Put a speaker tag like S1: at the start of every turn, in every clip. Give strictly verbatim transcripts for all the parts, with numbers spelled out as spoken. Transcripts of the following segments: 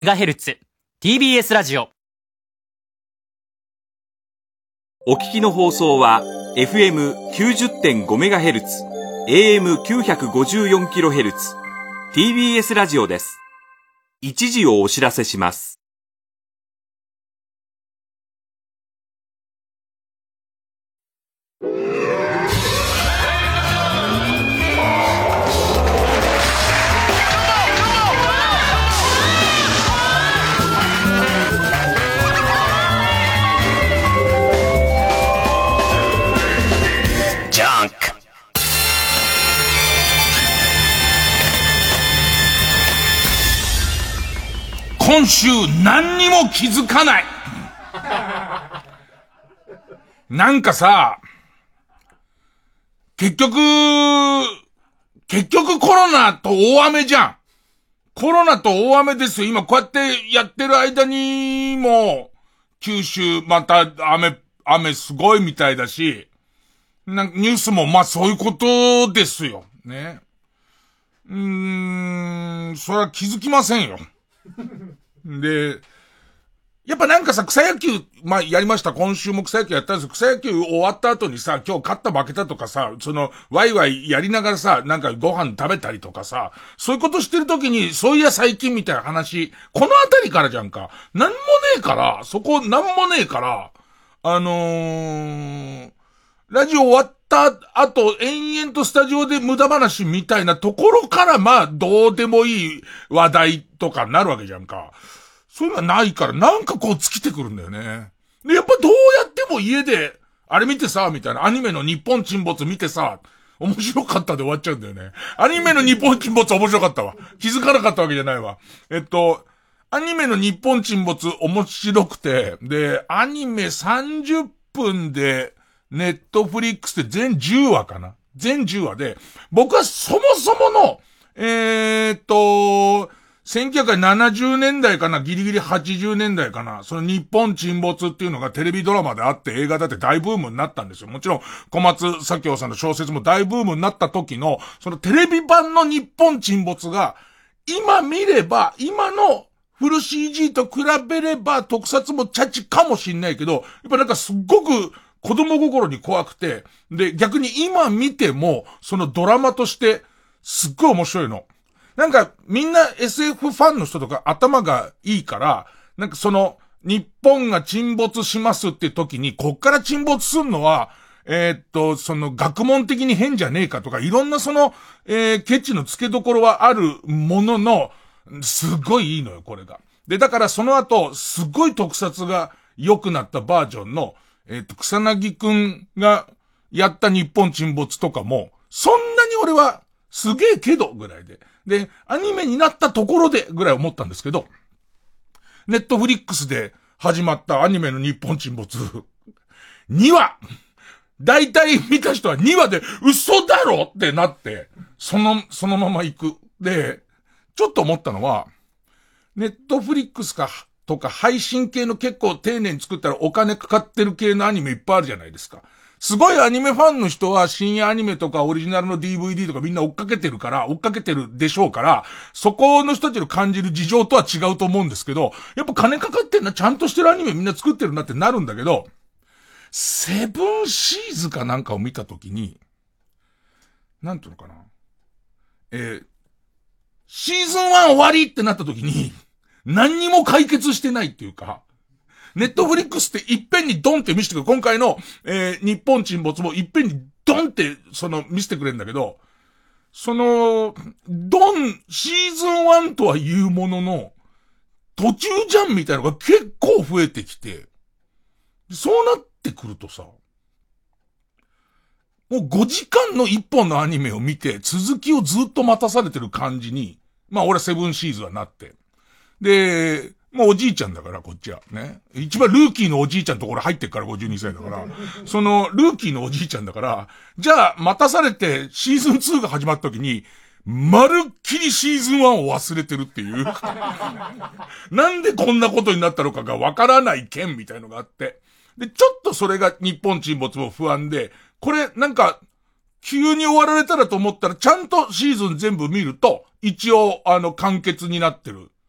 S1: メガヘルツ ティービーエス ラジオ。
S2: お聞きの放送は エフエムきゅうじゅってんごメガヘルツ、エーエムきゅうひゃくごじゅうよんキロヘルツ、ティービーエス ラジオです。一時をお知らせします。
S3: 今週何にも気づかない。なんかさ、結局、結局コロナと大雨じゃん。コロナと大雨ですよ。今こうやってやってる間にも、九州また雨、雨すごいみたいだし、なんかニュースもまあそういうことですよ。ね。うーん、それは気づきませんよ。で、やっぱなんかさ、草野球、まあ、やりました。今週も草野球やったんですよ。草野球終わった後にさ、今日勝った負けたとかさ、その、ワイワイやりながらさ、なんかご飯食べたりとかさ、そういうことしてる時に、そういや最近みたいな話、このあたりからじゃんか。なんもねえから、そこなんもねえから、あのー、ラジオ終わった後、延々とスタジオで無駄話みたいなところから、まあ、どうでもいい話題とかになるわけじゃんか。そういうのはないから、なんかこう尽きてくるんだよね。で、やっぱどうやっても家で、あれ見てさ、みたいな、アニメの日本沈没見てさ、面白かったで終わっちゃうんだよね。アニメの日本沈没面白かったわ。気づかなかったわけじゃないわ。えっと、アニメの日本沈没面白くて、で、アニメさんじゅっぷんで、ネットフリックスで全じゅうわかな全じゅうわで、僕はそもそもの、えーっと、せんきゅうひゃくななじゅうねんだいかな、ギリギリはちじゅうねんだいかな、その日本沈没っていうのがテレビドラマであって映画だって大ブームになったんですよ。もちろん小松左京さんの小説も大ブームになった時の、そのテレビ版の日本沈没が、今見れば、今のフル シージー と比べれば特撮もチャチかもしんないけど、やっぱなんかすっごく子供心に怖くて、で、逆に今見ても、そのドラマとしてすっごい面白いの。なんか、みんな エスエフ ファンの人とか頭がいいから、なんかその、日本が沈没しますって時に、こっから沈没するのは、えー、っと、その、学問的に変じゃねえかとか、いろんなその、えー、ケチの付けどころはあるものの、すごいいいのよ、これが。で、だからその後、すごい特撮が良くなったバージョンの、えー、っと、草薙くんがやった日本沈没とかも、そんなに俺は、すげえけど、ぐらいで。で、アニメになったところで、ぐらい思ったんですけど、ネットフリックスで始まったアニメの日本沈没、にわ大体見た人はにわで嘘だろってなって、その、そのまま行く。で、ちょっと思ったのは、ネットフリックスか、とか配信系の結構丁寧に作ったらお金かかってる系のアニメいっぱいあるじゃないですか。すごいアニメファンの人は深夜アニメとかオリジナルの ディーブイディー とかみんな追っかけてるから、追っかけてるでしょうから、そこの人たちの感じる事情とは違うと思うんですけど、やっぱ金かかってんな、ちゃんとしてるアニメみんな作ってるなってなるんだけど、セブンシーズかなんかを見たときに、なんていうのかな。えー、シーズンワン終わりってなったときに、何にも解決してないっていうか、ネットフリックスっていっぺんにドンって見せてくる。今回の、えー、日本沈没もいっぺんにドンって、その、見せてくれるんだけど、その、ドン、シーズンワンとは言うものの、途中じゃんみたいなのが結構増えてきて、そうなってくるとさ、もうごじかんのいっぽんのアニメを見て、続きをずっと待たされてる感じに、まあ俺はセブンシーズはなって。で、もうおじいちゃんだから、こっちは。ね。一番ルーキーのおじいちゃんのところ入ってっからごじゅうにさいだから。その、ルーキーのおじいちゃんだから、じゃあ、待たされて、シーズンツーが始まった時に、まるっきりシーズンワンを忘れてるっていう。なんでこんなことになったのかがわからない件みたいのがあって。で、ちょっとそれが日本沈没も不安で、これ、なんか、急に終わられたらと思ったら、ちゃんとシーズン全部見ると、一応、あの、完結になってる。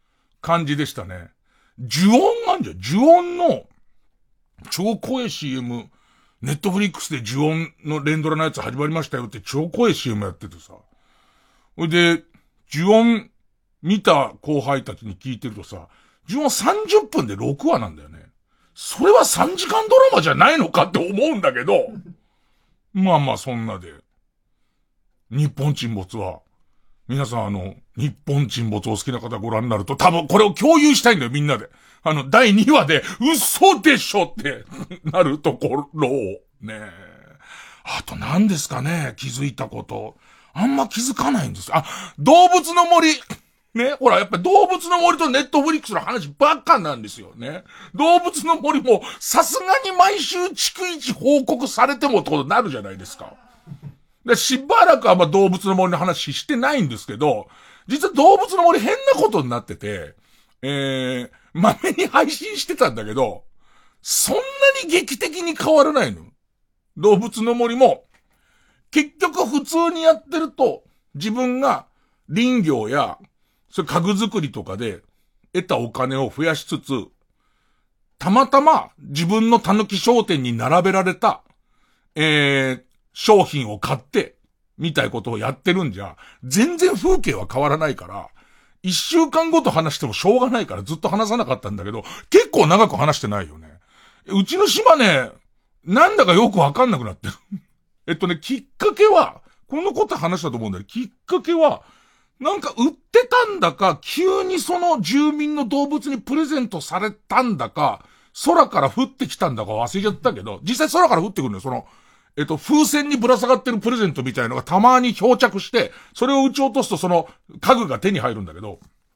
S3: 感じでしたね。呪音なんじゃん。呪音の、超怖い シーエム、ネットフリックスで呪音の連ドラのやつ始まりましたよって超怖い シーエムやっててさ。ほいで、呪音見た後輩たちに聞いてるとさ、呪音さんじゅっぷんでろくわなんだよね。それはさんじかんドラマじゃないのかって思うんだけど、まあまあそんなで。日本沈没は、皆さんあの、日本沈没を好きな方ご覧になると、多分これを共有したいんだよみんなで。あの、だいにわで、嘘でしょってなるところを、ねえ。あと何ですかね、気づいたこと。あんま気づかないんです。あ、動物の森。ね、ほら、やっぱり動物の森とネットフリックスの話ばっかなんですよね。動物の森も、さすがに毎週逐一報告されてもってことになるじゃないですか。で、しばらくはまあ動物の森の話してないんですけど、実は動物の森変なことになってて、えー、まめに配信してたんだけど、そんなに劇的に変わらないの。動物の森も、結局普通にやってると、自分が林業や、それ家具作りとかで得たお金を増やしつつ、たまたま自分のたぬき商店に並べられた、えー、商品を買って、みたいことをやってるんじゃ、全然風景は変わらないから、一週間ごと話してもしょうがないからずっと話さなかったんだけど、結構長く話してないよね。うちの島ね、なんだかよくわかんなくなってる。えっとね、きっかけは、このこと話したと思うんだけど、きっかけは、なんか売ってたんだか、急にその住民の動物にプレゼントされたんだか、空から降ってきたんだか忘れちゃったけど、実際空から降ってくるのよ、その、えっと、風船にぶら下がってるプレゼントみたいのがたまに漂着して、それを撃ち落とすとその家具が手に入るんだけど、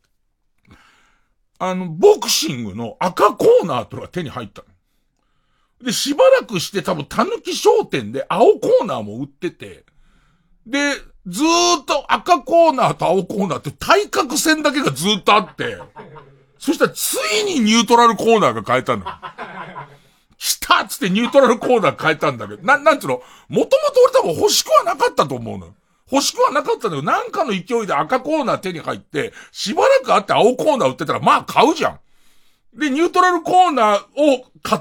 S3: あの、ボクシングの赤コーナーとか手に入ったの。で、しばらくして多分たぬき商店で青コーナーも売ってて、で、ずーっと赤コーナーと青コーナーって対角線だけがずーっとあって、そしたらついにニュートラルコーナーが変えたの。来たっつってニュートラルコーナー変えたんだけど、な、なんつうの、もともと俺多分欲しくはなかったと思うのよ。欲しくはなかったんだけど、なんかの勢いで赤コーナー手に入って、しばらくあって青コーナー売ってたら、まあ買うじゃん。で、ニュートラルコーナーを買って、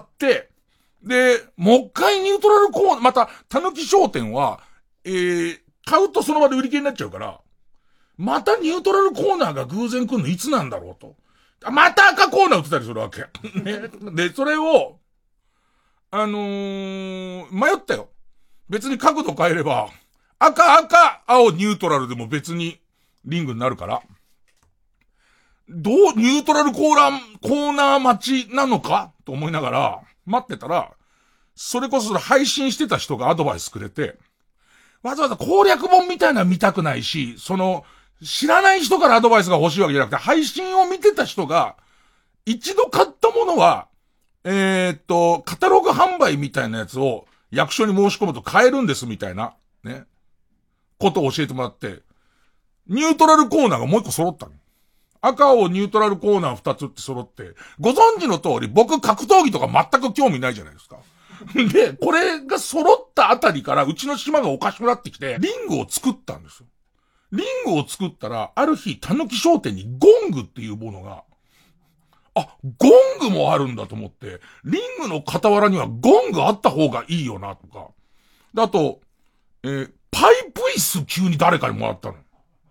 S3: で、もう一回ニュートラルコーナー、また、たぬき商店は、えー、買うとその場で売り切れになっちゃうから、またニュートラルコーナーが偶然来るのいつなんだろうと。また赤コーナー売ってたりするわけ。ね、で、それを、あのー、迷ったよ。別に角度変えれば、赤赤、青ニュートラルでも別にリングになるから。どう、ニュートラルコーナー、コーナー待ちなのかと思いながら、待ってたら、それこそ配信してた人がアドバイスくれて、わざわざ攻略本みたいなの見たくないし、その、知らない人からアドバイスが欲しいわけじゃなくて、配信を見てた人が、一度買ったものは、えー、っと、カタログ販売みたいなやつを役所に申し込むと買えるんですみたいな、ね、ことを教えてもらって、ニュートラルコーナーがもう一個揃ったの。赤青ニュートラルコーナー二つって揃って、ご存知の通り僕格闘技とか全く興味ないじゃないですか。で、これが揃ったあたりからうちの島がおかしくなってきて、リングを作ったんですよ。リングを作ったら、ある日、たぬき商店にゴングっていうものが、あ、ゴングもあるんだと思って、リングの傍らにはゴングあった方がいいよな、とか。で、あと、えー、パイプ椅子急に誰かにもらったの。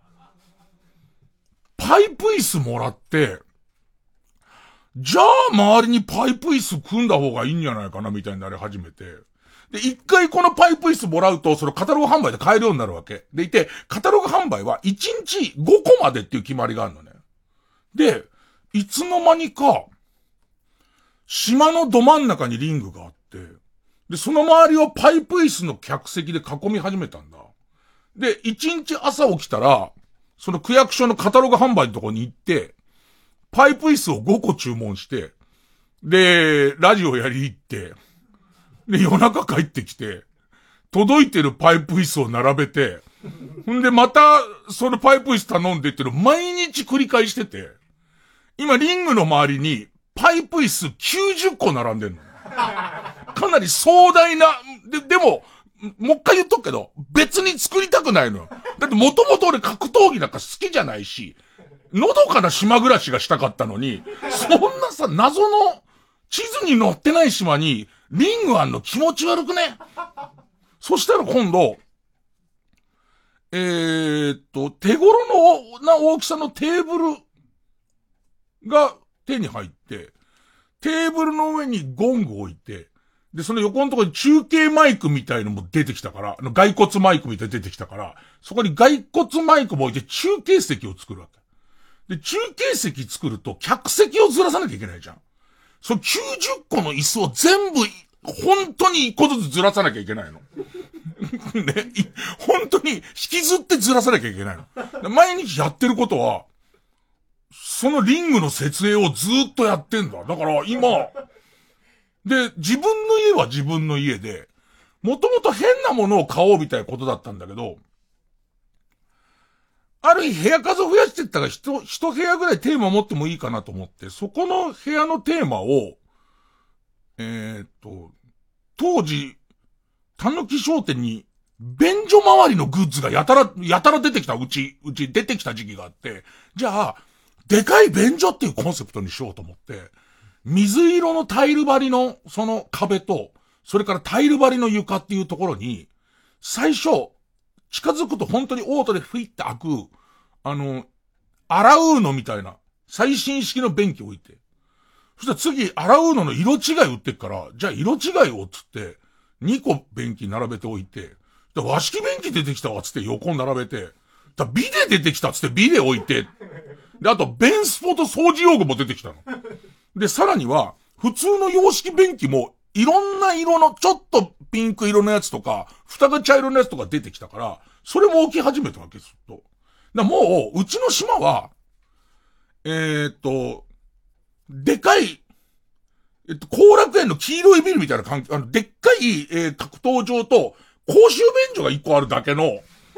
S3: パイプ椅子もらって、じゃあ周りにパイプ椅子組んだ方がいいんじゃないかな、みたいになり始めて。で、一回このパイプ椅子もらうと、それカタログ販売で買えるようになるわけ。でいて、カタログ販売はいちにちごこまでっていう決まりがあるのね。で、いつの間にか、島のど真ん中にリングがあって、で、その周りをパイプ椅子の客席で囲み始めたんだ。で、いちにち朝起きたら、その区役所のカタログ販売のとこに行って、パイプ椅子をごこ注文して、で、ラジオやり行って、で、夜中帰ってきて、届いてるパイプ椅子を並べて、んで、また、そのパイプ椅子頼んでっていうのを毎日繰り返してて、今、リングの周りに、パイプ椅子きゅうじゅっこ並んでんの。かなり壮大な、で、でも、もう一回言っとくけど、別に作りたくないのよ。だってもともと俺格闘技なんか好きじゃないし、 のどかな島暮らしがしたかったのに、そんなさ、謎の地図に載ってない島にリングあんの気持ち悪くね。そしたら今度、えーっと、手頃のな大きさのテーブルが手に入って、テーブルの上にゴング置いて、で、その横のところに中継マイクみたいのも出てきたから、あの骸骨マイクみたいに出てきたから、そこに骸骨マイクも置いて中継席を作るわけ。で、中継席作ると客席をずらさなきゃいけないじゃん。そのきゅうじゅっこの椅子を全部、本当にいっこずつずらさなきゃいけないの。ね、本当に引きずってずらさなきゃいけないの。毎日やってることは、そのリングの設営をずっとやってんだ。だから今、で、自分の家は自分の家で、もともと変なものを買おうみたいなことだったんだけど、ある日部屋数を増やしていったら一、一部屋ぐらいテーマ持ってもいいかなと思って、そこの部屋のテーマを、えーっと、当時、たぬき商店に、便所周りのグッズがやたら、やたら出てきた、うち、うち出てきた時期があって、じゃあ、でかい便所っていうコンセプトにしようと思って、水色のタイル張りの、その壁と、それからタイル張りの床っていうところに、最初、近づくと本当にオートでフィッて開く、あの、洗うのみたいな、最新式の便器を置いて、そしたら次、洗うのの色違い売ってっから、じゃあ色違いをつって、にこ便器並べておいて、和式便器出てきたわつって横に並べて、だビデ出てきたつってビデ置いて、で、あと、便スポと掃除用具も出てきたの。で、さらには、普通の洋式便器も、いろんな色の、ちょっとピンク色のやつとか、蓋が茶色のやつとか出てきたから、それも置き始めたわけですと。だもう、うちの島は、えー、っと、でかい、えっと、後楽園の黄色いビルみたいな感じ、あの、でっかい、えー、格闘場と、公衆便所が一個あるだけの、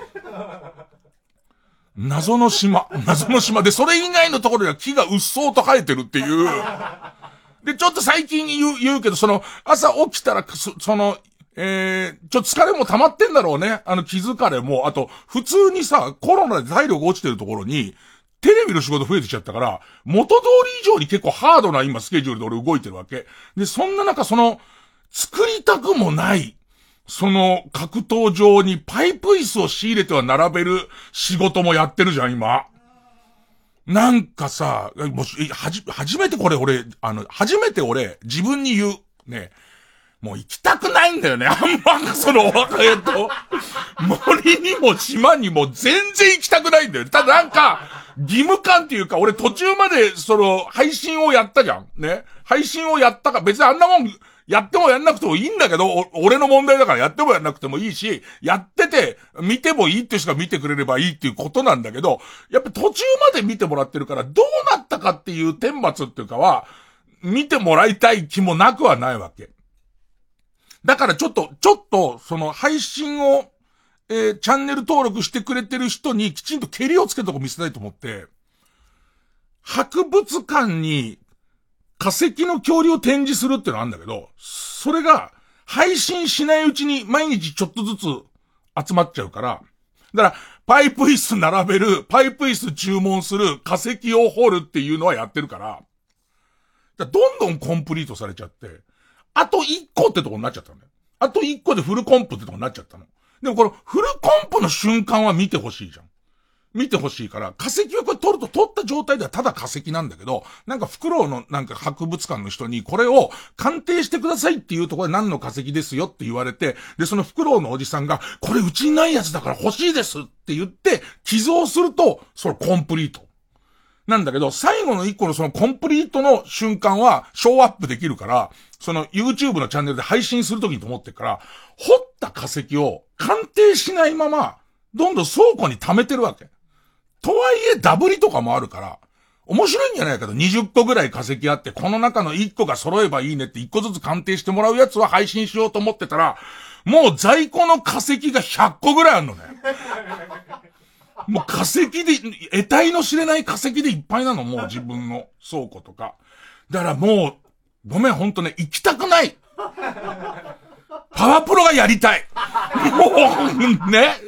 S3: 謎の島。謎の島で、それ以外のところには木がうっそうと生えてるっていう。で、ちょっと最近言う、言うけど、その、朝起きたら、そ, その、えー、ちょっと疲れも溜まってんだろうね。あの、気疲れも。あと、普通にさ、コロナで体力落ちてるところに、テレビの仕事増えてきちゃったから、元通り以上に結構ハードな今スケジュールで俺動いてるわけ。で、そんな中、その、作りたくもない、その格闘場にパイプ椅子を仕入れては並べる仕事もやってるじゃん、今。なんかさ、もし、はじ、初めてこれ俺、あの、初めて俺、自分に言う。ね。もう行きたくないんだよね。あんま、その、えっと、森にも島にも全然行きたくないんだよ。ただなんか、義務感っていうか、俺途中まで、その、配信をやったじゃん。ね。配信をやったか、別にあんなもん、やってもやんなくてもいいんだけど、俺の問題だからやってもやんなくてもいいし、やってて、見てもいいって人が見てくれればいいっていうことなんだけど、やっぱ途中まで見てもらってるから、どうなったかっていう顛末っていうかは、見てもらいたい気もなくはないわけ。だからちょっと、ちょっと、その配信を、えー、チャンネル登録してくれてる人にきちんと蹴りをつけたとこ見せたいと思って、博物館に化石の恐竜を展示するってのあるんだけど、それが配信しないうちに毎日ちょっとずつ集まっちゃうから、だからパイプ椅子並べる、パイプ椅子注文する、化石を掘るっていうのはやってるから、だからどんどんコンプリートされちゃって、あといっこってとこになっちゃったのね。あといっこでフルコンプってとこになっちゃったの。でもこのフルコンプの瞬間は見てほしいじゃん。見てほしいから、化石をこれ取ると取った状態ではただ化石なんだけど、なんかフクロウのなんか博物館の人にこれを鑑定してくださいっていうところで何の化石ですよって言われて、で、そのフクロウのおじさんが、これうちにないやつだから欲しいですって言って、寄贈すると、それコンプリート。なんだけど、最後の一個のそのコンプリートの瞬間は、ショーアップできるから、その YouTube のチャンネルで配信するときにと思ってるから、掘った化石を鑑定しないまま、どんどん倉庫に貯めてるわけ。とはいえ、ダブリとかもあるから、面白いんじゃないかと、にじゅっこぐらい化石あって、この中のいっこが揃えばいいねっていっこずつ鑑定してもらうやつは配信しようと思ってたら、もう在庫の化石がひゃっこぐらいあるのね。もう化石で、得体の知れない化石でいっぱいなの、もう自分の倉庫とか。だからもう、ごめん、ほんとね、行きたくない。パワプロがやりたい。もう、ね。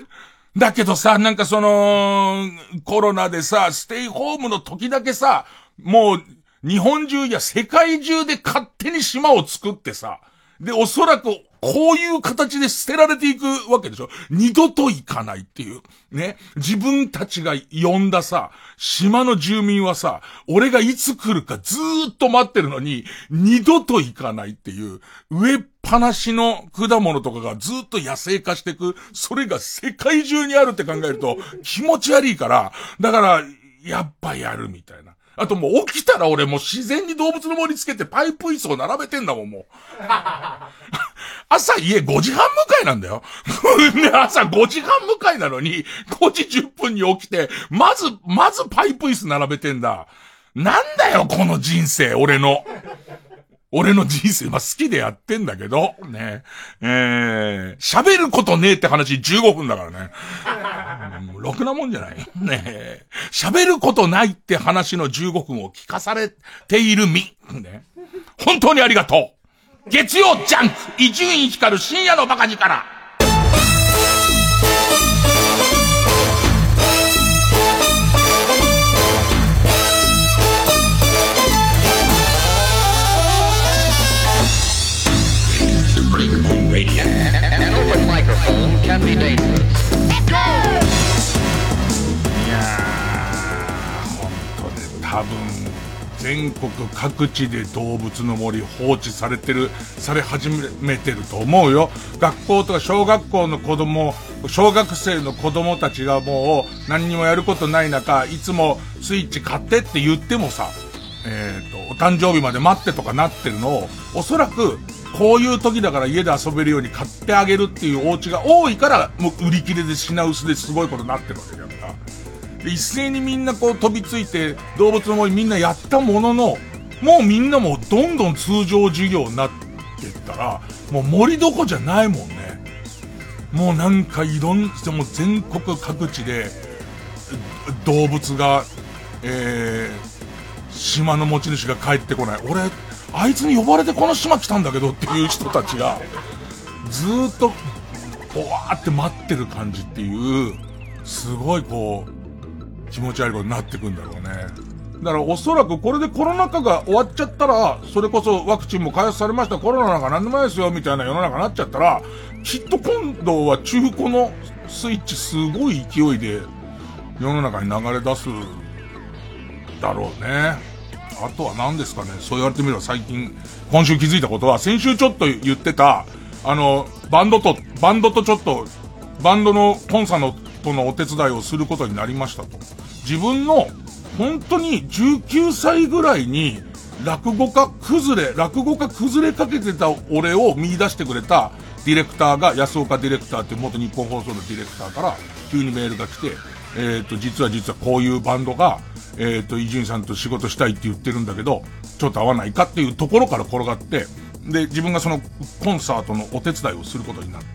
S3: だけどさ、なんかその、コロナでさ、ステイホームの時だけさ、もう、日本中や世界中で勝手に島を作ってさ、で、おそらく、こういう形で捨てられていくわけでしょ。二度と行かないっていう。ね。自分たちが呼んださ、島の住民はさ、俺がいつ来るかずーっと待ってるのに、二度と行かないっていう、植えっぱなしの果物とかがずーっと野生化していく、それが世界中にあるって考えると気持ち悪いから、だから、やっぱやるみたいな。あともう起きたら俺もう自然に動物の森つけてパイプ椅子を並べてんだもん、もう。朝家ごじはん迎えなんだよ。朝ごじはん迎えなのに、ごじじゅっぷんに起きて、まず、まずパイプ椅子並べてんだ。なんだよ、この人生、俺の。俺の人生、まあ、好きでやってんだけど、ね。えー、喋ることねえって話じゅうごふんだからね。うん、ろくなもんじゃない。ね。喋ることないって話のじゅうごふんを聞かされている身。ね。本当にありがとう。月曜ジャンク伊集院光る深夜のバカ力。
S4: An open microphone can be dangerous.
S3: いやー、本当ね、多分全国各地で動物の森放置されてる、され始めてると思うよ。学校とか小学校の子供、小学生の子供たちがもう何にもやることない中、いつもスイッチ買ってって言ってもさ、えーと、お誕生日まで待ってとかなってるのを、おそらくこういう時だから家で遊べるように買ってあげるっていうお家が多いから、もう売り切れで品薄ですごいことになってるわけだから。で、一斉にみんなこう飛びついて、動物の森みんなやったものの、もうみんなもどんどん通常授業になってったら、もう森どこじゃないもんね。もうなんかいろん、もう全国各地で、動物が、えー、島の持ち主が帰ってこない。俺、あいつに呼ばれてこの島来たんだけどっていう人たちがずーっとぼわーって待ってる感じっていう、すごいこう気持ち悪いことになってくんだろうね。だからおそらくこれでコロナ禍が終わっちゃったら、それこそワクチンも開発されました、コロナなんか何でもないですよみたいな世の中になっちゃったら、きっと今度は中古のスイッチすごい勢いで世の中に流れ出すだろうね。あとは何ですかね、そう言われてみれば最近、今週気づいたことは、先週ちょっと言ってた、あの、バンドと、バンドとちょっと、バンドのコンサートのお手伝いをすることになりましたと。自分の、本当にじゅうきゅうさいぐらいに、落語家崩れ、落語家崩れかけてた俺を見出してくれたディレクターが、安岡ディレクターって元日本放送のディレクターから、急にメールが来て、えっと、実は実はこういうバンドが、えっと、伊集院さんと仕事したいって言ってるんだけど、ちょっと合わないかっていうところから転がって、で、自分がそのコンサートのお手伝いをすることになって。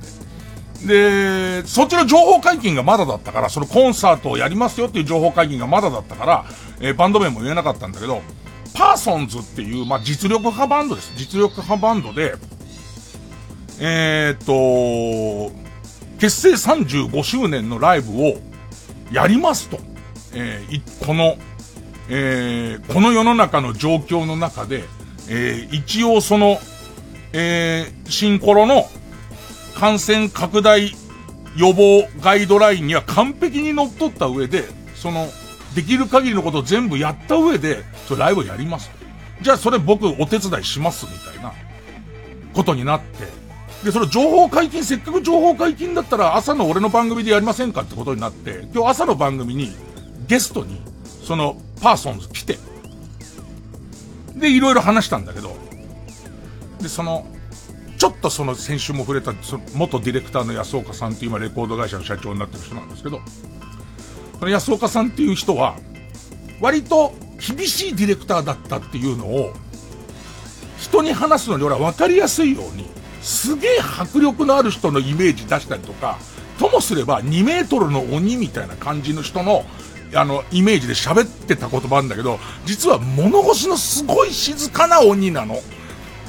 S3: で、そっちの情報解禁がまだだったから、そのコンサートをやりますよっていう情報解禁がまだだったから、えー、バンド名も言えなかったんだけど、パーソンズっていう、まあ、実力派バンドです。実力派バンドで、えーっと、結成さんじゅうごしゅうねんのライブをやりますと。えー、この、えー、この世の中の状況の中で、えー、一応その、えー、新コロの感染拡大予防ガイドラインには完璧にのっとった上で、その、できる限りのことを全部やった上で、それライブをやります。じゃあそれ僕お手伝いしますみたいなことになって、で、その情報解禁、せっかく情報解禁だったら朝の俺の番組でやりませんかってことになって、今日朝の番組にゲストに、そのパーソンズ来て、で、いろいろ話したんだけど、で、その、ちょっとその先週も触れた、その元ディレクターの安岡さんっていう今レコード会社の社長になってる人なんですけど、その安岡さんっていう人は、割と厳しいディレクターだったっていうのを、人に話すのに俺は分かりやすいように、すげえ迫力のある人のイメージ出したりとか、ともすればにメートルの鬼みたいな感じの人の、あの、イメージで喋ってた言葉なんだけど、実は物腰のすごい静かな鬼なの。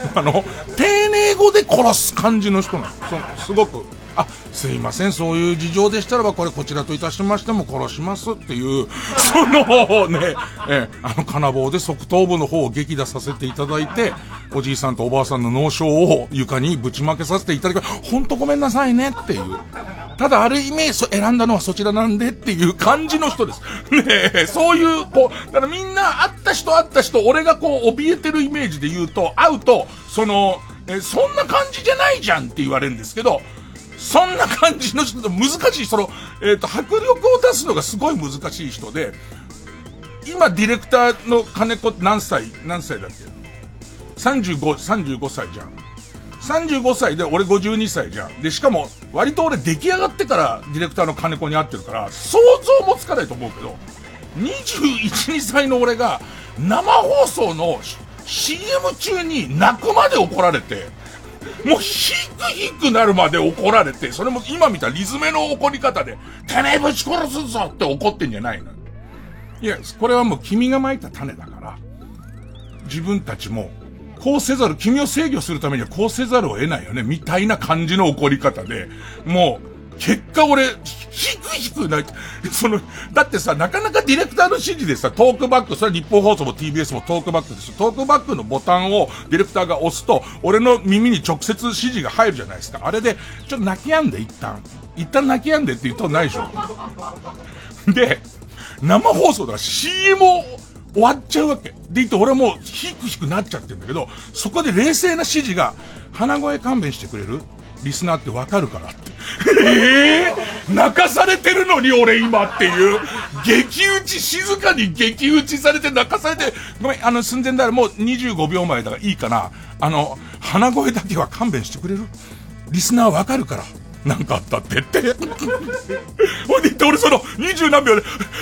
S3: あの、丁寧語で殺す感じの人なの。そのすごく、あ、すいません、そういう事情でしたらば、これこちらといたしましても殺しますっていう、そのね、え、あの、金棒で側頭部の方を激打させていただいて、おじいさんとおばあさんの脳症を床にぶちまけさせていただき、ほんとごめんなさいねっていう。ただある意味、選んだのはそちらなんでっていう感じの人です。ねえ、そういう、こう、だからみんな会った人会った人、俺がこう、怯えてるイメージで言うと、会うと、その、え、そんな感じじゃないじゃんって言われるんですけど、そんな感じの人と難しい、その、えっと、迫力を出すのがすごい難しい人で、今ディレクターの金子何歳、何歳だっけ ?さんじゅうご、さんじゅうごさいじゃん。さんじゅうごさいで俺ごじゅうにさいじゃん。で、しかも、割と俺出来上がってからディレクターの金子に会ってるから、想像もつかないと思うけど、にじゅういち、にさいの俺が生放送の シーエム 中に泣くまで怒られて、もうヒクヒクなるまで怒られて、それも今見たリズメの怒り方で、てめえぶち殺すぞって怒ってんじゃないの。いや、これはもう君が蒔いた種だから、自分たちも、こうせざる、君を制御するためにはこうせざるを得ないよね、みたいな感じの怒り方で、もう、結果俺、ヒクヒクな、その、だってさ、なかなかディレクターの指示でさ、トークバック、それは日本放送も ティービーエス もトークバックです。トークバックのボタンをディレクターが押すと、俺の耳に直接指示が入るじゃないですか。あれで、ちょっと泣き止んで、一旦。一旦泣き止んでって言うとないでしょ。で、生放送だから シーエム を終わっちゃうわけ。で言って俺もうヒクヒクなっちゃってんだけど、そこで冷静な指示が、鼻声勘弁してくれる？リスナーってわかるからって。えー、泣かされてるのに俺今っていう、激打ち、静かに激打ちされて泣かされて、ごめん、あの寸前だからもうにじゅうごびょうまえだからいいかな。あの、鼻声だけは勘弁してくれる？リスナーわかるから。なんかあったってって。ほいで言って俺そのにじゅうなんびょうで、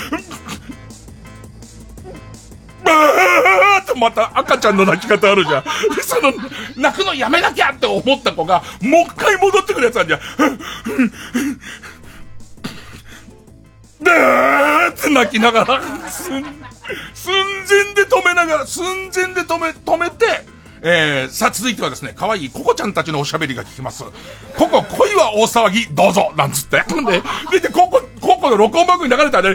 S3: バーってまた赤ちゃんの泣き方あるじゃん。で、その、泣くのやめなきゃって思った子が、もう一回戻ってくるやつあるじゃん。バーって泣きながら、寸前で止めながら、寸前で止め、止めて、えー、さあ続いてはですね、可愛いココちゃんたちのおしゃべりが聞きます。ココ、恋は大騒ぎ、どうぞなんつって。で、で、ココ、ココの録音番組流れたらね、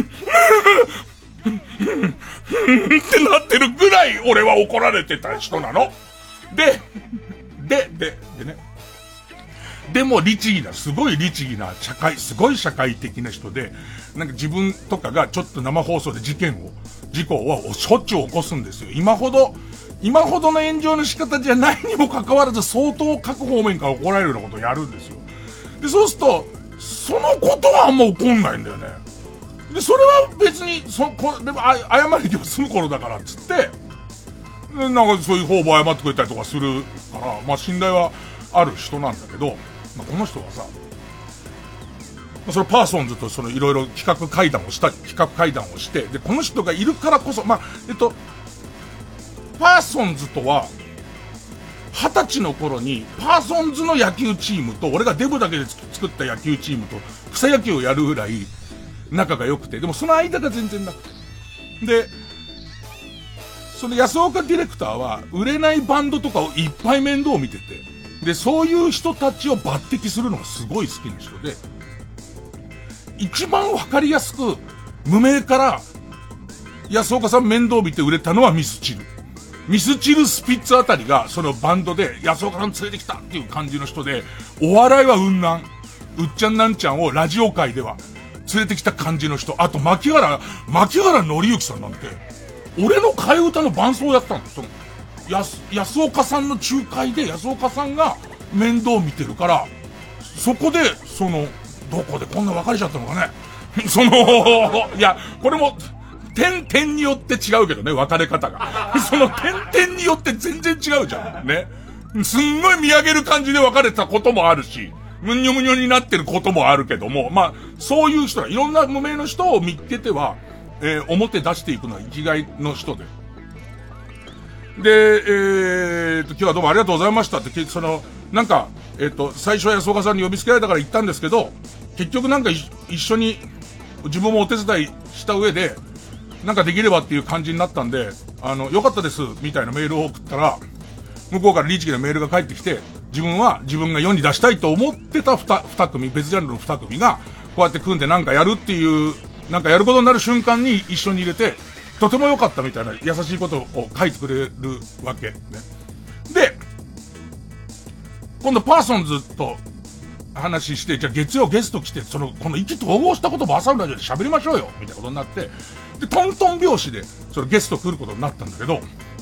S3: ってなってるぐらい俺は怒られてた人なの。で、で、で、でね。でも律儀な、すごい律儀な社会、すごい社会的な人で、なんか自分とかがちょっと生放送で事件を、事故をしょっちゅう起こすんですよ。今ほど、今ほどの炎上の仕方じゃないにもかかわらず相当各方面から怒られるようなことをやるんですよ。で、そうすると、そのことはあんま起こんないんだよね。で、それは別に、そ、こでも、あ、謝りでも済む頃だからっつって、で、なんかそういう方々謝ってくれたりとかするから、まあ信頼はある人なんだけど、まあ、この人はさ、そのパーソンズとそのいろいろ企画会談をしたり、企画会談をして、で、この人がいるからこそ、まあ、えっと、パーソンズとは、二十歳の頃に、パーソンズの野球チームと、俺がデブだけで作った野球チームと、草野球をやるぐらい、仲が良くて、でもその間が全然なくて。で、その安岡ディレクターは、売れないバンドとかをいっぱい面倒を見てて、で、そういう人たちを抜擢するのがすごい好きな人で、一番わかりやすく、無名から、安岡さん面倒見て売れたのはミスチル。ミスチルスピッツあたりが、そのバンドで、安岡さん連れてきたっていう感じの人で、お笑いは雲南。うっちゃんなんちゃんをラジオ界では、連れてきた感じの人。あと、牧原、牧原紀之さんなんて、俺の替え歌の伴奏やったんですよ。安、安岡さんの仲介で安岡さんが面倒見てるから、そこで、その、どこでこんな別れちゃったのかね。その、いや、これも、点々によって違うけどね、別れ方が。その点々によって全然違うじゃん。ね。すんごい見上げる感じで別れたこともあるし、むにょむにょになってることもあるけども、まあ、そういう人が、いろんな無名の人を見つけては、えー、表出していくのは生きがいの人で。で、えーと、今日はどうもありがとうございましたって、その、なんか、えっと、最初は安岡さんに呼びつけられたから行ったんですけど、結局なんか一緒に、自分もお手伝いした上で、なんかできればっていう感じになったんで、あの、よかったです、みたいなメールを送ったら、 向こうから律儀なメールが返ってきて、自分は自分が世に出したいと思ってた二、二組、別ジャンルの二組が、こうやって組んでなんかやるっていう、なんかやることになる瞬間に一緒に入れて、とても良かったみたいな優しいことを書いてくれるわけ。ね。で、今度パーソンズと話して、じゃあ月曜ゲスト来て、その、この意気投合したことを朝のラジオで喋りましょうよみたいなことになって、で、トントン拍子で、そのゲスト来ることになったんだけど、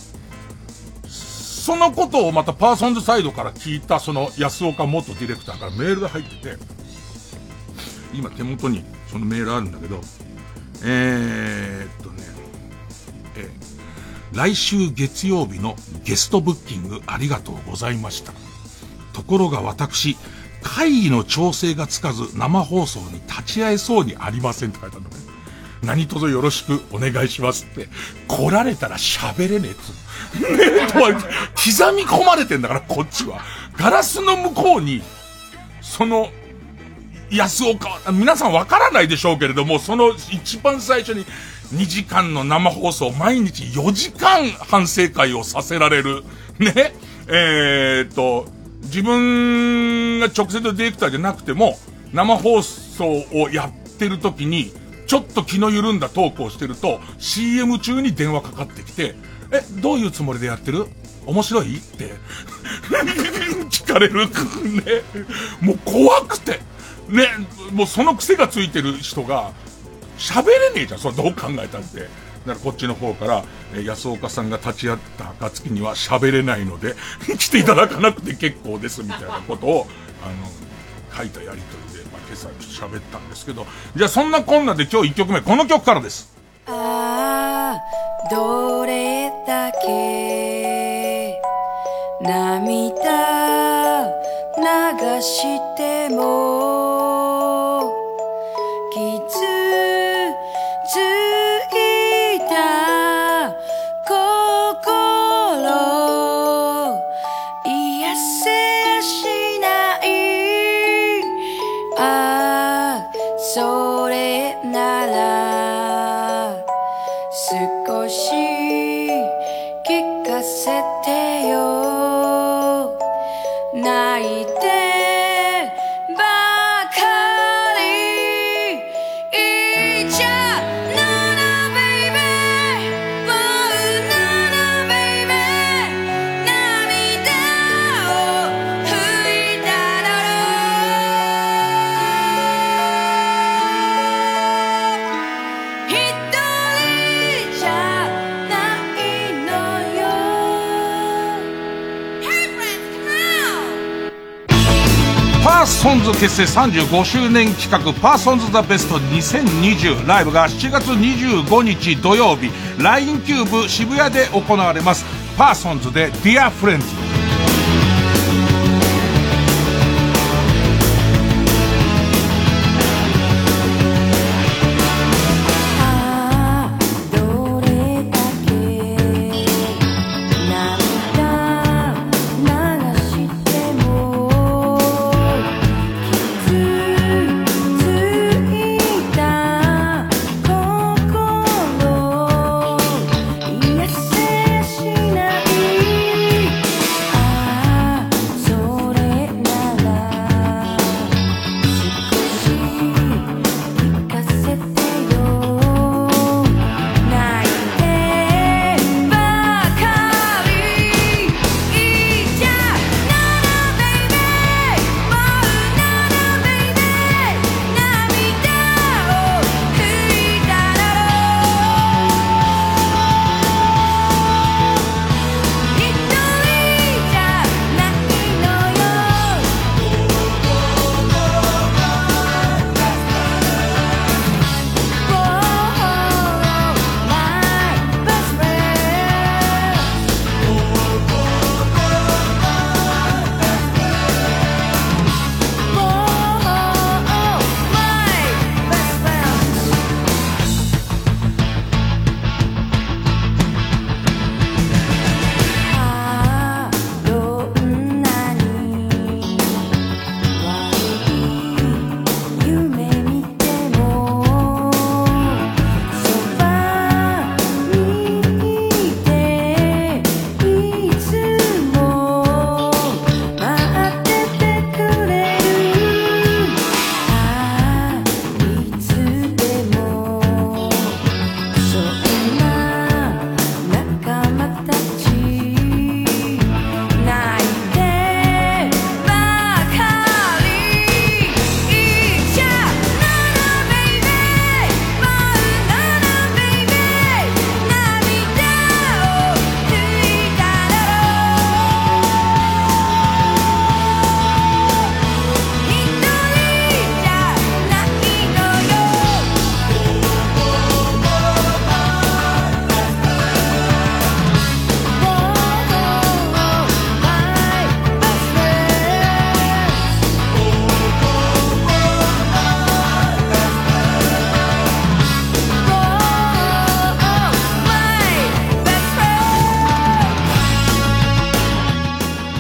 S3: そのことをまたパーソンズサイドから聞いた、その安岡元ディレクターからメールが入ってて、今手元にそのメールあるんだけど、えーっとね、えー、来週月曜日のゲストブッキングありがとうございました。ところが私、会議の調整がつかず生放送に立ち会えそうにありませんって書いてあるんだね。何卒よろしくお願いしますって。来られたら喋れねえっつう。ねとは刻み込まれてんだからこっちは。ガラスの向こうに、その、安岡、皆さんわからないでしょうけれども、その一番最初ににじかんの生放送、毎日よじかん反省会をさせられる。ね。えーっと、自分が直接ディレクターじゃなくても、生放送をやってる時に、ちょっと気の緩んだトークをしてると、シーエム 中に電話かかってきて、え、どういうつもりでやってる？面白い？って、聞かれる。ね。もう怖くて。ね、もうその癖がついてる人が、喋れねえじゃん、それどう考えたって。だからこっちの方から、えー、安岡さんが立ち会った暁には喋れないので、来ていただかなくて結構です、みたいなことを、あの、書いたやりとりで、まあ、今朝喋ったんですけど、じゃあそんなこんなで今日一曲目、この曲からです。
S5: ああ、どれだけ涙流しても傷ついた心癒せしないああそれなら少し聞かせてよ泣いてばかりいちゃならベイベーもうならベイベー涙を拭いただろう一人じゃないのよ Hey friends come out
S3: パーソンズ結成さんじゅうごしゅうねん企画パーソンズザベストにせんにじゅうライブがしちがつにじゅうごにち土曜日 ライン キューブ渋谷で行われます。パーソンズで Dear Friends。
S5: ああどれだけ涙流しても傷ついた心癒せしない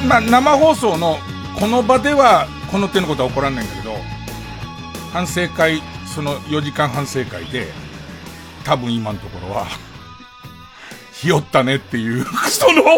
S3: まあ、生放送のこの場ではこの手のことは起こらないんだけど、反省会、そのよじかん反省会で、多分今のところは、ひよったねっていう、その、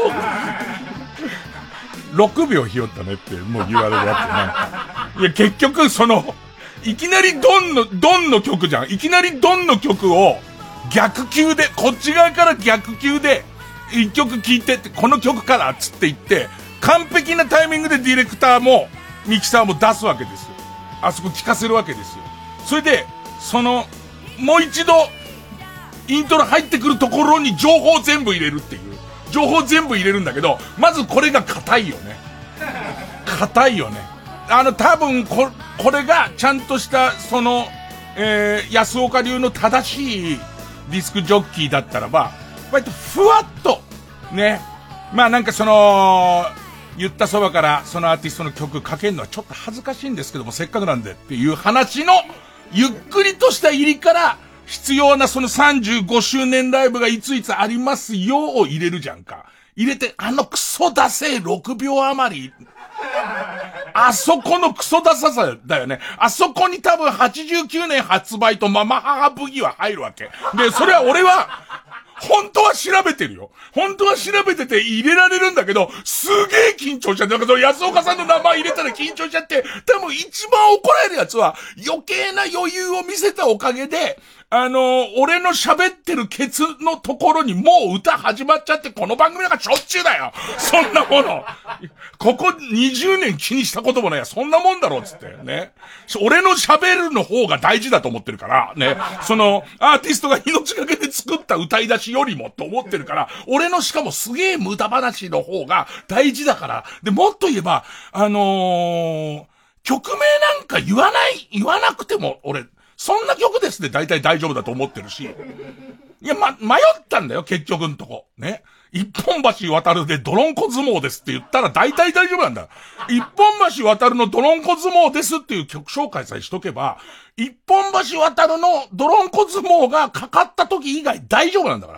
S3: ろくびょうひよったねってもう言われるわけなんか。いや、結局その、いきなりドンの、ドンの曲じゃん。いきなりドンの曲を逆球で、こっち側から逆球で、一曲聴いてって、この曲からっつって言って、完璧なタイミングでディレクターも、ミキサーも出すわけですよ。あそこ聴かせるわけですよ。それで、その、もう一度、イントロ入ってくるところに情報全部入れるっていう。情報全部入れるんだけど、まずこれが硬いよね。硬いよね。あの、多分こ、これがちゃんとした、その、えー、安岡流の正しいディスクジョッキーだったらば、割とふわっと、ね。まあなんかその、言ったそばからそのアーティストの曲かけるのはちょっと恥ずかしいんですけども、せっかくなんでっていう話の、ゆっくりとした入りから、必要なそのさんじゅうごしゅうねんライブがいついつありますよを入れるじゃんか。入れて、あのクソダセえろくびょう余り。あそこのクソダサさだよね。あそこに多分はちじゅうきゅうねん発売とママ母ブギは入るわけ。で、それは俺は、本当は調べてるよ。本当は調べてて入れられるんだけど、すげえ緊張しちゃって、だから安岡さんの名前入れたら緊張しちゃって、多分一番怒られるやつは余計な余裕を見せたおかげで、あのー、俺の喋ってるケツのところにもう歌始まっちゃって、この番組なんかしょっちゅうだよ。そんなもの。ここにじゅうねん気にしたこともないや。そんなもんだろうっつって。ね。俺の喋るの方が大事だと思ってるから。ね。その、アーティストが命がけで作った歌い出しよりもと思ってるから、俺のしかもすげえ無駄話の方が大事だから。で、もっと言えば、あのー、曲名なんか言わない、言わなくても、俺、そんな曲ですね、大体大丈夫だと思ってるし。いや、ま、迷ったんだよ、結局んとこ。ね。一本橋渡るでドロンコ相撲ですって言ったら大体大丈夫なんだ。一本橋渡るのドロンコ相撲ですっていう曲紹介さえしとけば、一本橋渡るのドロンコ相撲がかかった時以外大丈夫なんだから。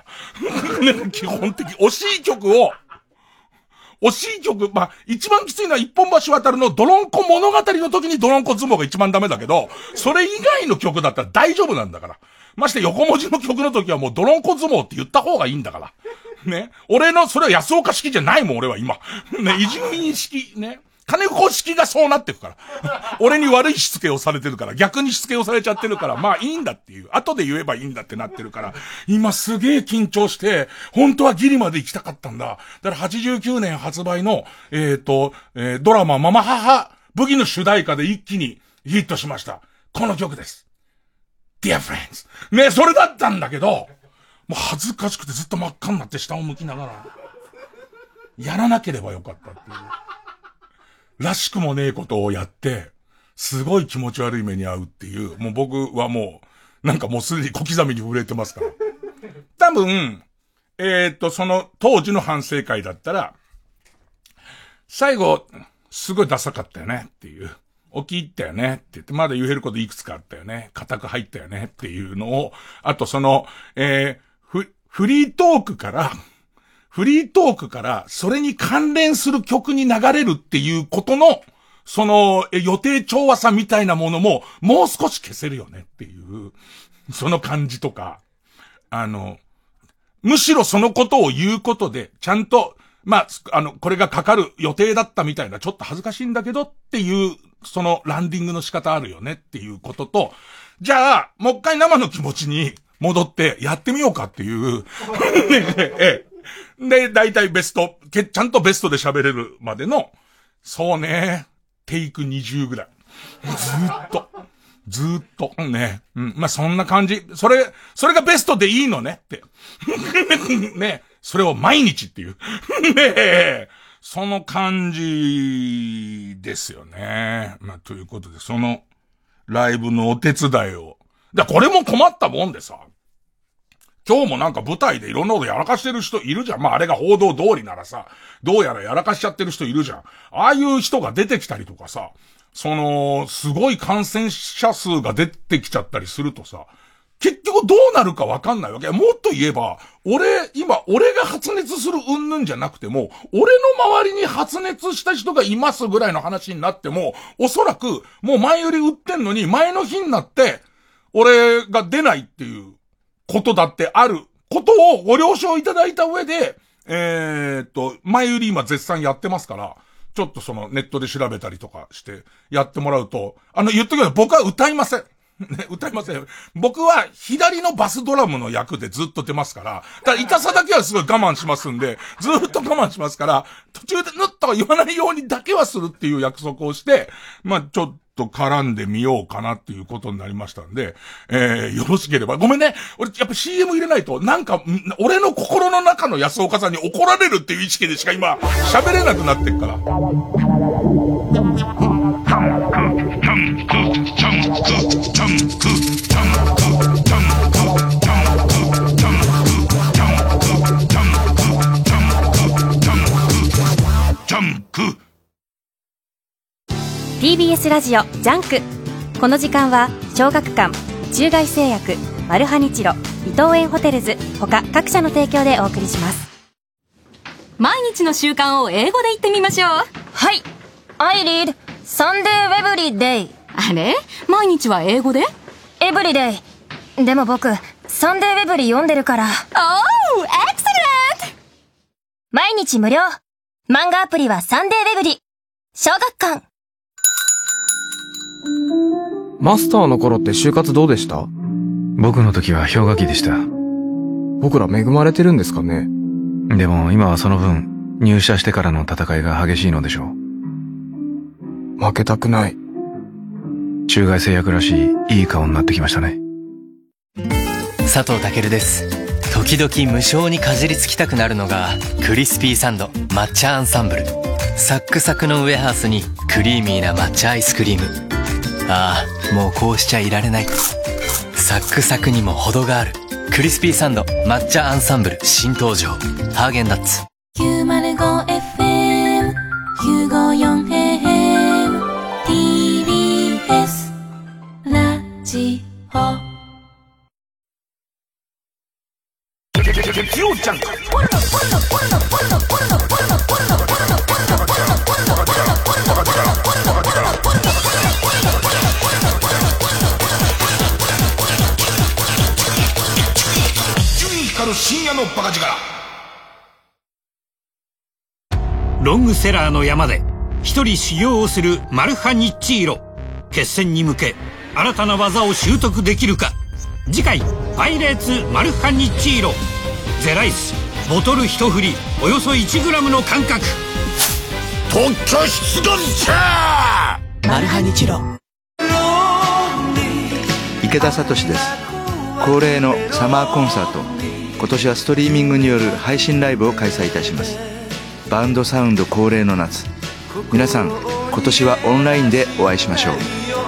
S3: ね、基本的、惜しい曲を、惜しい曲、まあ、一番きついのは一本橋渡るのドロンコ物語の時にドロンコ相撲が一番ダメだけど、それ以外の曲だったら大丈夫なんだから。まして横文字の曲の時はもうドロンコ相撲って言った方がいいんだから。ね。俺の、それは安岡式じゃないもん、俺は今。ね、伊集院式、ね。金子式がそうなってくから。俺に悪いしつけをされてるから、逆にしつけをされちゃってるから、まあいいんだっていう。後で言えばいいんだってなってるから、今すげえ緊張して、本当はギリまで行きたかったんだ。だからはちじゅうきゅうねん発売の、えっと、えー、ドラマママ母、武器の主題歌で一気にヒットしました。この曲です。Dear Friends。ね、それだったんだけど、もう恥ずかしくてずっと真っ赤になって下を向きながら、やらなければよかったっていう。らしくもねえことをやって、すごい気持ち悪い目に遭うっていう、もう僕はもう、なんかもうすでに小刻みに震えてますから。多分、えーっと、その当時の反省会だったら、最後、すごいダサかったよねっていう。起き入ったよねって言って、まだ言えることいくつかあったよね。固く入ったよねっていうのを、あとその、えー、フ、フリートークから、フリートークから、それに関連する曲に流れるっていうことの、その、予定調和さみたいなものも、もう少し消せるよねっていう、その感じとか、あの、むしろそのことを言うことで、ちゃんと、まあ、あの、これがかかる予定だったみたいな、ちょっと恥ずかしいんだけどっていう、そのランディングの仕方あるよねっていうことと、じゃあ、もう一回生の気持ちに戻ってやってみようかっていう、ええで、だいたいベスト、け、ちゃんとベストで喋れるまでの、そうね、テイクにじゅうぐらい。ずーっと。ずーっと。ね。うん。まあ、そんな感じ。それ、それがベストでいいのねって。ね。それを毎日っていう。ねえ。その感じですよね。まあ、ということで、その、ライブのお手伝いを。だこれも困ったもんでさ。今日もなんか舞台でいろんなことやらかしてる人いるじゃん。まああれが報道通りならさ、どうやらやらかしちゃってる人いるじゃん。ああいう人が出てきたりとかさ、その、すごい感染者数が出てきちゃったりするとさ、 結局どうなるかわかんないわけ。もっと言えば、俺、今、俺が発熱する云々じゃなくても、俺の周りに発熱した人がいますぐらいの話になっても、おそらく、もう前より売ってんのに、前の日になって、俺が出ないっていうことだってあることをご了承いただいた上で、えーっと、前売り今絶賛やってますから、ちょっとそのネットで調べたりとかしてやってもらうと、あの言っとくけど僕は歌いません。ね、歌いません。僕は左のバスドラムの役でずっと出ますから、ただ痛さだけはすごい我慢しますんで、ずっと我慢しますから、途中でぬっとは言わないようにだけはするっていう約束をして、まあちょっと絡んでみようかなっていうことになりましたんで、えー、よろしければ。ごめんね。俺やっぱ シーエム 入れないと、なんか、俺の心の中の安岡さんに怒られるっていう意識でしか今、喋れなくなってっから。
S6: ティービーエス ラジオジャンク。この時間は小学館、中外製薬、マルハニチロ、伊藤園ホテルズ他各社の提供でお送りします。
S7: 毎日の習慣を英語で言ってみましょう。
S8: はい。 I read Sunday every day。
S7: あれ、毎日は英語で
S8: Every day。 でも僕 Sunday every 読んでるから。
S7: Oh, excellent。
S8: 毎日無料漫画アプリは Sunday every 小学館。
S9: マスターの頃って就活どうでした？
S10: 僕の時は氷河期でした。
S9: 僕ら恵まれてるんですかね？
S10: でも今はその分、入社してからの戦いが激しいのでしょ
S9: う。負けたくない。
S10: 中外製薬らしいいい顔になってきましたね。
S1: 佐藤健です。時々無性にかじりつきたくなるのがクリスピーサンド抹茶アンサンブル。サックサクのウエハースにクリーミーな抹茶アイスクリーム。ああ、もうこうしちゃいられない。サックサクにも程があるクリスピーサンド抹茶アンサンブル新登場。ハーゲンダッツ
S5: きゅうまるごエフエム きゅうごよんエーエム ティービーエス ラジオ。
S3: 月曜ジャンク。深夜のバカ力。
S11: ロングセラーの山で一人修行をするマルハニッチーロ。決戦に向け新たな技を習得できるか。次回パイレーツマルハニッチーロ。ゼライスボトル一振りおよそ いちグラム の感覚。特許出願者
S12: マルハニチロ。池田聡です。恒例のサマーコンサート、今年はストリーミングによる配信ライブを開催いたします。バンドサウンド恒例の夏、皆さん今年はオンラインでお会いしましょう。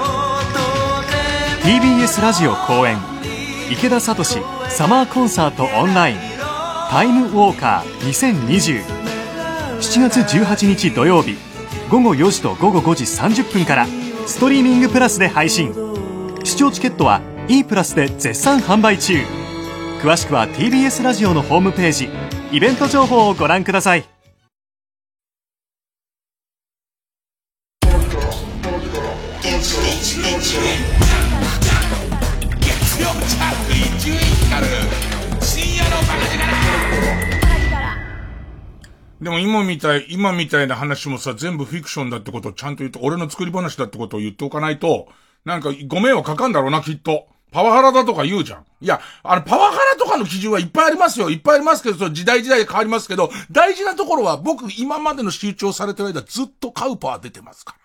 S13: ティービーエス ラジオ公演池田聡サマーコンサートオンラインタイムウォーカーにせんにじゅう。 しちがつじゅうはちにち土曜日ごごよじとごごごじさんじゅっぷんからストリーミングプラスで配信。視聴チケットは E プラスで絶賛販売中。詳しくは ティービーエス ラジオのホームページ、イベント情報をご覧ください。
S3: でも今みたい、今みたいな話もさ、全部フィクションだってことをちゃんと言うと、俺の作り話だってことを言っておかないと、なんかご迷惑かかんだろうな、きっと。パワハラだとか言うじゃん。いや、あの、パワハラとかの基準はいっぱいありますよ。いっぱいありますけど、その時代時代で変わりますけど、大事なところは僕今までの集中されてる間ずっとカウパー出てますから。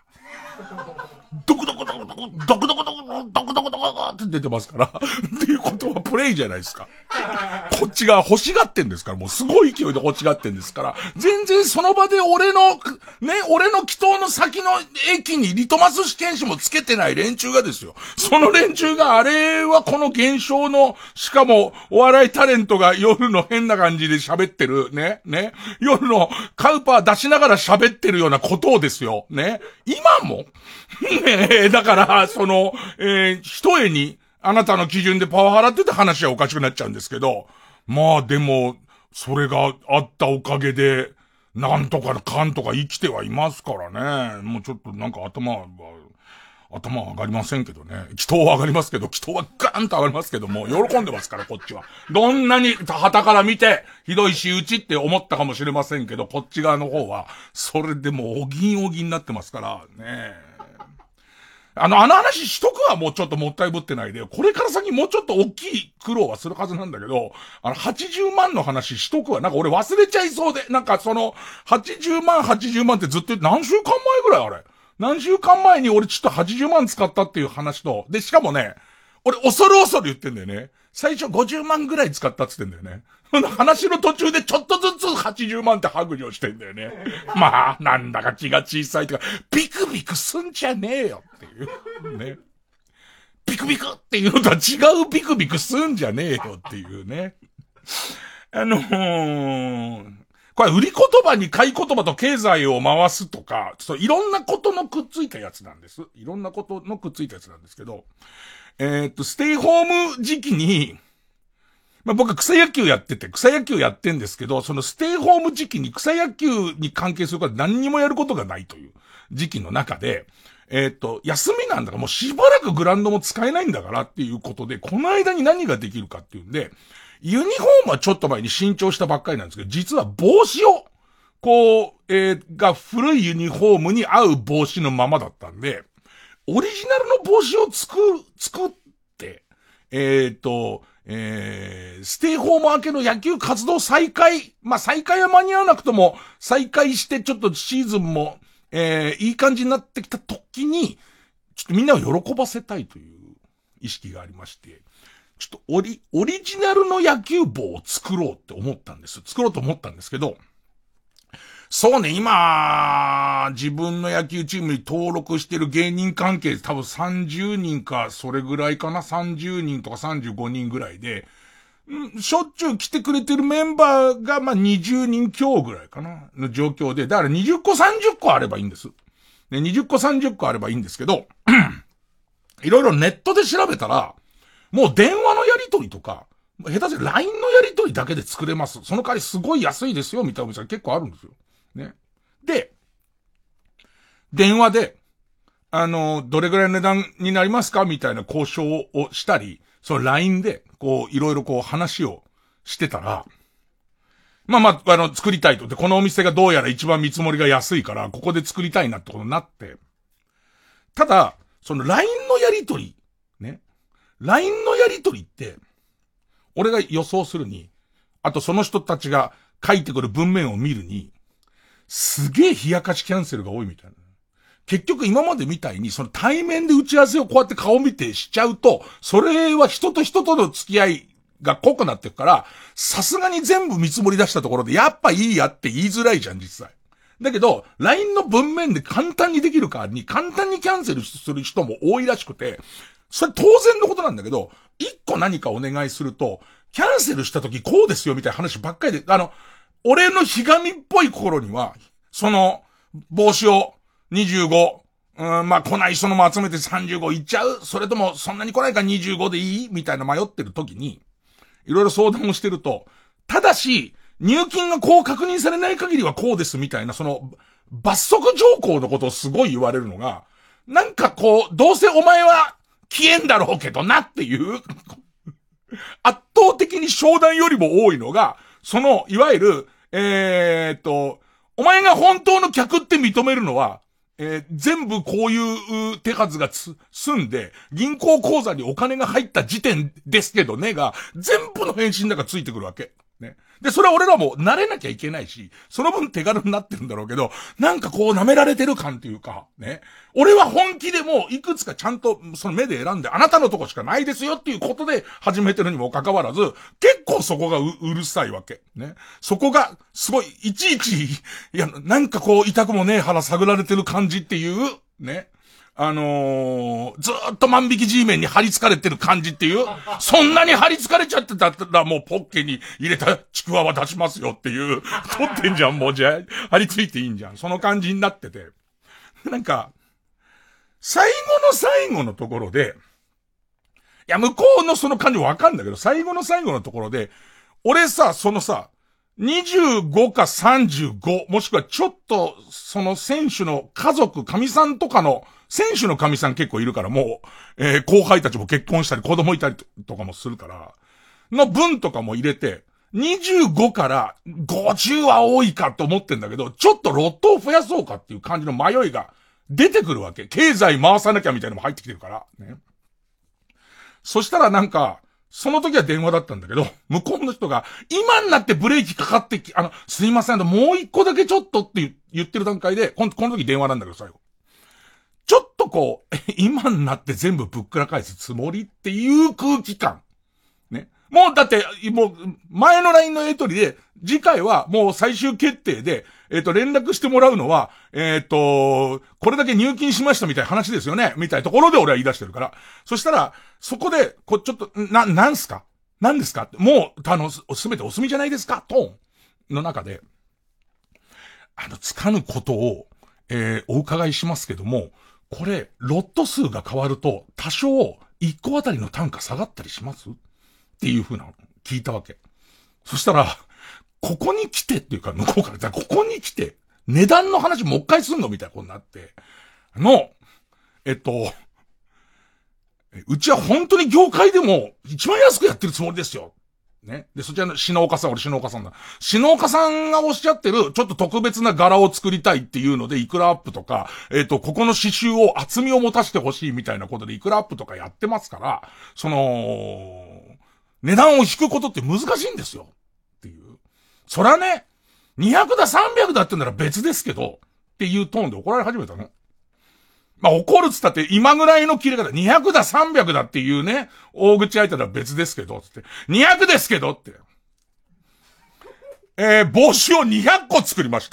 S3: ドクドクドクドク、ドクドクドク、ドクドクドクって出てますから。っていうことはプレイじゃないですか。こっちが欲しがってんですから、もうすごい勢いで欲しがってんですから、全然その場で俺の、ね、俺の祈祷の先の駅にリトマス試験紙もつけてない連中がですよ。その連中があれはこの現象の、しかもお笑いタレントが夜の変な感じで喋ってる、ね、ね、夜のカウパー出しながら喋ってるようなことをですよ、ね。今もねえ、だから、その、えー、一重に、 あなたの基準でパワハラって言って話はおかしくなっちゃうんですけど、まあでも、それがあったおかげで、なんとかかんとか生きてはいますからね。もうちょっとなんか頭は、頭は上がりませんけどね。祈祷は上がりますけど、祈祷はガーンと上がりますけども、喜んでますから、こっちは。どんなに旗から見て、ひどい仕打ちって思ったかもしれませんけど、こっち側の方は、それでもうおぎんおぎんになってますから、ね。あの、あの話しとくはもうちょっともったいぶってないで、これから先もうちょっと大きい苦労はするはずなんだけど、あの、はちじゅうまんの話しとくは、なんか俺忘れちゃいそうで、なんかその、はちじゅうまん、はちじゅうまんってずっと何週間前ぐらいあれ何週間前に俺ちょっとはちじゅうまん使ったっていう話と、で、しかもね、俺恐る恐る言ってんだよね。最初ごじゅうまんぐらい使ったって言ってんだよね。話の途中でちょっとずつはちじゅうまんって白状してんだよね。まあ、なんだか気が小さいとか、ビクビクすんじゃねえよっていう。ね。ビクビクっていうのとは違うビクビクすんじゃねえよっていうね。あのー、これ売り言葉に買い言葉と経済を回すとか、そういろんなことのくっついたやつなんです。いろんなことのくっついたやつなんですけど、えー、っと、ステイホーム時期に、まあ、僕は草野球やってて、草野球やってんですけど、そのステイホーム時期に草野球に関係することは何にもやることがないという時期の中で、えー、っと、休みなんだからもうしばらくグラウンドも使えないんだからっていうことで、この間に何ができるかっていうんで、ユニフォームはちょっと前に新調したばっかりなんですけど、実は帽子を、こう、えー、が古いユニフォームに合う帽子のままだったんで、オリジナルの帽子を作る、作って、えー、っと、えー、ステイホーム明けの野球活動再開、まあ、再開は間に合わなくとも、再開してちょっとシーズンも、えー、いい感じになってきた時に、ちょっとみんなを喜ばせたいという意識がありまして、ちょっとオリ、オリジナルの野球帽を作ろうって思ったんです。作ろうと思ったんですけど、そうね、今、自分の野球チームに登録してる芸人関係多分さんじゅうにんか、それぐらいかな、さんじゅうにんとかさんじゅうごにんぐらいで、んしょっちゅう来てくれてるメンバーが、まあ、にじゅうにん強ぐらいかな、の状況で、だからにじゅっこさんじゅっこあればいいんです。ね、にじゅっこさんじゅっこあればいいんですけど、いろいろネットで調べたら、もう電話のやり取りとか、下手すりゃ ライン のやり取りだけで作れます。その代わりすごい安いですよ、みたいなお店が結構あるんですよ。ね。で、電話で、あの、どれぐらいの値段になりますかみたいな交渉をしたり、その ライン で、こう、いろいろこう話をしてたら、まあまあ、あの、作りたいと。で、このお店がどうやら一番見積もりが安いから、ここで作りたいなってことになって。ただ、その ライン のやり取り、ね。ライン のやり取りって、俺が予想するに、あとその人たちが書いてくる文面を見るに、すげえ冷やかしキャンセルが多いみたいな。結局今までみたいにその対面で打ち合わせをこうやって顔見てしちゃうと、それは人と人との付き合いが濃くなってくから、さすがに全部見積もり出したところでやっぱいいやって言いづらいじゃん実際。だけど、ライン の文面で簡単にできる代わりに簡単にキャンセルする人も多いらしくて、それ当然のことなんだけど、一個何かお願いすると、キャンセルした時こうですよみたいな話ばっかりで、あの、俺のひがみっぽい頃には、その、帽子をにじゅうご、うん、まあ、来ない人のも集めてさんじゅうごいっちゃう？それともそんなに来ないからにじゅうごでいい？みたいな迷ってる時に、いろいろ相談をしてると、ただし、入金がこう確認されない限りはこうですみたいな、その、罰則条項のことをすごい言われるのが、なんかこう、どうせお前は消えんだろうけどなっていう、圧倒的に商談よりも多いのが、その、いわゆる、えーっと、お前が本当の客って認めるのは、えー、全部こういう手数がつ、済んで、銀行口座にお金が入った時点ですけどねが、全部の返信なんかついてくるわけ。ね。で、それは俺らも慣れなきゃいけないし、その分手軽になってるんだろうけど、なんかこう舐められてる感っていうか、ね。俺は本気でもいくつかちゃんとその目で選んで、あなたのとこしかないですよっていうことで始めてるにもかかわらず、結構そこが う, うるさいわけ。ね。そこがすごい、いちいち、いや、なんかこう痛くもねえ腹探られてる感じっていう、ね。あのー、ずーっと万引き G メンに張り付かれてる感じっていう、そんなに張り付かれちゃってたらもうポッケに入れたちくわは出しますよっていう、取ってんじゃん、もうじゃあ、張り付いていいんじゃん。その感じになってて。なんか、最後の最後のところで、 や、向こうのその感じわかんだけど、最後の最後のところで、俺さ、そのさ、にじゅうごかさんじゅうご、もしくはちょっと、その選手の家族、神さんとかの、選手の神さん結構いるから、もう、えー、後輩たちも結婚したり、子供いたりとかもするから、の分とかも入れて、にじゅうごからごじゅうは多いかと思ってんだけど、ちょっとロットを増やそうかっていう感じの迷いが出てくるわけ。経済回さなきゃみたいなのも入ってきてるから。ね。そしたらなんか、その時は電話だったんだけど、向こうの人が、今になってブレーキかかってき、あの、すいません、あの、もう一個だけちょっとって言ってる段階で、この、この時電話なんだけど、最後。ちょっとこう、今になって全部ぶっくら返すつもりっていう空気感。ね。もうだって、もう、前の ライン のやり取りで、次回はもう最終決定で、えっと、連絡してもらうのは、えっと、これだけ入金しましたみたいな話ですよねみたいなところで俺は言い出してるから。そしたら、そこで、こう、ちょっと、な、なんすかなんですかもう、あの、すべてお済みじゃないですかトーンの中で、あの、つかぬことを、えー、お伺いしますけども、これ、ロット数が変わると、多少、一個あたりの単価下がったりしますっていう風なの聞いたわけ。そしたら、ここに来てっていうか、向こうから、ここに来て、値段の話もう一回すんのみたいなことになって、あの、えっと、うちは本当に業界でも一番安くやってるつもりですよ。ね。で、そちらの篠岡さん、俺篠岡さんだ。篠岡さんがおっしゃってる、ちょっと特別な柄を作りたいっていうので、いくらアップとか、えっと、ここの刺繍を厚みを持たせてほしいみたいなことで、いくらアップとかやってますから、その、値段を引くことって難しいんですよ。っていう。そらね、にひゃくださんびゃくだってなら別ですけど、っていうトーンで怒られ始めたの。まあ、怒るっつったって今ぐらいの切れ方、にひゃくださんびゃくだっていうね、大口相手なら別ですけど、つって。にひゃくですけどって。えー、帽子をにひゃっこ作りました。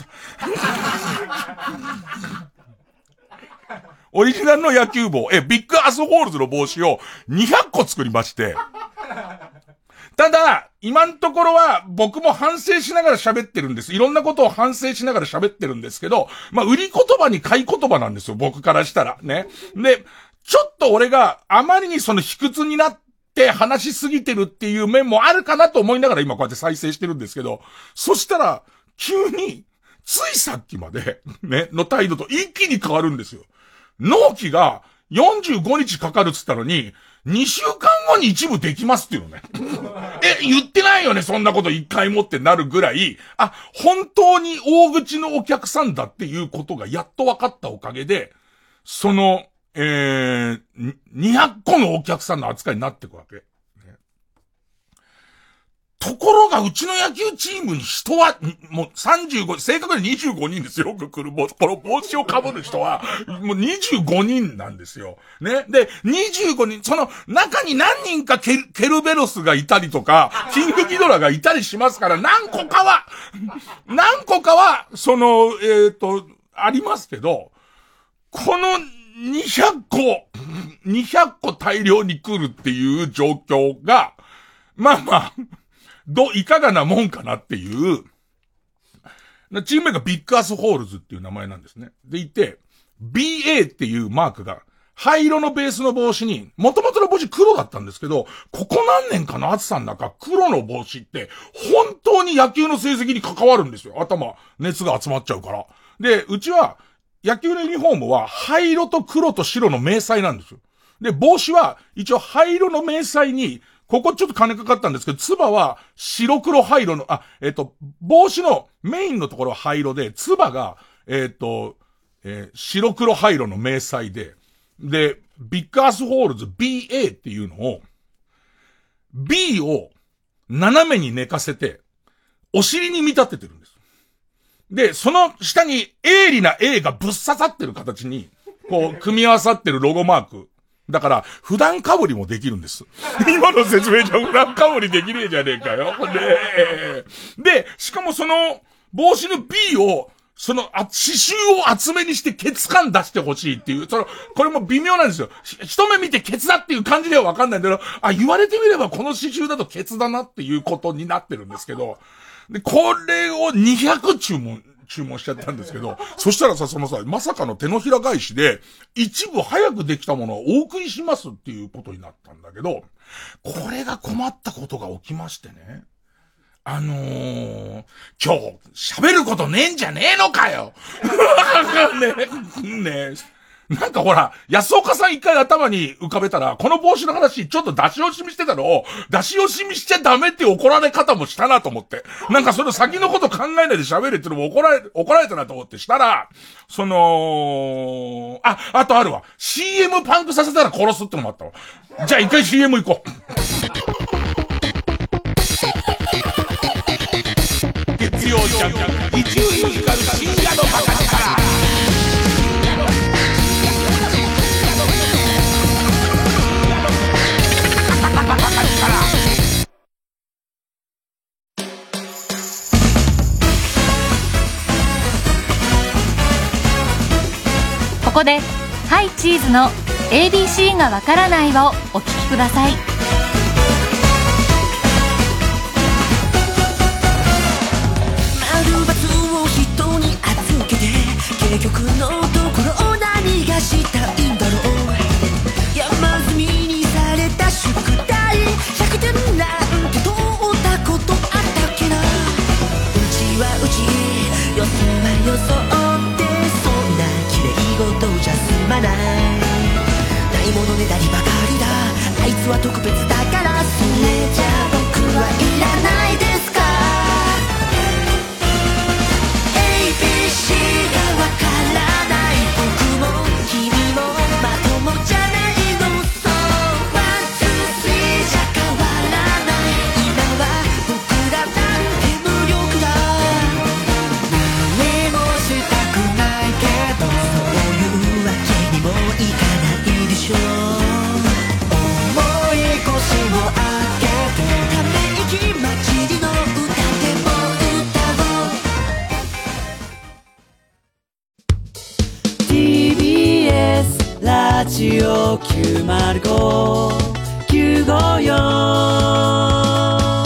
S3: オリジナルの野球帽、え、ビッグアスホールズの帽子をにひゃっこ作りまして。ただ、今のところは僕も反省しながら喋ってるんです。いろんなことを反省しながら喋ってるんですけど、まあ、売り言葉に買い言葉なんですよ、僕からしたら。ね。で、ちょっと俺があまりにその卑屈になって話しすぎてるっていう面もあるかなと思いながら今こうやって再生してるんですけど、そしたら、急に、ついさっきまで、ね、の態度と一気に変わるんですよ。納期がよんじゅうごにちかかるっつったのに、にしゅうかんごに一部できますっていうのね。え、言ってないよね、そんなこと一回もってなるぐらい、あ、本当に大口のお客さんだっていうことがやっと分かったおかげで、その、えー、にひゃっこのお客さんの扱いになっていくわけ。ところが、うちの野球チームに人は、もうさんじゅうご、正確ににじゅうごにんですよ。よく来る、この帽子を被る人は、もうにじゅうごにんなんですよ。ね。で、にじゅうごにん、その中に何人かケル、ケルベロスがいたりとか、キングギドラがいたりしますから、何個かは、何個かは、その、えっと、ありますけど、このにひゃっこ、にひゃっこ大量に来るっていう状況が、まあまあ、ど、いかがなもんかなっていう、チーム名がビッグアスホールズっていう名前なんですね。でいて、ビーエー っていうマークが、灰色のベースの帽子に、元々の帽子黒だったんですけど、ここ何年かの暑さの中、黒の帽子って、本当に野球の成績に関わるんですよ。頭、熱が集まっちゃうから。で、うちは、野球のユニフォームは、灰色と黒と白の迷彩なんですよ。で、帽子は、一応灰色の迷彩に、ここちょっと金かかったんですけど、つばは白黒灰色の、あ、えっと、帽子のメインのところは灰色で、つばが、えっと、えー、白黒灰色の迷彩で、で、ビッグアスホールズ ビーエー っていうのを、B を斜めに寝かせて、お尻に見立ててるんです。で、その下に鋭利な A がぶっ刺さってる形に、こう、組み合わさってるロゴマーク。だから、普段被りもできるんです。今の説明じゃ普段被りできねえじゃねえかよ。で、で、しかもその、帽子の B を、その、あ、刺繍を厚めにしてケツ感出してほしいっていう、その、これも微妙なんですよ。一目見てケツだっていう感じではわかんないんだけど、あ、言われてみればこの刺繍だとケツだなっていうことになってるんですけど、で、これをにひゃく注文注文しちゃったんですけど、そしたらさ、そのさ、まさかの手のひら返しで、一部早くできたものをお送りしますっていうことになったんだけど、これが困ったことが起きましてね。あのー、今日、喋ることねえんじゃねえのかよね、ねえ。なんかほら、安岡さん一回頭に浮かべたら、この帽子の話、ちょっと出し惜しみしてたのを、出し惜しみしちゃダメっていう怒られ方もしたなと思って。なんかその先のこと考えないで喋れっていうのも怒られ、怒られたなと思ってしたら、その、あ、あとあるわ。シーエム パンクさせたら殺すってのもあったわ。じゃあ一回 シーエム 行こう。月曜ジャンク、伊集院光る深夜のバカ力。
S7: ここでハイチーズの エービーシー がわからないをお聞きください。
S14: 丸抜を人に預けて結局のところ何がしたいんだろう。山積みにされた宿題ひゃくてんなんて通ったことあったっけな。うちはうちよそはよそってそんな綺麗事じゃ済まない。ないものねだりばかりだ。あいつは特別だからそれじゃ僕はいらないですか。 エービーシー がわからない僕も君もまともじゃないの。そうワンツースリーじゃ変わらない。今は僕らなんて無力だ。何もしたくないけどそういうわけにもいかないでしょ。重い腰を上げてため息混じりの歌でも歌おう。 ティービーエス ラジオきゅうまるご きゅうごよん。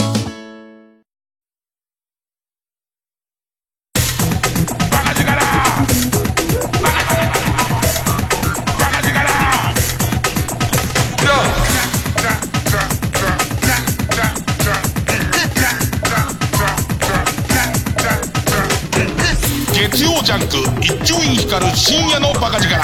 S15: 月曜ジャンク一丁院光る深夜のバカ力。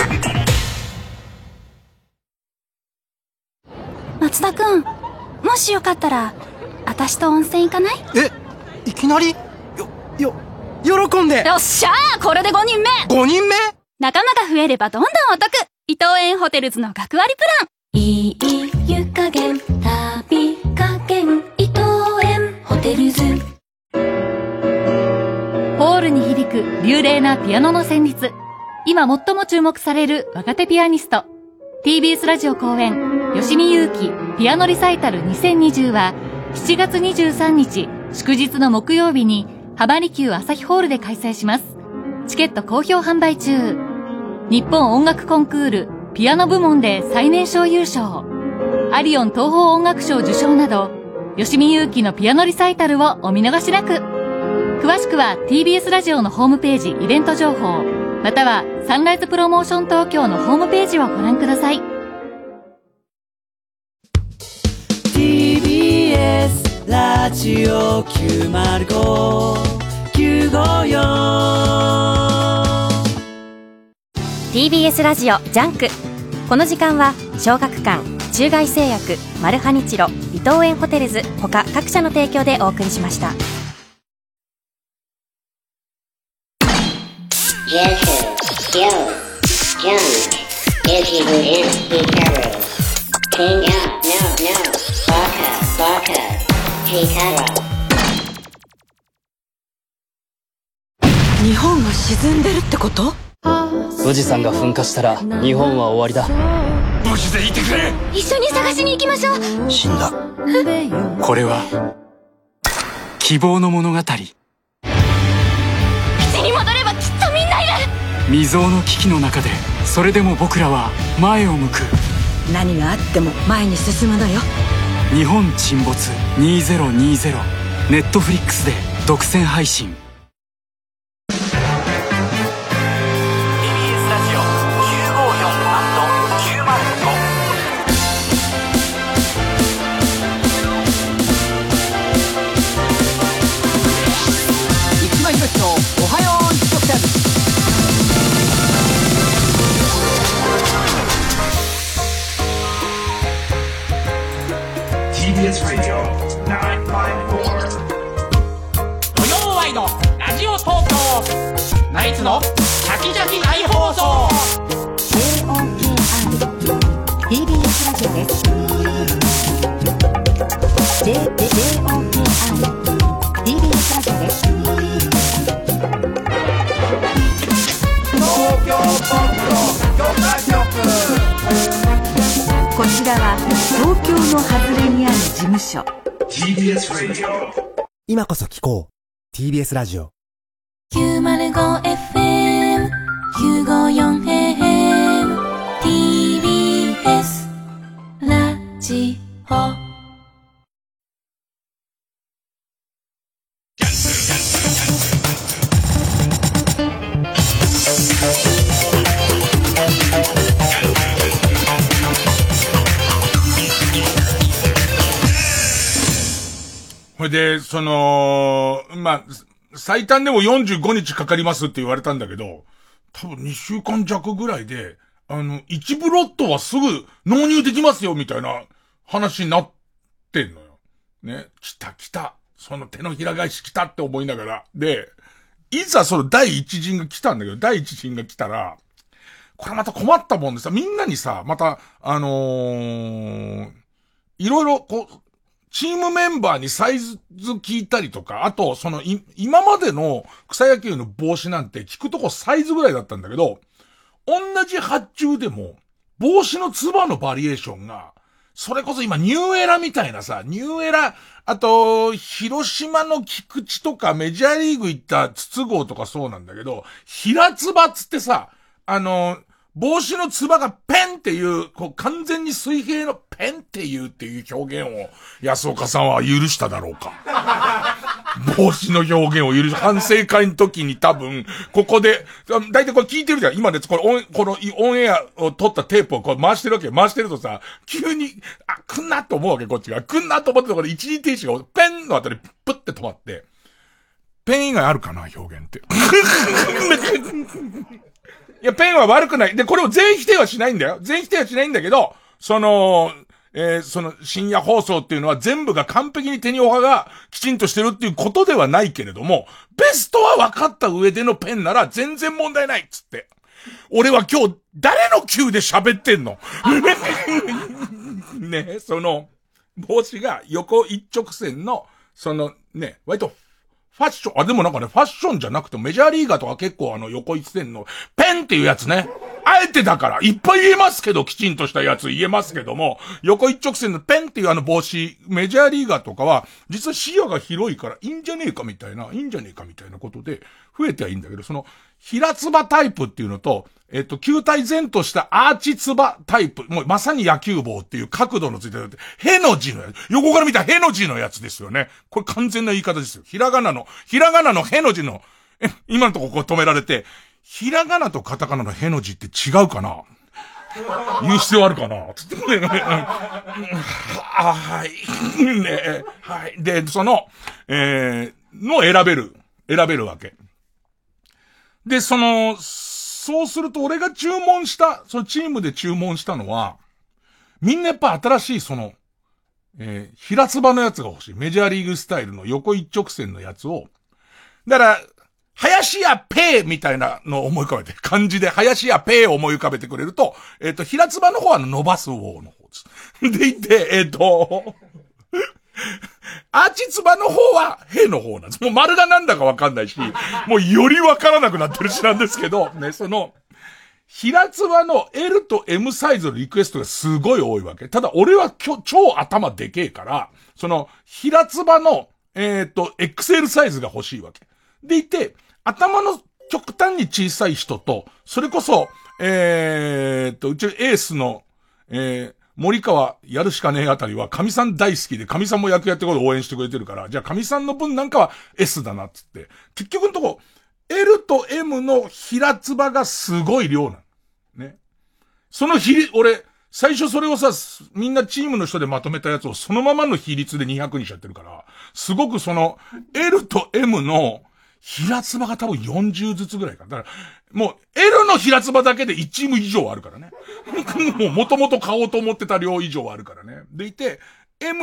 S16: 松田くん、もしよかったら私と温泉行かない？
S17: え、いきなり？よ、よ、喜んで。
S16: よっしゃー、これでごにんめ。
S17: ごにんめ？
S16: 仲間が増えればどんどんお得。伊東園ホテルズの学割プラン。いい湯加減、旅加減、伊東園ホテルズ。
S7: ホールに響く流麗なピアノの旋律。今最も注目される若手ピアニスト。ティービーエス ラジオ公演、吉見優希ピアノリサイタルにせんにじゅうはしちがつにじゅうさんにち祝日の木曜日に浜離宮朝日ホールで開催します。チケット好評販売中。日本音楽コンクールピアノ部門で最年少優勝。アリオン東宝音楽賞受賞など、吉見優希のピアノリサイタルをお見逃しなく。詳しくは ティービーエス ラジオのホームページイベント情報、またはサンライズプロモーション東京のホームページをご覧ください。
S14: ティービーエス ラジオきゅうまるご きゅうごよん。
S6: ティービーエス ラジオジャンク。この時間は小学館、中外製薬、マルハニチロ、伊東園ホテルズ他各社の提供でお送りしました。
S14: 日本が沈んでるってこと？
S18: 富士山が噴火したら日本は終わりだ。
S3: マジでいてくれ。
S16: 一緒に探しに行きましょう。
S18: 死んだ。
S19: これは希望の物語。
S16: 基地に戻ればきっとみんないる。
S19: 未曾有の危機の中でそれでも僕らは前を向く。
S14: 何があっても前に進むのよ。
S19: 日本沈没にせんにじゅう。ネットフリックスで独占配信。
S20: 土曜ワイドラジオ東京ナイツのシャキシャキ大放送
S21: ジェイオーケーアール ティービーエス ラジオです。 ジェイオーケーアール ティービーエス ラジオです。
S14: 東京ポッド許可局。
S21: こちらは東京の外れにある事務所
S14: ティービーエス ラジオ。
S22: 今こそ聞こう ティービーエス ラジオ
S5: きゅうまるごエフエムきゅうごよんエフエム ティービーエス ラジオ。
S3: ほいで、その、まあ、最短でもよんじゅうごにちかかりますって言われたんだけど、多分にしゅうかん弱ぐらいで、あの、いちブロットはすぐ納入できますよみたいな話になってんのよ。ね。来た来た。その手のひら返し来たって思いながら。で、いざその第一陣が来たんだけど、第一陣が来たら、これまた困ったもんでさ、みんなにさ、また、あのー、いろいろこう、チームメンバーにサイズ聞いたりとか、あと、その、い、今までの草野球の帽子なんて聞くとこサイズぐらいだったんだけど、同じ発注でも、帽子のつばのバリエーションが、それこそ今ニューエラみたいなさ、ニューエラ、あと、広島の菊池とかメジャーリーグ行った筒香とかそうなんだけど、平つばつってさ、あの、帽子のつばがペンっていう、こう完全に水平のペンっていうっていう表現を安岡さんは許しただろうか。帽子の表現を許し、反省会の時に多分、ここで、だいたいこれ聞いてるじゃん。今ね、これオン、このオンエアを撮ったテープをこう回してるわけ。回してるとさ、急に、あ、来んなって思うわけ、こっちが。来んなと思ってたところで一時停止がペンのあたりプッて止まって、ペン以外あるかな、表現って。いや、ペンは悪くない。で、これを全否定はしないんだよ。全否定はしないんだけど、その、えー、その深夜放送っていうのは全部が完璧に手にオハがきちんとしてるっていうことではないけれども、ベストは分かった上でのペンなら全然問題ないっつって。俺は今日誰の級で喋ってんのね、その、帽子が横一直線の、そのね、割と、ファッション、あ、でもなんかね、ファッションじゃなくてメジャーリーガーとか結構あの横一線のペンっていうやつね。あえてだから、いっぱい言えますけど、きちんとしたやつ言えますけども、横一直線のペンっていうあの帽子、メジャーリーガーとかは、実は視野が広いからいいんじゃねえかみたいな、いいんじゃねえかみたいなことで、増えてはいいんだけど、その、平つばタイプっていうのと、えっと、球体前としたアーチつばタイプ、もうまさに野球帽っていう角度のついてる、への字のやつ、横から見たへの字のやつですよね。これ完全な言い方ですよ。ひらがなの、ひらがなのへの字の、え、今のとここ止められて、ひらがなとカタカナのへの字って違うかな言う必要あるかなつってね。はい。ね、はい。で、その、えー、の選べる、選べるわけ。で、その、そうすると俺が注文した、そのチームで注文したのは、みんなやっぱ新しいその、えー、平つばのやつが欲しい。メジャーリーグスタイルの横一直線のやつを。だから、林家ペーみたいなのを思い浮かべて、漢字で林家ペーを思い浮かべてくれると、えっと、平つばの方は伸ばす方の方です。でいて、えっと、アーチつばの方は、への方なんです。もう丸がなんだかわかんないし、もうよりわからなくなってるしなんですけど、ね、その、平つばの エル と エム サイズのリクエストがすごい多いわけ。ただ俺は今日超頭でけえから、その、平つばの、えっと、エックスエル サイズが欲しいわけ。でいて、頭の極端に小さい人と、それこそ、えーっと、うちエースの、えー、森川やるしかねえあたりは神さん大好きで神さんも役やってことを応援してくれてるから、じゃあ神さんの分なんかは S だなっつって。結局のとこ、L と M の平つばがすごい量なの。ね。その比率、俺、最初それをさ、みんなチームの人でまとめたやつをそのままの比率でにひゃくにしちゃってるから、すごくその、L と M の平つばが多分よんじゅうずつぐらいか。だから、もう、L の平つばだけでいちチーム以上あるからね。もう、もともと買おうと思ってた量以上あるからね。でいて、M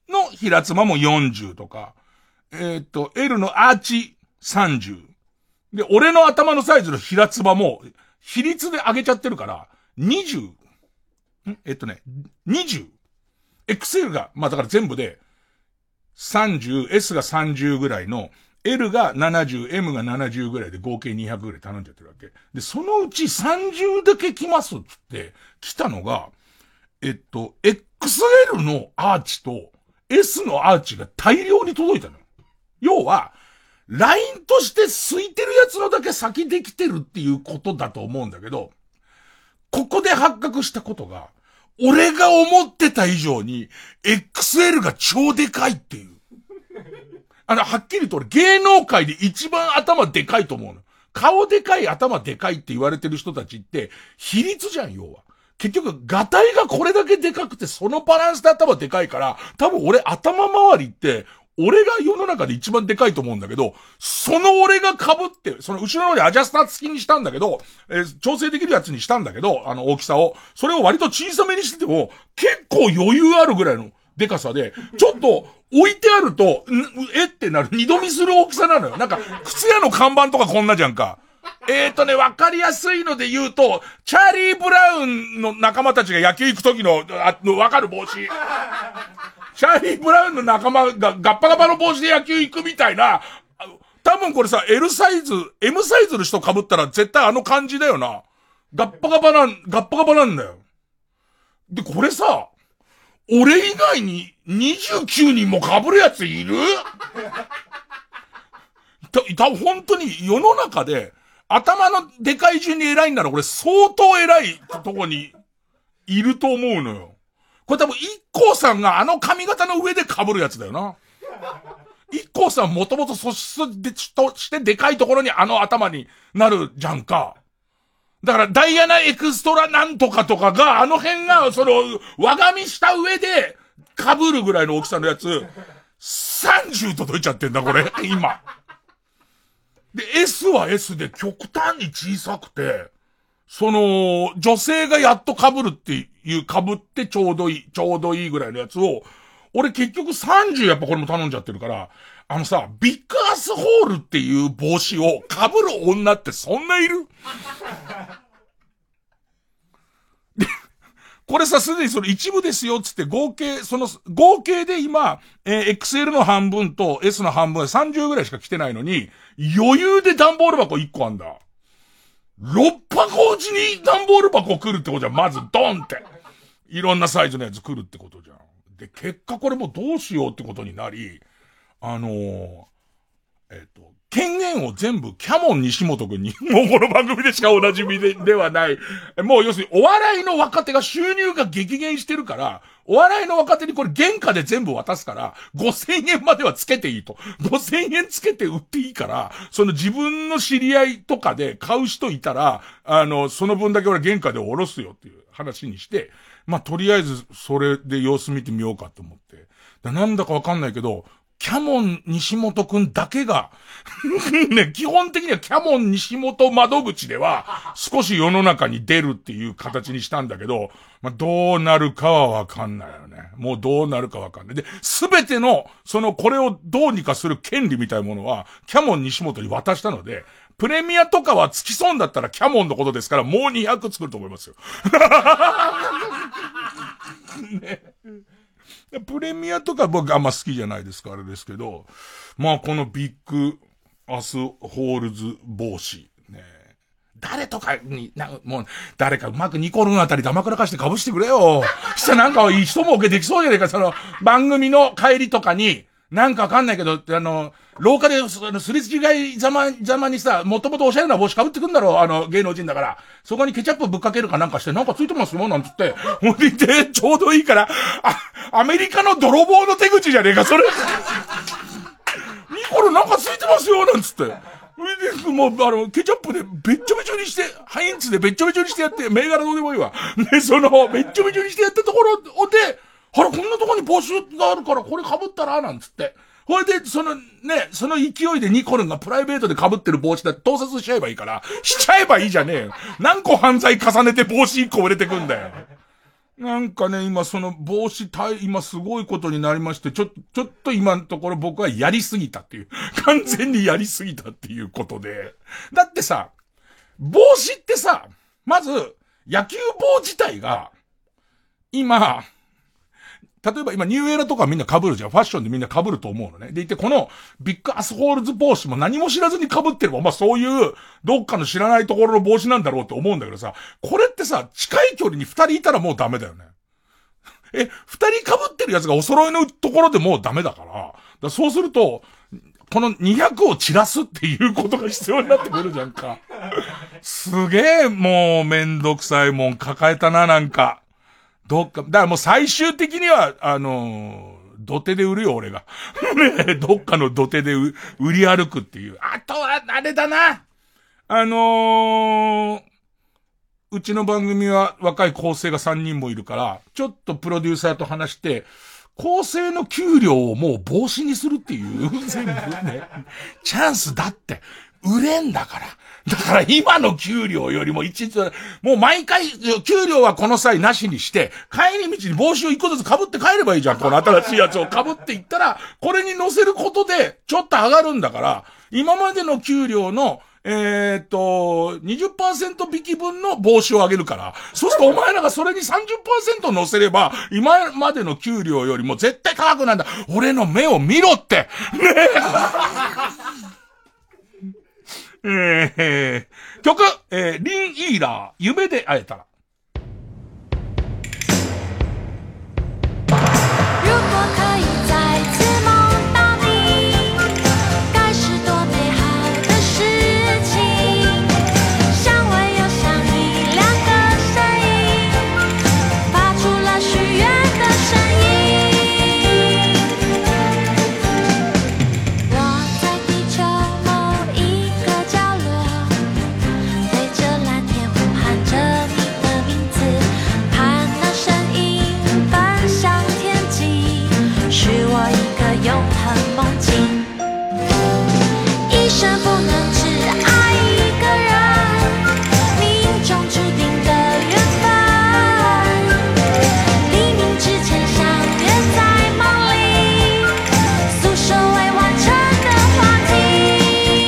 S3: の平妻もよんじゅうとか、えっと、L のアーチさんじゅう。で、俺の頭のサイズの平妻も、比率で上げちゃってるから、にじゅう、んえっとね、にじゅう。エックスエル が、まあだから全部で、さんじゅう、S がさんじゅうぐらいの、L がななじゅう、M がななじゅうぐらいで合計にひゃくぐらい頼んじゃってるわけ。で、そのうちさんじゅうだけ来ますっつって、来たのが、えっと、エックスエル のアーチと S のアーチが大量に届いたのよ。要は、ライン として空いてるやつのだけ先できてるっていうことだと思うんだけど、ここで発覚したことが、俺が思ってた以上に エックスエル が超でかいっていう。あの、はっきりと俺芸能界で一番頭でかいと思うの。顔でかい頭でかいって言われてる人たちって、比率じゃん、要は。結局、ガタイがこれだけでかくて、そのバランスで頭でかいから、多分俺頭周りって、俺が世の中で一番でかいと思うんだけど、その俺が被って、その後ろのでアジャスター付きにしたんだけど、えー、調整できるやつにしたんだけど、あの大きさを。それを割と小さめにしてても、結構余裕あるぐらいのでかさで、ちょっと置いてあると、えってなる、二度見する大きさなのよ。なんか、靴屋の看板とかこんなじゃんか。えーとね、わかりやすいので言うと、チャーリー・ブラウンの仲間たちが野球行く時の、あの、わかる帽子。チャーリー・ブラウンの仲間がガッパガパの帽子で野球行くみたいな、多分これさ、L サイズ、M サイズの人被ったら絶対あの感じだよな。ガッパガパなん、ガッパガパなんだよ。で、これさ、俺以外ににじゅうきゅうにんも被るやついる？た、た、本当に世の中で、頭のでかい順に偉いんなら俺相当偉いとこにいると思うのよ。これ多分一光さんがあの髪型の上で被るやつだよな。一光さんもともと素質としてでかいところにあの頭になるじゃんか。だからダイアナエクストラなんとかとかがあの辺がその輪髪した上で被るぐらいの大きさのやつさんじゅう届いちゃってんだこれ今。で S は S で極端に小さくて、その女性がやっと被るっていう被ってちょうどいいちょうどいいぐらいのやつを俺結局さんじゅうやっぱこれも頼んじゃってるから、あのさビッグアスホールっていう帽子を被る女ってそんないる？でこれさすでにその一部ですよっつって合計その合計で今、えー、エックスエル の半分と S の半分でさんじゅうぐらいしか来てないのに余裕で段ボール箱いっこあんだ。ろっぱこうちに段ボール箱来るってことじゃん。まずドンっていろんなサイズのやつ来るってことじゃん。で結果これもどうしようってことになり、あのー、えっと権限を全部キャモン西本くんに、もうこの番組でしかお馴染みで、ではない。もう要するにお笑いの若手が収入が激減してるから、お笑いの若手にこれ原価で全部渡すから、ごせんえんまではつけていいと。ごせんえんつけて売っていいから、その自分の知り合いとかで買う人いたら、あの、その分だけ俺原価で下ろすよっていう話にして、まあ、とりあえずそれで様子見てみようかと思って。だなんだかわかんないけど、キャモン西本くんだけが、ね、基本的にはキャモン西本窓口では少し世の中に出るっていう形にしたんだけど、まあ、どうなるかはわかんないよね。もうどうなるかわかんない。で、すべての、そのこれをどうにかする権利みたいなものは、キャモン西本に渡したので、プレミアとかはつきそうになったらキャモンのことですから、もうにひゃく作ると思いますよ。ね。プレミアとか僕あんま好きじゃないですからあれですけど、まあこのビッグアスホールズ帽子ね、誰とかになもう誰かうまくニコルンあたりダマくらかして被してくれよ。したらなんかいい人儲けできそうじゃねえか。その番組の帰りとかになんかわかんないけどあの廊下で、その、すれ違いざま、ざまにさ、もともとおしゃれな帽子被ってくんだろう、あの、芸能人だから。そこにケチャップぶっかけるかなんかして、なんかついてますよ、なんつって。ほんでいて、ちょうどいいから、あ、アメリカの泥棒の手口じゃねえか、それ。ニコルなんかついてますよ、なんつって。で、もう、あの、ケチャップでべっちょべちょにして、ハインツでべっちょべちょにしてやって、銘柄どうでもいいわ。で、その、べっちょべちょにしてやったところで、あら、こんなとこに帽子があるから、これ被ったら、なんつって。ほいで、そのね、その勢いでニコルンがプライベートで被ってる帽子だって盗撮しちゃえばいいから、しちゃえばいいじゃねえよ。何個犯罪重ねて帽子一個売れてくんだよ。 なんかね、今その帽子対、今すごいことになりまして、ちょ、ちょっと今のところ僕はやりすぎたっていう。完全にやりすぎたっていうことで。だってさ、帽子ってさ、まず、野球帽自体が、今、例えば今ニューエラとかみんな被るじゃん。ファッションでみんな被ると思うのね。でいて、このビッグアスホールズ帽子も何も知らずに被ってれば、まあそういうどっかの知らないところの帽子なんだろうって思うんだけどさ、これってさ、近い距離に二人いたらもうダメだよね。え、二人被ってるやつがお揃いのところでもうダメだから。だからそうすると、このにひゃくを散らすっていうことが必要になってくるじゃんか。すげえもうめんどくさいもん抱えたな、なんか。どっか、だからもう最終的には、あのー、土手で売るよ、俺が。ね、どっかの土手で売り歩くっていう。あとは、あれだな。あのー、うちの番組は若い構成がさんにんもいるから、ちょっとプロデューサーと話して、構成の給料をもう帽子にするっていう、全部ね。チャンスだって、売れんだから。だから今の給料よりも一日、もう毎回、給料はこの際なしにして、帰り道に帽子を一個ずつ被って帰ればいいじゃん。この新しいやつを被っていったら、これに乗せることで、ちょっと上がるんだから、今までの給料の、えーっと、にじゅっパーセント 引き分の帽子をあげるから、そうするとお前らがそれに さんじゅっパーセント 乗せれば、今までの給料よりも絶対高くなんだ。俺の目を見ろって。ねえー、曲、えー、リン・イーラー、夢で会えたら。
S5: 如果可以再次梦到你，该是多美好的事情。相位又像一两个声音，发出了许愿的声音。我在地球某一个角落，对着蓝天呼喊着你的名字，盼那声音奔向天际，是我一个永恒梦境。一生不能只爱一个人，命中注定的缘分，黎明之前相约在梦里，诉说未完成的话题。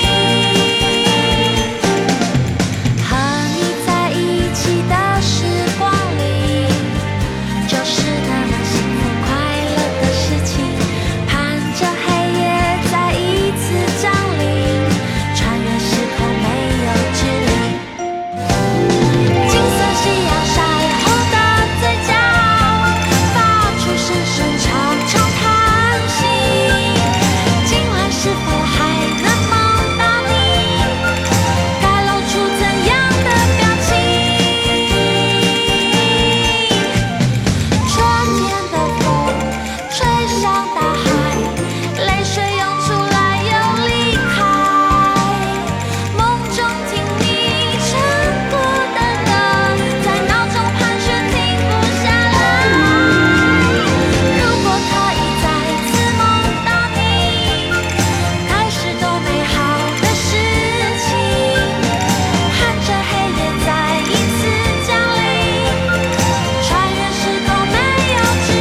S5: 和你在一起的时光里，就是那么幸福快乐的事情。盼着黑夜再一次降临，穿越时空没有距离。金色夕阳晒红的嘴角，发出深深长长叹息。今晚是否还能梦到你？该露出怎样的表情？春天的风吹向大海，泪水涌出来又离开。梦中听你唱过的歌，在脑中盘旋停不下来。如果可以再次梦到你，该是多美好的事情。盼着黑夜再一次降临，穿越时空没有距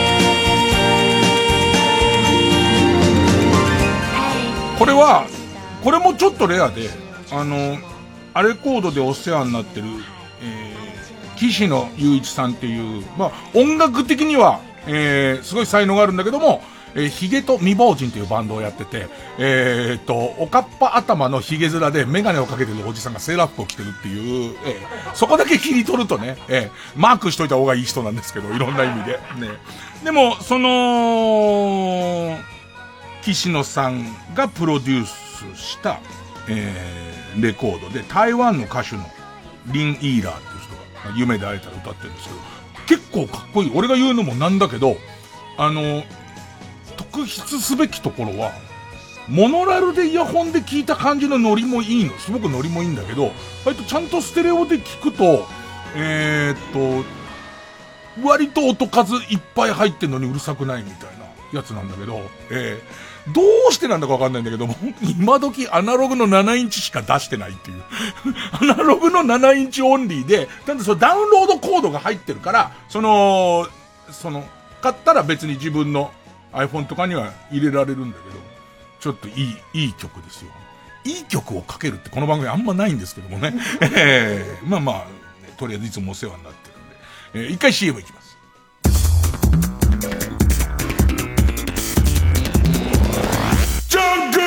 S3: これは、これもちょっとレアで、あの、アレコードでお世話になってる、えー、岸野雄一さんっていう、まあ、音楽的には、えー、すごい才能があるんだけども、えー、ヒゲと未亡人というバンドをやってて、えーっと、おかっぱ頭のヒゲ面でメガネをかけてるおじさんがセーラー服を着てるっていう、えー、そこだけ切り取るとね、えー、マークしといた方がいい人なんですけど、いろんな意味で。ね。でも、その、岸野さんがプロデュースした、えー、レコードで、台湾の歌手のリン・イーラーっていう人が、夢で会えたら歌ってるんですけど、結構かっこいい。俺が言うのもなんだけど、あの、特筆すべきところは、モノラルでイヤホンで聞いた感じのノリもいいの。すごくノリもいいんだけど、割とちゃんとステレオで聞くと、えー、っと、割と音数いっぱい入ってんのにうるさくないみたいなやつなんだけど、えー、 どうしてなんだかわかんないんだけども、今時アナログのななインチしか出してないっていう。アナログのななインチオンリーで、なんでそのダウンロードコードが入ってるから、その、その、買ったら別に自分の iPhone とかには入れられるんだけど、ちょっといい、いい曲ですよ。いい曲をかけるってこの番組あんまないんですけどもね。えー、まあまあ、とりあえずいつもお世話になってるんで、えー、一回 シーエム いきます。ジャンク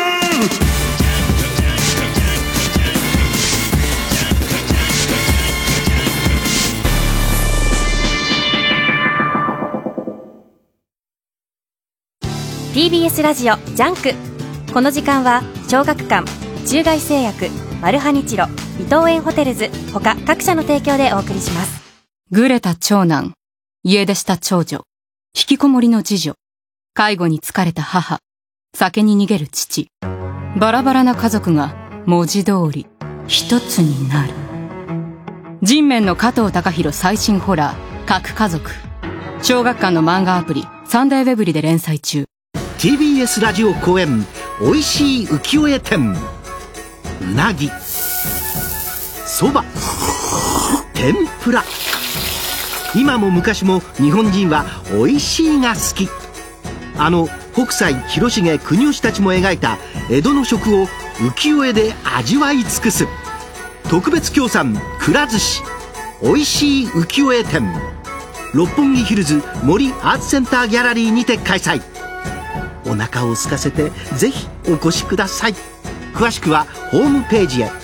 S6: ティービーエス ラジオジャンク。この時間は小学館、中外製薬、マルハニチロ、伊藤園ホテルズ他各社の提供でお送りします。
S2: ぐれた長男、家出した長女、引きこもりの次女、介護に疲れた母、酒に逃げる父、バラバラな家族が文字通り一つになる。人面の加藤隆弘最新ホラー核家族。小学館の漫画アプリサンデーウェブリで連載中。
S4: ティービーエス ラジオ公演おいしい浮世絵展。うなぎ、そば、天ぷら。今も昔も日本人はおいしいが好き。あの北斎、広重、国吉たちも描いた江戸の食を浮世絵で味わい尽くす特別協賛くら寿司おいしい浮世絵展。六本木ヒルズ森アーツセンターギャラリーにて開催。お腹を空かせてぜひお越しください。詳しくはホームページへ。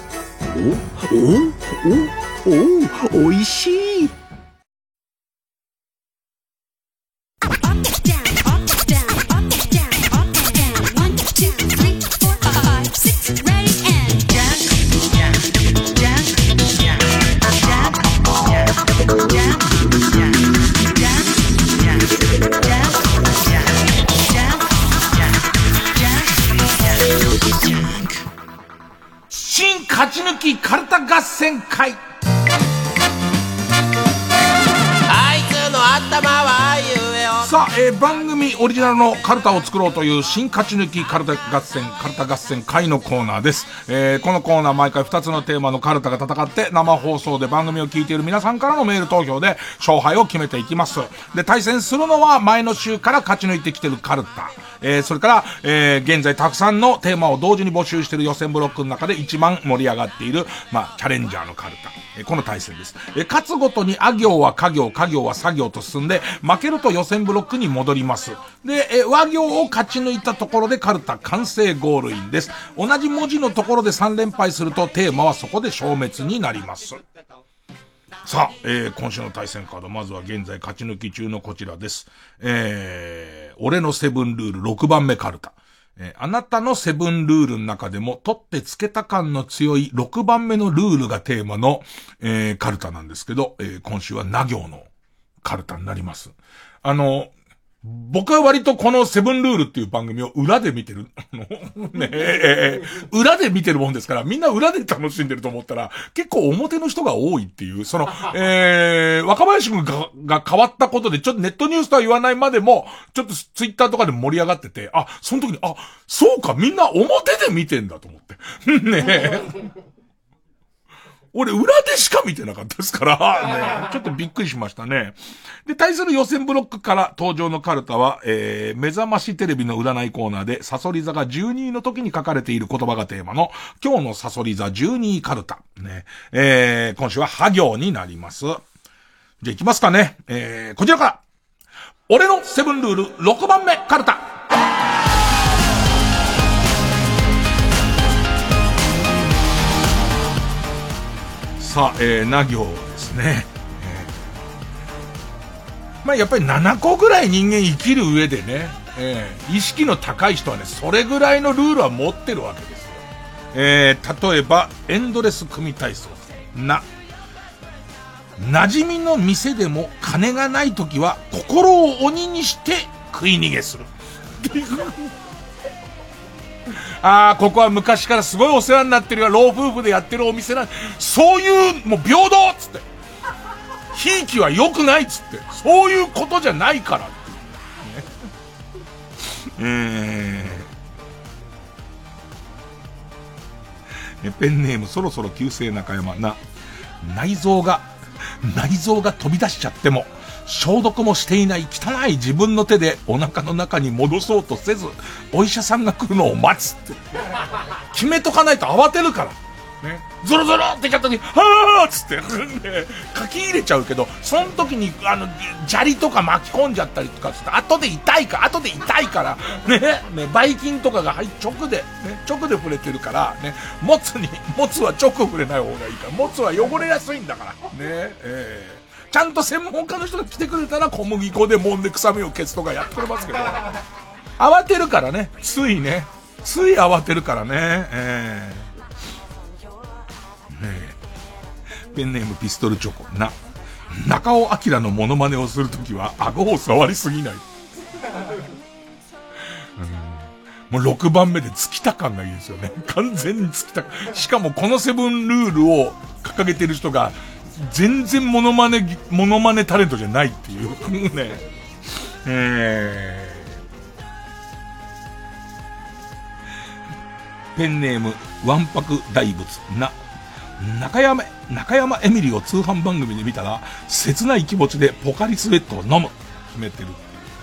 S4: おおおおおいしい。
S3: 新勝ち抜きカルタ合戦会。
S23: あいつの頭はゆえよ。
S3: さあ、えー、番組オリジナルのカルタを作ろうという新勝ち抜きカルタ合戦カルタ合戦会のコーナーです。えー、このコーナー毎回ふたつのテーマのカルタが戦って生放送で番組を聞いている皆さんからのメール投票で勝敗を決めていきます。で、対戦するのは前の週から勝ち抜いてきてるカルタ。えー、それから、えー、現在たくさんのテーマを同時に募集している予選ブロックの中で一番盛り上がっている、まあ、チャレンジャーのカルタ。えー、この対戦です。えー、勝つごとにあ行は家行、家行は作業と進んで、負けると予選ブロックに戻ります。で、えー、和行を勝ち抜いたところでカルタ完成ゴールインです。同じ文字のところでさん連敗するとテーマはそこで消滅になります。さあ、えー、今週の対戦カード、まずは現在勝ち抜き中のこちらです。えー、俺のセブンルールろくばんめカルタ。えー、あなたのセブンルールの中でも取ってつけた感の強いろくばんめのルールがテーマの、えー、カルタなんですけど、えー、今週はな行のカルタになります。あの、僕は割とこのセブンルールっていう番組を裏で見てる。ねえ、裏で見てるもんですから、みんな裏で楽しんでると思ったら、結構表の人が多いっていう、その、えー、若林くんが、が変わったことで、ちょっとネットニュースとは言わないまでも、ちょっとツイッターとかで盛り上がってて、あ、その時に、あ、そうか、みんな表で見てんだと思って。ねえ。俺、裏でしか見てなかったですから、ね、ちょっとびっくりしましたね。で、対する予選ブロックから登場のカルタは、えー、目覚ましテレビの占いコーナーで、サソリ座がじゅうにいの時に書かれている言葉がテーマの、今日のサソリ座じゅうにいカルタ。ね、えー、今週は破行になります。じゃあ行きますかね。えー、こちらから。俺のセブンルールろくばんめカルタ。さあ、えー、な行ですね。えー、まあやっぱりななこぐらい人間生きる上でね、えー、意識の高い人はね、それぐらいのルールは持ってるわけですよ。えー、例えば、エンドレス組体操。な。馴染みの店でも金がないときは心を鬼にして食い逃げする。ああ、ここは昔からすごいお世話になってるよ、老夫婦でやってるお店なん、そういう、もう平等っつって。ひいきは良くないっつって。そういうことじゃないからっていう、ね。えペンネームそろそろ旧姓中山な。内臓が、内臓が飛び出しちゃっても、消毒もしていない汚い自分の手でお腹の中に戻そうとせず、お医者さんが来るのを待つって。決めとかないと慌てるから。ね。ゾロゾロって言った時に、はーっつって、ね、書き入れちゃうけど、その時に、あの、砂利とか巻き込んじゃったりとかして、後で痛いか、後で痛いから、ね、ね、ばい菌とかが入っ、直で、ね、直で触れてるから、ね、もつに、もつは直触れない方がいいから、もつは汚れやすいんだから、ね、えーちゃんと専門家の人が来てくれたら小麦粉で揉んで臭みを消すとかやってくれますけど、慌てるからね、ついね、つい慌てるからね、えー、ねえペンネームピストルチョコな。中尾明のモノマネをするときは顎を触りすぎない。うん、もうろくばんめで尽きた感がいいですよね。完全に尽きた。しかもこのセブンルールを掲げてる人が全然モノマネ、モノマネタレントじゃないっていうね。えー、ペンネームわんぱく大仏な。中山、中山エミリを通販番組で見たら切ない気持ちでポカリスエットを飲む決めてる。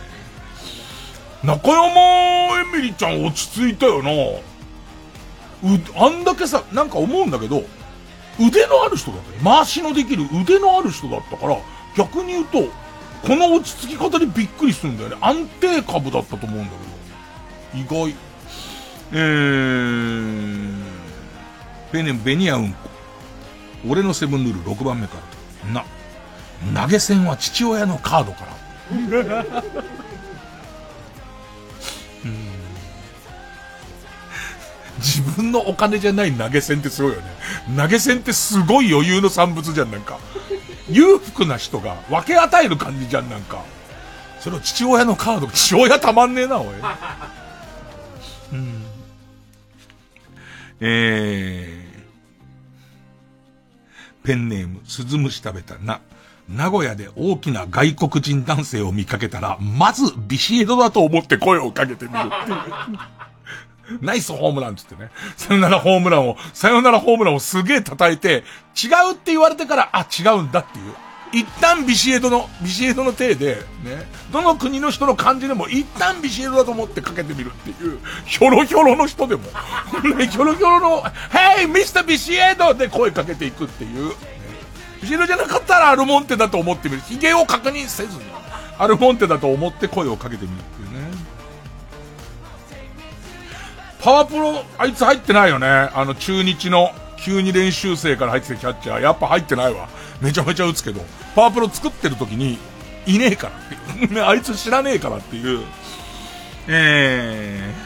S3: 中山エミリちゃん落ち着いたよな。う、あんだけさ、なんか思うんだけど、腕のある人だったね。回しのできる腕のある人だったから、逆に言うと、この落ち着き方にびっくりするんだよね。安定株だったと思うんだけど。意外。えー、ペンネームベニアウンコ。俺のセブンルールろくばんめから。な、投げ銭は父親のカードから。うん自分のお金じゃない投げ銭ってすごいよね。投げ銭ってすごい余裕の産物じゃん、なんか。裕福な人が分け与える感じじゃん、なんか。それを父親のカード、父親たまんねえな、おい。うん。えー、ペンネーム、鈴虫食べたな。名古屋で大きな外国人男性を見かけたら、まずビシエドだと思って声をかけてみるっていう。ナイスホームランって言ってね。さよならホームランを、さよならホームランをすげえ叩いて、違うって言われてから、あ、違うんだっていう。一旦ビシエドの、ビシエドの体で、ね、どの国の人の感じでも、一旦ビシエドだと思ってかけてみるっていう、ひょろひょろの人でも、ね、ひょろひょろの、ヘイミスタービシエドで声かけていくっていう。ね、ビシエドじゃなかったらアルモンテだと思ってみる。髭を確認せずに、アルモンテだと思って声をかけてみるっていうね。パワープロ、あいつ入ってないよね。あの、中日の、急に練習生から入ってきたキャッチャー。やっぱ入ってないわ。めちゃめちゃ打つけど。パワープロ作ってる時に、いねえからって。あいつ知らねえからっていう。え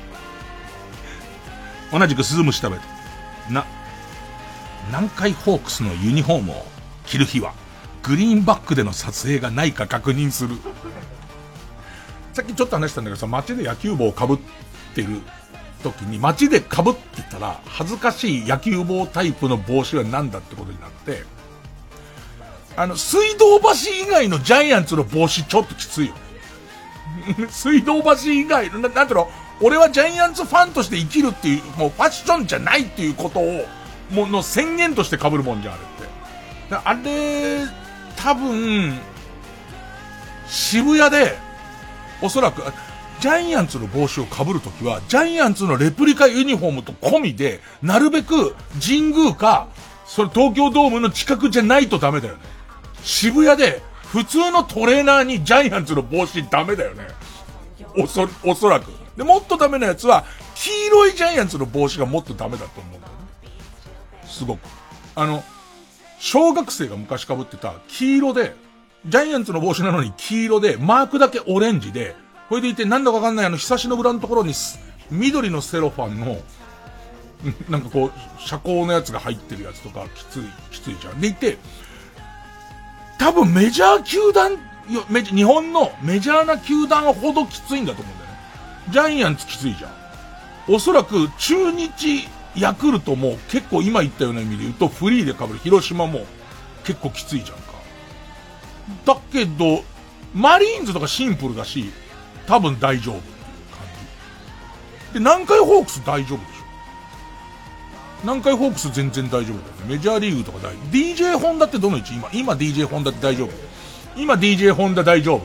S3: ー、同じくスズムシ食べて。な、南海ホークスのユニフォームを着る日は、グリーンバックでの撮影がないか確認する。さっきちょっと話したんだけどさ、街で野球帽を被ってる時に街で被ってたら恥ずかしい野球帽タイプの帽子は何だってことになって、あの水道橋以外のジャイアンツの帽子ちょっときついよ。水道橋以外の な, なんていうの、俺はジャイアンツファンとして生きるっていう、もうファッションじゃないっていうことをもの宣言として被るもんじゃん、あれって。あれ多分渋谷でおそらくジャイアンツの帽子を被るときは、ジャイアンツのレプリカユニフォームと込みで、なるべく神宮か、それ東京ドームの近くじゃないとダメだよね。渋谷で、普通のトレーナーにジャイアンツの帽子ダメだよね。おそ、おそらく。で、もっとダメなやつは、黄色いジャイアンツの帽子がもっとダメだと思うんだよね。すごく。あの、小学生が昔被ってた黄色で、ジャイアンツの帽子なのに黄色で、マークだけオレンジで、これでいてなんだかわかんないあのひさしの裏のところに緑のセロファンのなんかこう遮光のやつが入ってるやつとかきついきついじゃん。でいて多分メジャー球団メジ日本のメジャーな球団ほどきついんだと思うんだよね。ジャイアンツきついじゃん。おそらく中日ヤクルトも結構今言ったような意味で言うとフリーで被る。広島も結構きついじゃんか。だけどマリーンズとかシンプルだし多分大丈夫っていう感じで、南海ホークス大丈夫でしょ。 南海ホークス全然大丈夫だよね。メジャーリーグとか大丈夫。ディージェー ホンダってどの位置？今、今 ディージェー ホンダって大丈夫？今 ディージェー ホンダ大丈夫？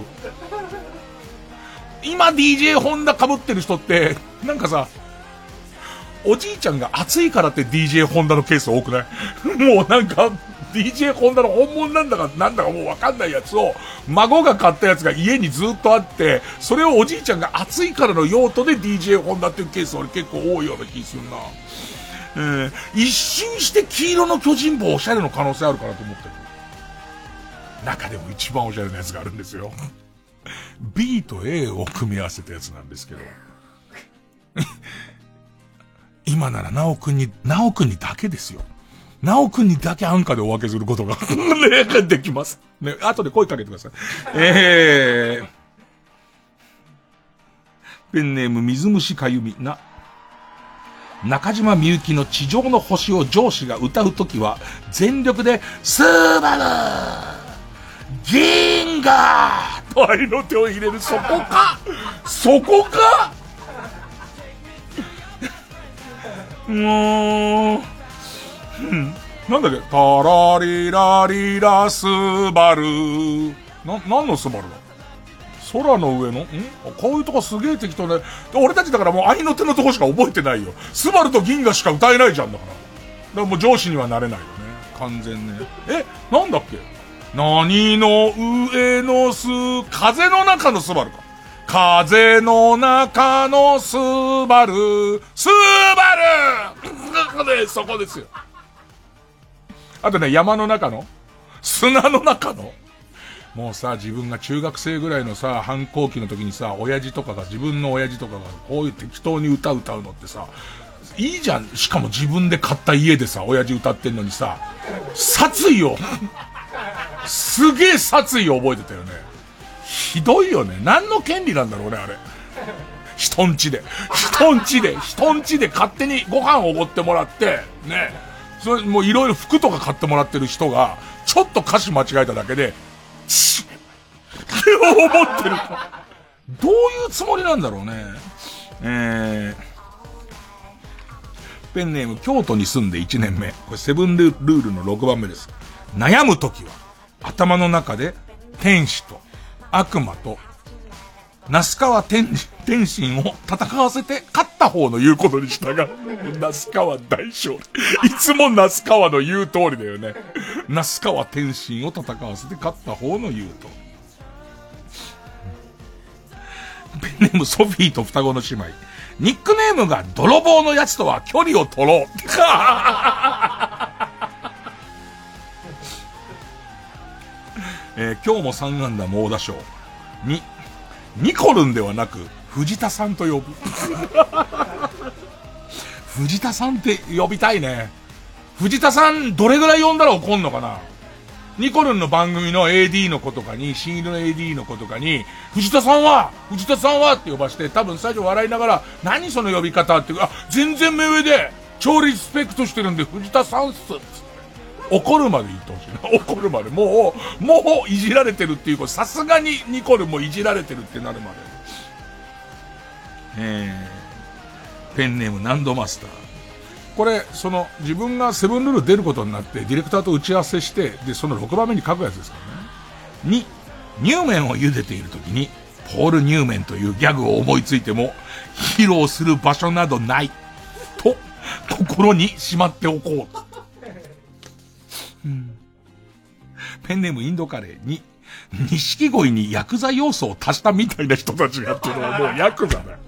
S3: 今 ディージェー ホンダ被ってる人って、なんかさ、おじいちゃんが暑いからって ディージェー ホンダのケース多くない？もうなんか、ディージェー ホンダの本物なんだかなんだかもうわかんないやつを、孫が買ったやつが家にずっとあって、それをおじいちゃんが暑いからの用途で ディージェー ホンダっていうケース俺結構多いような気するな。えー、一瞬して黄色の巨人帽おしゃれの可能性あるかなと思ってる。中でも一番おしゃれなやつがあるんですよ。B と A を組み合わせたやつなんですけど。今ならなおくんに、なおくんにだけですよ。なおくんにだけ安価でお分けすることがね、できます。ね、後で声かけてください。えー、ペンネーム水虫かゆみな。中島みゆきの地上の星を上司が歌うときは、全力で、スーバル銀河と愛の手を入れる、そこかそこかもう、うん、なんだっけ、タラリラリラスバルな、なんのスバルだ、空の上のんこういうとこすげえ適当ね。俺たちだからもう愛の手のとこしか覚えてないよ。スバルと銀河しか歌えないじゃんだから。だからもう上司にはなれないよね。完全ね。え、なんだっけ、何の上のス、風の中のスバルか。風の中のスバル、スバルそこですよ。あとね、山の中の砂の中のもうさ、自分が中学生ぐらいのさ、反抗期の時にさ、親父とかが、自分の親父とかが、こういう適当に歌歌うのってさ、いいじゃん。しかも自分で買った家でさ、親父歌ってんのにさ、殺意を、すげえ殺意を覚えてたよね。ひどいよね。何の権利なんだろうね、あれ。人んちで。人んちで、人んちで勝手にご飯をおごってもらって、ね。それ、もういろいろ服とか買ってもらってる人が、ちょっと歌詞間違えただけで、チッって思ってるか。どういうつもりなんだろうね。えー、ペンネーム京都に住んでいちねんめ。これセブンルールのろくばんめです。悩むときは頭の中で天使と悪魔と那須川天天心を戦わせて勝った方の言うことに従う。那須川大将。いつも那須川の言う通りだよね。那須川天心を戦わせて勝った方の言うと。ペンネームソフィーと双子の姉妹。ニックネームが泥棒のやつとは距離を取ろう。えー、今日もさん安打猛打賞。に、ニコルンではなく藤田さんと呼ぶ。藤田さんって呼びたいね。藤田さんどれぐらい呼んだら怒んのかな。ニコルンの番組の エーディー の子とかに、新入りの エーディー の子とかに、藤田さんは藤田さんはって呼ばして、多分最初笑いながら、何その呼び方って、あ、全然目上で超リスペクトしてるんで藤田さんっす。怒るまで言ってほしいな。怒るまで。もう、もういじられてるっていうか、さすがにニコルもいじられてるってなるまで。えー、ペンネームナンドマスター。これ、その、自分がセブンルール出ることになって、ディレクターと打ち合わせして、で、そのろくばんめに書くやつですからね。に、乳麺を茹でているときに、ポール乳麺というギャグを思いついても、披露する場所などない。と、心にしまっておこう。うん、ペンネームインドカレーに、錦鯉にヤクザ要素を足したみたいな人たちがやってるのはもうヤクザだよ。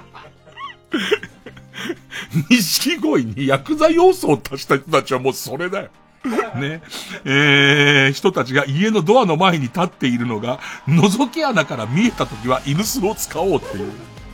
S3: 錦鯉にヤクザ要素を足した人たちはもうそれだよ。ね。えー、人たちが家のドアの前に立っているのが、覗き穴から見えたときは犬スロを使おうっていう。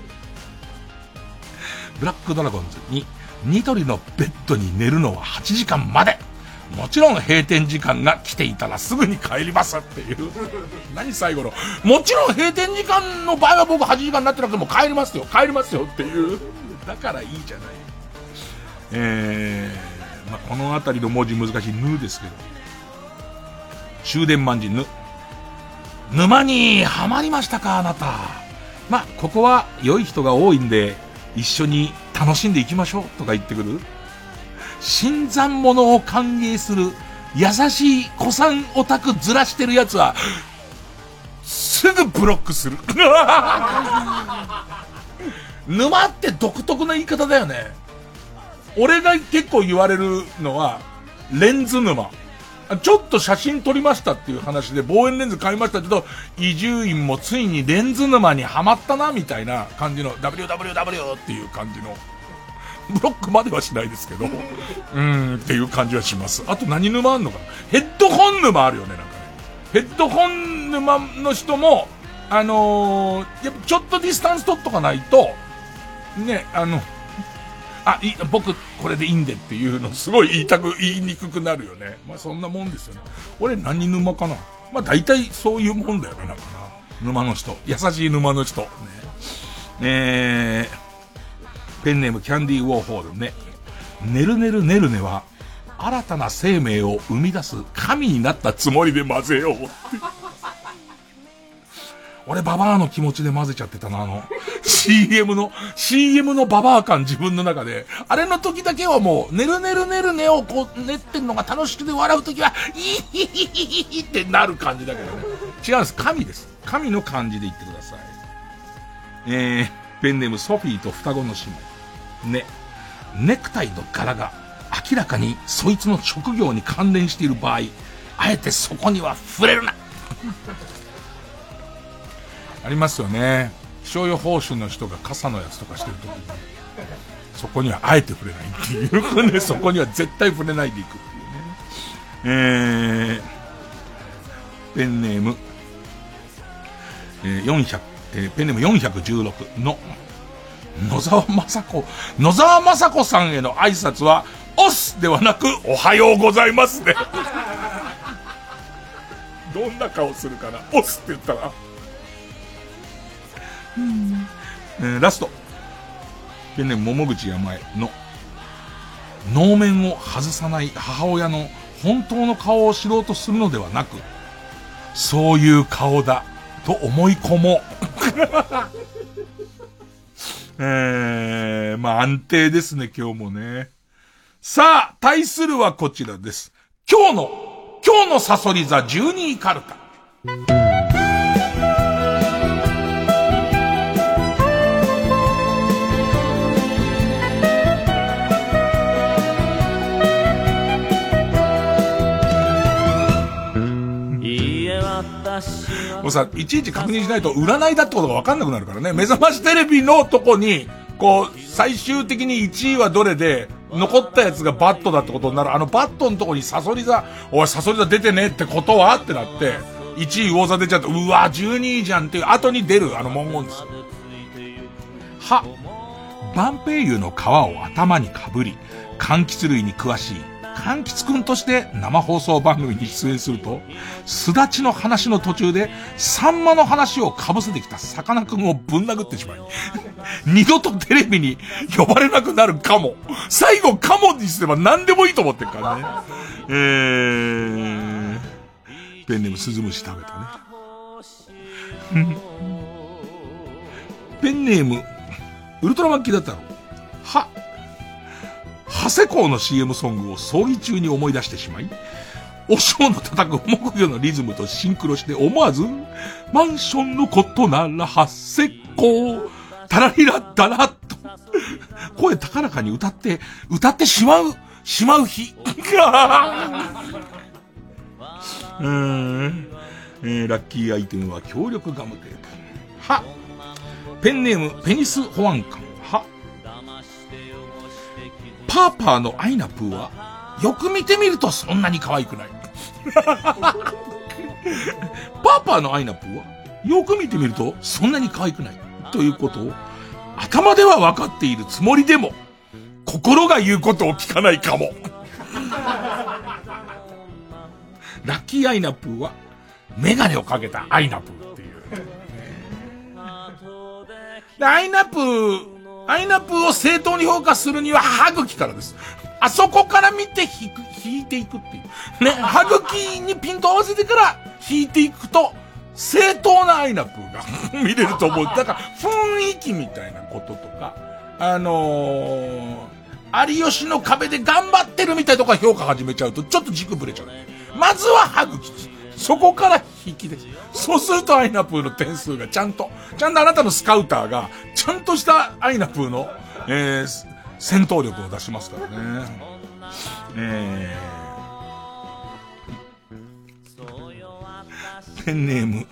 S3: ブラックドラゴンズに、ニトリのベッドに寝るのははちじかんまで。もちろん閉店時間が来ていたらすぐに帰りますっていう。何最後の。もちろん閉店時間の場合は僕はちじかんになってなくても帰りますよ。帰りますよっていう。だからいいじゃない。えー、まあ、このあたりの文字難しいぬですけど。終電万人ぬ。沼にはまりましたかあなた。まあ、ここは良い人が多いんで、一緒に楽しんでいきましょうとか言ってくる。 新参者を歓迎する優しい古参オタクずらしてるやつは、すぐブロックする。沼って独特な言い方だよね。俺が結構言われるのは、レンズ沼。ちょっと写真撮りましたっていう話で望遠レンズ買いましたけど、伊集院もついにレンズ沼にはまったなみたいな感じの ダブリューダブリューダブリュー っていう感じの、ブロックまではしないですけど、うーんっていう感じはします。あと何沼あんのかな。ヘッドホン沼あるよね、なんかね。ヘッドホン沼の人も、あのー、やっぱちょっとディスタンス取っとかないと、ね、あの、あ、い、僕、これでいいんでっていうのすごい言いたく、言いにくくなるよね。まあそんなもんですよね。俺何沼かな。まあ大体そういうもんだよね、なんかな。沼の人。優しい沼の人。ね。えー、ペンネームキャンディーウォーホールね。ねるねるねるねは、新たな生命を生み出す神になったつもりで混ぜようって。俺ババアの気持ちで混ぜちゃってたな、あの シーエム の シーエム のババア感自分の中で、あれの時だけはもうねるねるねるねをこう練ってんのが楽しくて笑う時はイヒヒヒヒヒってなる感じだけどね。違うんです、神です。神の感じで言ってください。えー、ペンネームソフィーと双子の姉妹ね。ネクタイの柄が明らかにそいつの職業に関連している場合、あえてそこには触れるなありますよね。気象予報士の人が傘のやつとかしてるときに、そこにはあえて触れないっていうね、そこには絶対触れないでいくっていうね。えー、ペンネーム、えー、よんひゃく、えー、ペンネームよんひゃくじゅうろくの野沢雅子、野沢雅子さんへの挨拶は、オスではなく、おはようございますね。どんな顔するかな、オスって言ったら。うんえー、ラストペンネーム桃口山江の能面を外さない母親の本当の顔を知ろうとするのではなく、そういう顔だと思い込もう。えー、まあ安定ですね今日もね。さあ対するはこちらです。今日の今日のサソリ座じゅうにいカルタ。もうさ、いちいち確認しないと占いだってことが分かんなくなるからね。目覚ましテレビのとこに、こう、最終的にいちいはどれで、残ったやつがバットだってことになる。あのバットのとこにサソリ座、おい、サソリ座出てねってことはってなって、いちい魚座出ちゃって、うわ、じゅうにいじゃんっていう後に出る、あの文言です。は、万平油の皮を頭にかぶり、柑橘類に詳しい。柑橘くんとして生放送番組に出演すると、すだちの話の途中でサンマの話をかぶせてきたさかなクンをぶん殴ってしまい、二度とテレビに呼ばれなくなるかも。最後カモにすれば何でもいいと思ってるからね。えー、ペンネームスズムシ食べたね。ペンネームウルトラマンキーだったの。はハセコウの シーエム ソングを葬儀中に思い出してしまい、お正の叩く木魚のリズムとシンクロして思わず、マンションのことならハセコウ、タラリラッタラッと、声高らかに歌って、歌ってしまう、しまう日。うーん、えー、ラッキーアイテムは強力ガムテープ。は、ペンネームペニス保安官。は、パーパーのアイナプーはよく見てみるとそんなに可愛くない。パーパーのアイナプーはよく見てみるとそんなに可愛くないということを頭では分かっているつもりでも心が言うことを聞かないかも。ラッキーアイナプーはメガネをかけたアイナプーっていう。アイナプーアイナプーを正当に評価するには歯茎からです。あそこから見て引く、引いていくっていう。ね、歯茎にピント合わせてから引いていくと、正当なアイナプーが見れると思う。だから、雰囲気みたいなこととか、あのー、 有吉の壁で頑張ってるみたいとか評価始めちゃうとちょっと軸ぶれちゃう。まずは歯茎。そこから引きです。そうするとアイナプーの点数がちゃんと、ちゃんとあなたのスカウターが、ちゃんとしたアイナプーの、えー、戦闘力を出しますからね。えー、ペンネーム。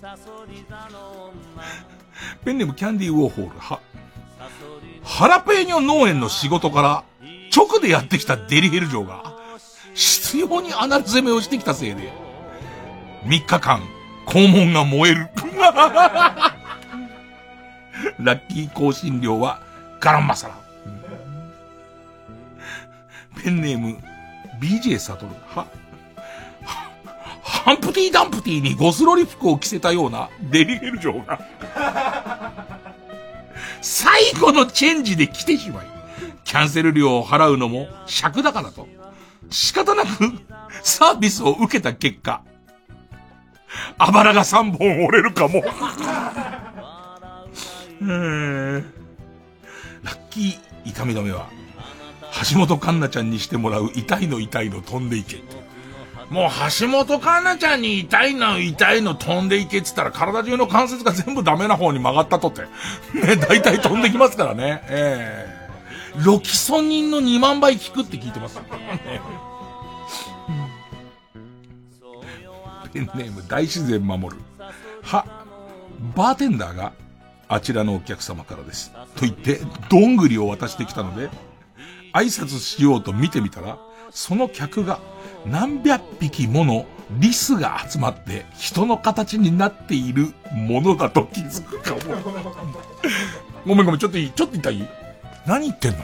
S3: ペンネームキャンディーウォーホール。は、ハラペーニョ農園の仕事から直でやってきたデリヘル嬢が、執拗にアナル攻めをしてきたせいで、みっかかん、肛門が燃える。ラッキー香辛料はガランマサラ。ペンネーム ビージェー サトル。は、ハンプティダンプティにゴスロリ服を着せたようなデリヘル嬢が最後のチェンジで来てしまい、キャンセル料を払うのも尺だからと仕方なくサービスを受けた結果、あばらがさんぼん折れるかも。うーん、ラッキー痛み止めは橋本環奈ちゃんにしてもらう痛いの痛いの飛んでいけ。もう橋本環奈ちゃんに痛いの痛いの飛んでいけって言ったら体中の関節が全部ダメな方に曲がったとってね、大体飛んできますからね。えー、ロキソニンのにまんばい効くって聞いてます。ペンネーム大自然守る。は、バーテンダーがあちらのお客様からですと言ってどんぐりを渡してきたので挨拶しようと見てみたら、その客が何百匹ものリスが集まって人の形になっているものだと気づくかも。ごめんごめん、ちょっといいちょっと言ったらいい何言ってんの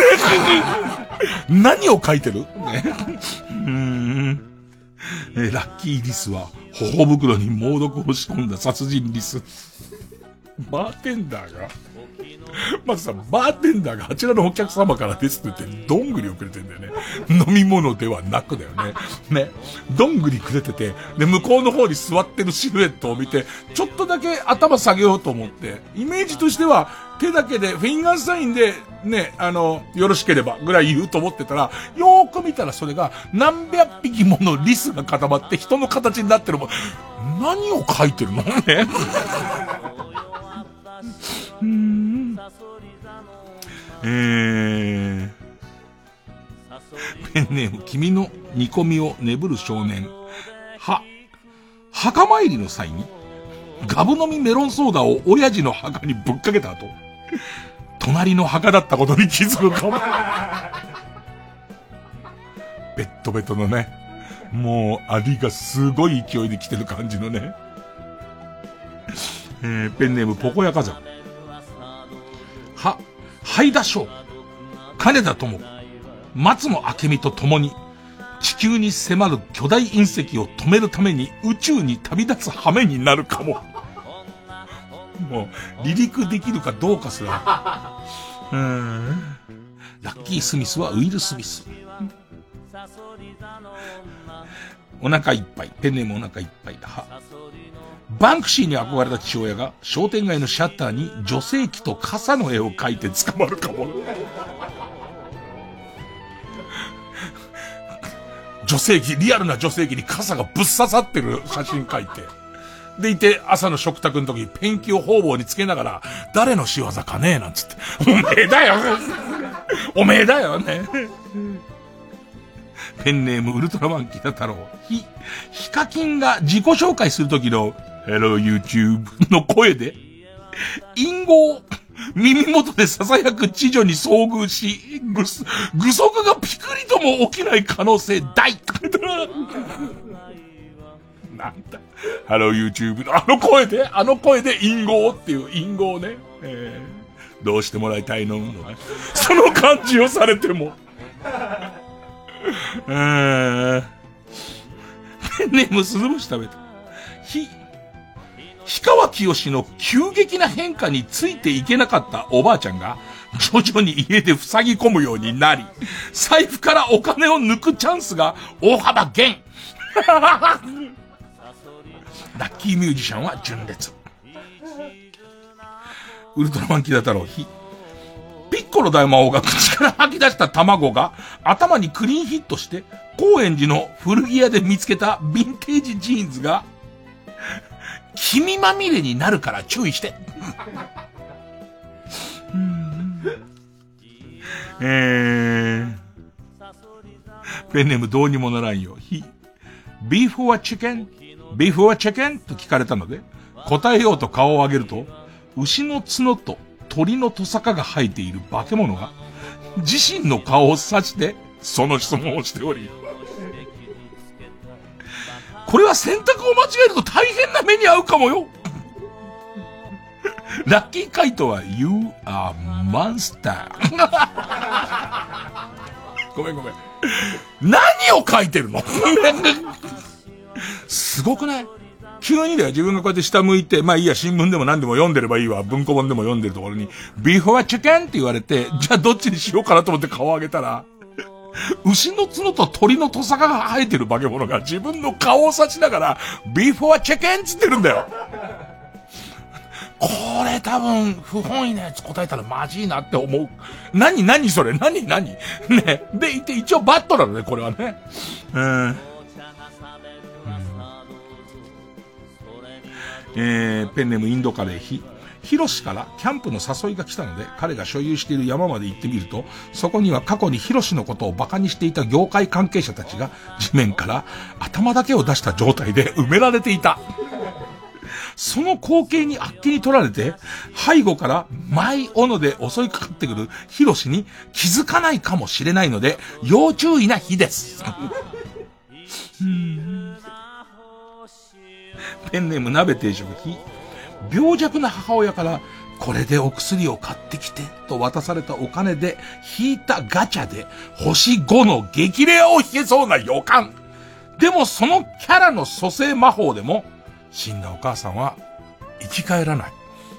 S3: 何を書いてる、ね、うーん、えー、ラッキーリスは頬袋に猛毒を仕込んだ殺人リス。バーテンダーがまずさ、バーテンダーがあちらのお客様からですって言ってどんぐりをくれてんだよね。飲み物ではなくだよね。ね、どんぐりくれてて、で向こうの方に座ってるシルエットを見てちょっとだけ頭下げようと思って、イメージとしては手だけでフィンガーサインでね、あのよろしければぐらい言うと思ってたら、よーく見たらそれが何百匹ものリスが固まって人の形になってるもん。何を書いてるのね。うーん、えー、ペンネーム君の煮込みを眠る少年。は、墓参りの際にガブ飲みメロンソーダを親父の墓にぶっかけた後、隣の墓だったことに気づくかも。ベッドベトのね、もうアリがすごい勢いで来てる感じのね。えー、ペンネームポコヤカザン。は、ハイダショー、金田智子、松野明美と共に地球に迫る巨大隕石を止めるために宇宙に旅立つ羽目になるかも。もう離陸できるかどうかすら。うーん、ラッキースミスはウィル・スミス。お腹いっぱい。ペンネームお腹いっぱいだ。は、バンクシーに憧れた父親が商店街のシャッターに女性器と傘の絵を描いて捕まるかも。女性器、リアルな女性器に傘がぶっ刺さってる写真描いて。でいて、朝の食卓の時にペンキを方々につけながら、誰の仕業かねえなんつって。おめえだよおめえだよね。ペンネームウルトラマンキタ太郎。ヒ、ヒカキンが自己紹介する時の Hello YouTube の声で、隠語を耳元で囁く知女に遭遇し、ぐす、ぐ足がピクリとも起きない可能性大って書いてある。なんだ Hello YouTube のあの声で、あの声で隠語っていう隠語をね、えー、どうしてもらいたいのその感じをされても。うーん、ペンネームスズムシ食べた。ひ、氷川きよしの急激な変化についていけなかったおばあちゃんが徐々に家で塞ぎ込むようになり、財布からお金を抜くチャンスが大幅減。ラッキーミュージシャンは純烈。ウルトラマンキダ太郎。ひ、ピッココロ大魔王が口から吐き出した卵が頭にクリーンヒットして、高円寺の古着屋で見つけたヴィンテージジーンズが、黄身まみれになるから注意して。えー、ペンネームどうにもならんよ。ひ、ビーフはチキンビーフはチキンと聞かれたので、答えようと顔を上げると、牛の角と鳥のトサカが生えている化け物が、自身の顔を指して、その質問をしており、これは選択を間違えると大変な目に遭うかもよ。ラッキー回答は You are monster ごめんごめん。何を書いてるのすごくない？急にだよ、自分がこうやって下向いて、まあいいや、新聞でも何でも読んでればいいわ、文庫本でも読んでるところに、ビーフはチキンって言われて、じゃあどっちにしようかなと思って顔を上げたら、牛の角と鳥のトサカが生えてる化け物が自分の顔を指しながら、ビーフはチキンって言ってるんだよ。これ多分、不本意なやつ答えたらマジいなって思う。何何それ何何ね。で、いて、一応バットなのね、これはね。うん。えー、ペンネームインドカレーヒ。ヒロシからキャンプの誘いが来たので、彼が所有している山まで行ってみると、そこには過去にヒロシのことを馬鹿にしていた業界関係者たちが地面から頭だけを出した状態で埋められていた。その光景にあっけに取られて、背後から舞斧で襲いかかってくるヒロシに気づかないかもしれないので、要注意な日です。ペンネーム鍋定食日。病弱な母親からこれでお薬を買ってきてと渡されたお金で引いたガチャで星ごの激レアを引けそうな予感。でもそのキャラの蘇生魔法でも死んだお母さんは生き返らない。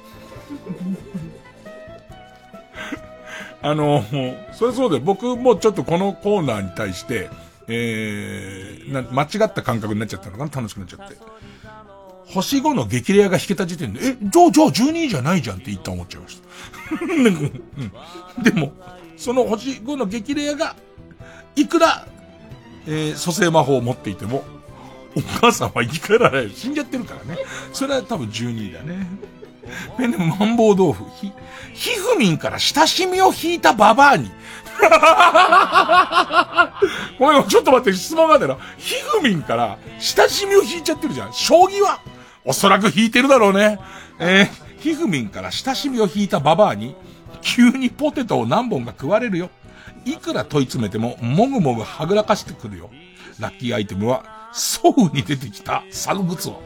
S3: あの、それそうで僕もちょっとこのコーナーに対して、えー、な間違った感覚になっちゃったのかな、楽しくなっちゃって。星ごの激レアが引けた時点で、え、じゃあ、じゃあじゅうにいじゃないじゃんって一旦思っちゃいました。うん、でも、その星ごの激レアが、いくら、えー、蘇生魔法を持っていても、お母さんは生き返らない。死んじゃってるからね。それは多分じゅうにいだね。ペンネームマンボウ豆腐。ひ、ひふみんから親しみを引いたババアに。ごめん、ちょっと待って、質問があるんだよ。ひふみんから親しみを引いちゃってるじゃん。将棋はおそらく引いてるだろうね。えー、ひふみんから親しみを引いたババアに、急にポテトを何本か食われるよ。いくら問い詰めても、もぐもぐはぐらかしてくるよ。ラッキーアイテムは、ソウに出てきた猿グツオ。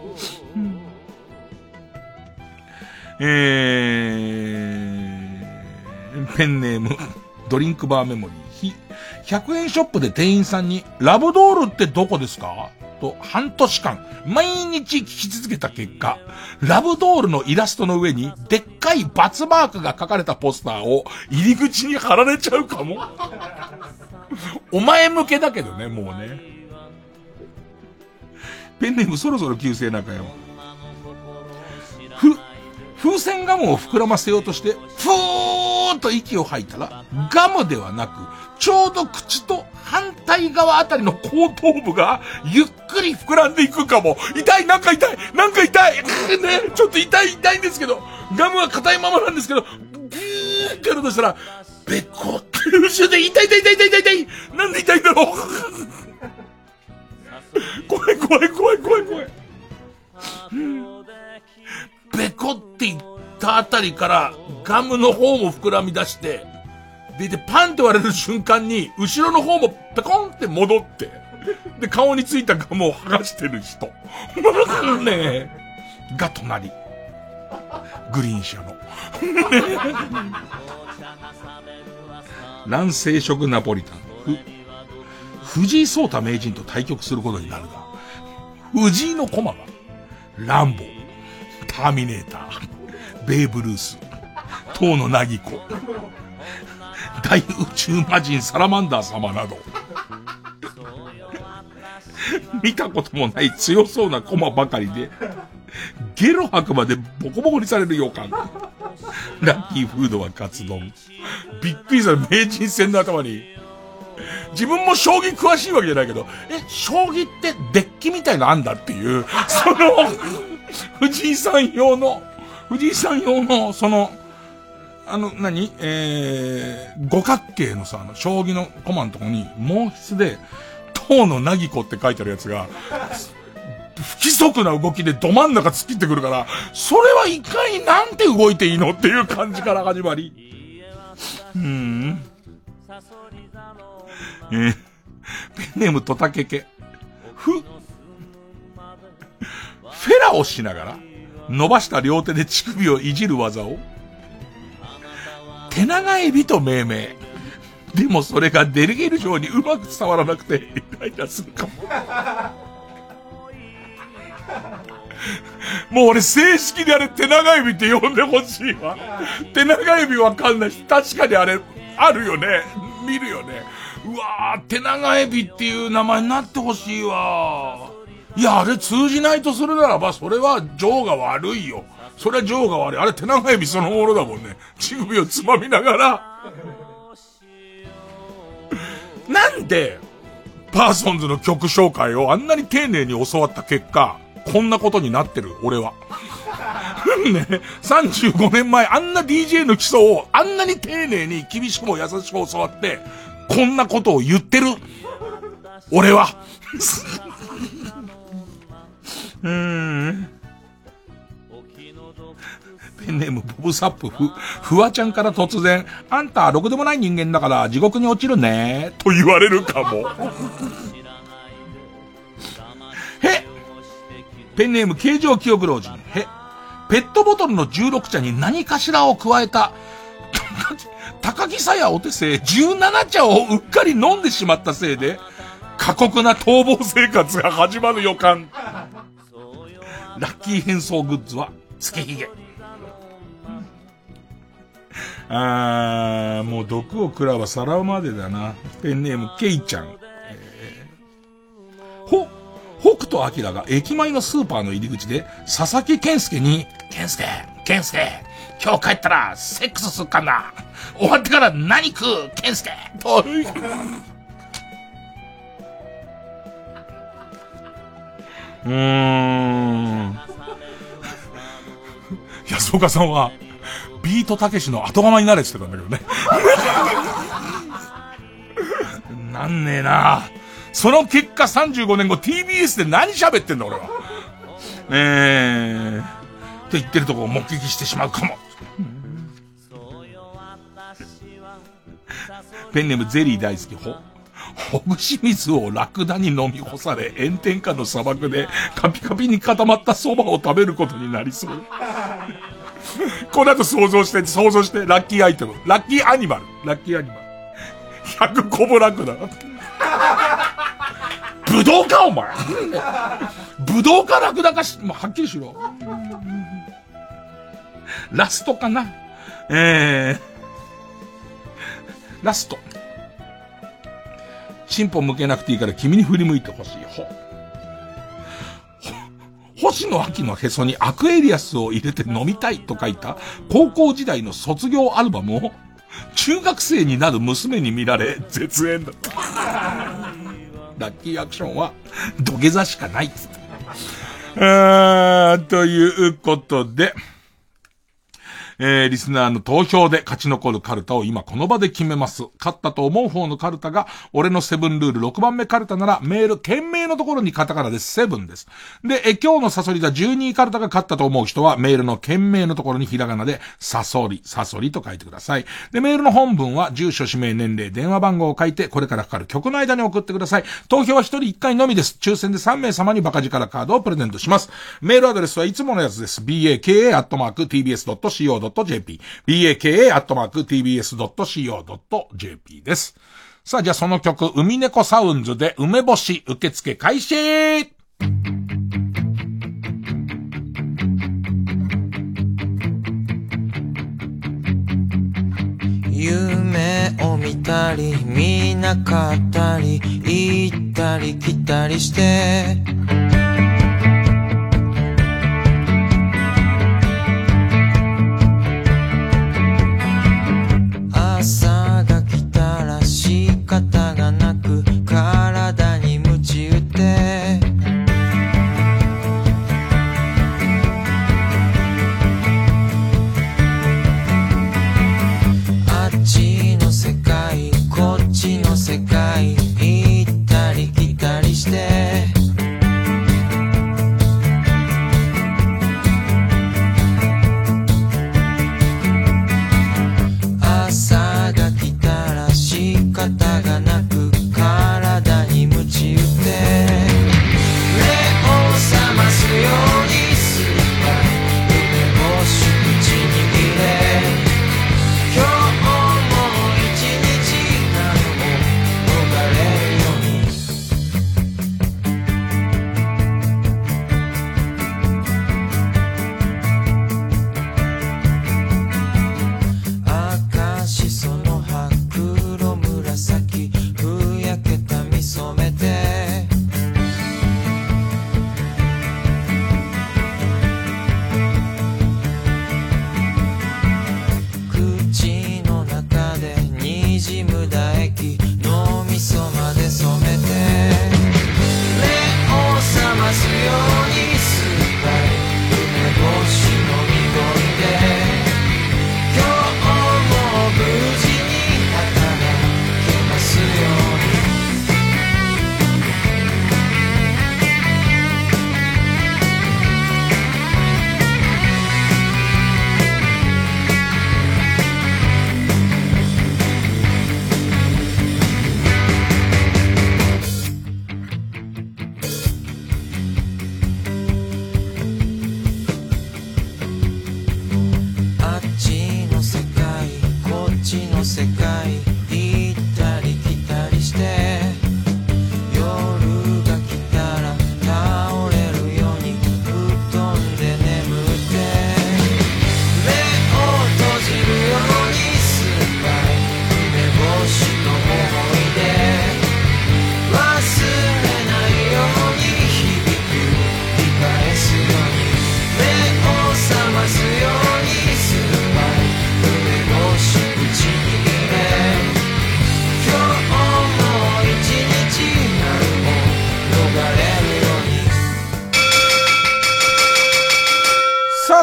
S3: えー、ペンネーム、ドリンクバーメモリー。ひ、ひゃくえんショップで店員さんに、ラブドールってどこですかと半年間、毎日聞き続けた結果、ラブドールのイラストの上に、でっかいバツマークが書かれたポスターを入り口に貼られちゃうかも。お前向けだけどね、もうね。ペンネームそろそろ旧姓中山。ふ、風船ガムを膨らませようとして、ふーっと息を吐いたら、ガムではなく、ちょうど口と反対側あたりの後頭部が、ゆっくり膨らんでいくかも。痛い、なんか痛い、なんか痛い。ね、ちょっと痛い、痛いんですけど、ガムは硬いままなんですけど、ビューってやるとしたら、べっこって後ろで痛い、痛い、痛い、痛い、痛い、なんで痛いんだろう。怖い、怖い、怖い、怖い、怖い。べこって言ったあたりからガムの方も膨らみ出して、で、で、パンって割れる瞬間に後ろの方もペコンって戻って、で、顔についたガムを剥がしてる人。ねえ。が隣。グリーン車の。卵生食ナポリタン。ふ、藤井聡太名人と対局することになるが、藤井の駒が、ランボー。ターミネーター、ベーブルース、遠野凪子、大宇宙魔人サラマンダー様など、見たこともない強そうなコマばかりで、ゲロ吐くまでボコボコにされる予感。 ラッキーフードはカツ丼。びっくりした。名人戦の頭に。自分も将棋詳しいわけじゃないけど、え、将棋ってデッキみたいなのあんだっていう、その、藤井さん用の、藤井さん用の、その、あの、何えー、五角形のさ、あの、将棋のコマのとこに、毛筆で、唐のなぎこって書いてあるやつが、不規則な動きでど真ん中突っ切ってくるから、それは一回なんて動いていいのっていう感じから始まり。うーん。えー、ペンネームトタケケ。ふ、フェラをしながら、伸ばした両手で乳首をいじる技を、手長エビと命名。でもそれがデリゲル嬢にうまく伝わらなくて、イライラするかも。もう俺正式にあれ手長エビって呼んでほしいわ。手長エビわかんないし、確かにあれ、あるよね。見るよね。うわー、手長エビっていう名前になってほしいわ。いや、あれ通じないとするならば、それはジョーが悪いよ。それはジョーが悪い。あれ手長エビそのものだもんね。乳首をつまみながら。なんで、パーソンズの曲紹介をあんなに丁寧に教わった結果、こんなことになってる、俺は。ね、さんじゅうごねんまえあんな ディージェー の基礎をあんなに丁寧に厳しくも優しく教わって、こんなことを言ってる。俺は。うーん。ペンネームボブサップフ、フワちゃんから突然、あんたろくでもない人間だから地獄に落ちるね、と言われるかも。へ、ペンネーム形状記憶老人。へ、ペットボトルのじゅうろく茶に何かしらを加えた、高木さやお手製じゅうなな茶をうっかり飲んでしまったせいで、過酷な逃亡生活が始まる予感。ラッキー変装グッズは月ひげ。あー、もう毒を食らばさらうまでだな。ペンネームケイちゃん。えー、ほ、北斗晶が駅前のスーパーの入り口で佐々木健介に、健介、健介、今日帰ったらセックスすっかんな。終わってから何食う健介と。うーん。安岡さんは、ビートたけしの後釜になれって言ってたんだけどね。なんねえな。その結果さんじゅうごねんご ティービーエス で何喋ってんだ俺は。えー。って言ってるとこを目撃してしまうかも。ペンネームゼリー大好きほ。ほぐし水をラクダに飲み干され、炎天下の砂漠でカピカピに固まった蕎麦を食べることになりそう。この後想像して、想像して、ラッキーアイテム。ラッキーアニマル。ラッキーアニマル。ひゃくコブラクダ。ブドウかお前。ブドウかラクダかし、もうはっきりしろ。ラストかな。えー。ラスト。チンポ向けなくていいから君に振り向いてほしい。ほ。星野秋のへそにアクエリアスを入れて飲みたいと書いた高校時代の卒業アルバムを中学生になる娘に見られ絶縁だった。ラッキーアクションは土下座しかないっつって。あー、ということで、えー、リスナーの投票で勝ち残るカルタを今この場で決めます。勝ったと思う方のカルタが、俺のセブンルールろくばんめカルタなら、メール、件名のところにカタカナです。セブンです。で、え、今日のサソリ座じゅうにいカルタが勝ったと思う人は、メールの件名のところにひらがなで、サソリ、サソリと書いてください。で、メールの本文は、住所、氏名、年齢、電話番号を書いて、これからかかる曲の間に送ってください。投票はひとりいっかいのみです。抽選でさんめいさまにバカ力カードをプレゼントします。メールアドレスはいつものやつです。ビーエーケーエー アットマーク ティービーエス ドット シーオー ドット ジェーピー。ビーエーケーエー アットマーク ティービーエス ドット シーオー ドット ジェーピー です。さあ、じゃあその曲、海猫サウンズで梅干し受付開始。
S8: 夢を見たり見なかったり行ったり来たりして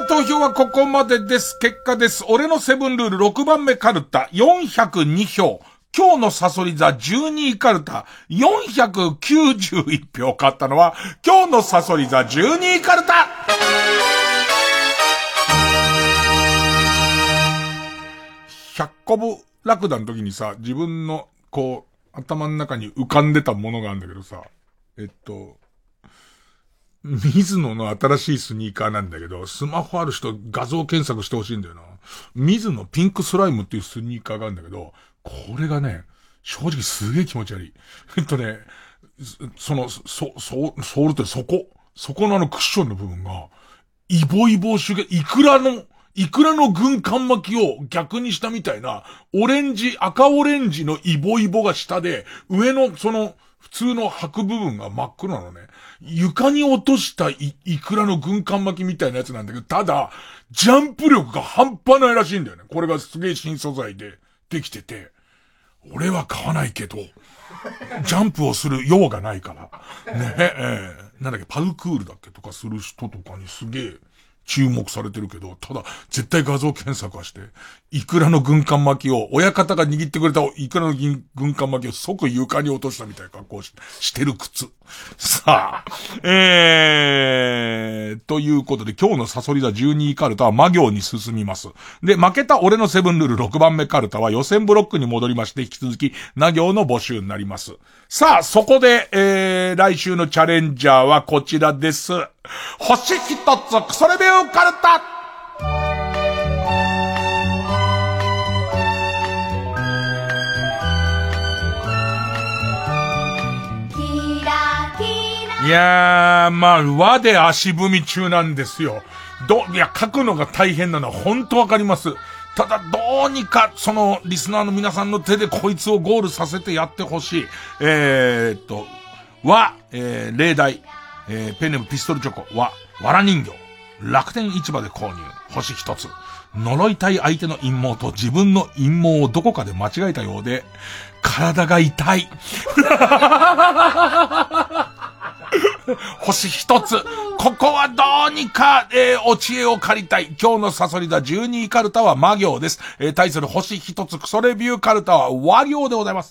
S3: あ、投票はここまでです。結果です。俺のセブンルールろくばんめカルタよんひゃくにひょう。今日のサソリ座じゅうにいカルタよんひゃくきゅうじゅういちひょう。勝ったのは今日のサソリ座じゅうにいカルタ。ひゃっこぶラクダの時にさ、自分のこう頭の中に浮かんでたものがあるんだけどさ、えっとミズノの新しいスニーカーなんだけど、スマホある人画像検索してほしいんだよな。ミズノピンクスライムっていうスニーカーがあるんだけど、これがね、正直すげえ気持ち悪い。えっとね、その、そ、そ、ソールってそこ、そこのあのクッションの部分が、イボイボシュゲ、イクラの、イクラの軍艦巻きを逆にしたみたいな、オレンジ、赤オレンジのイボイボが下で、上のその、普通の履く部分が真っ黒なのね。床に落としたイ、イクラの軍艦巻きみたいなやつなんだけど、ただ、ジャンプ力が半端ないらしいんだよね。これがすげえ新素材でできてて、俺は買わないけど、ジャンプをする用がないから。ねえ、えー、なんだっけ、パルクールだっけとかする人とかにすげえ注目されてるけど、ただ、絶対画像検索はして、イクラの軍艦巻きを、親方が握ってくれたイクラの軍艦巻きを即床に落としたみたいな格好を し, してる靴。さあ、えー、ということで今日のサソリ座じゅうにいカルタは魔行に進みます。で、負けた俺のセブンルールろくばんめカルタは予選ブロックに戻りまして、引き続き、魔行の募集になります。さあ、そこで、えー、来週のチャレンジャーはこちらです。星一つ、クソレビューカルタ。いやー、まあ、和で足踏み中なんですよ。ど、いや、書くのが大変なのは本当わかります。ただ、どうにか、その、リスナーの皆さんの手でこいつをゴールさせてやってほしい。えーっと、和、えー、例題、えー、ペンネームピストルチョコ、和、わら人形、楽天市場で購入、星一つ。呪いたい相手の陰謀と自分の陰謀をどこかで間違えたようで、体が痛い。星一つ。ここはどうにか、えー、お知恵を借りたい。今日のサソリ座じゅうにいカルタは魔行です。えー、対する星一つクソレビューカルタは和行でございます。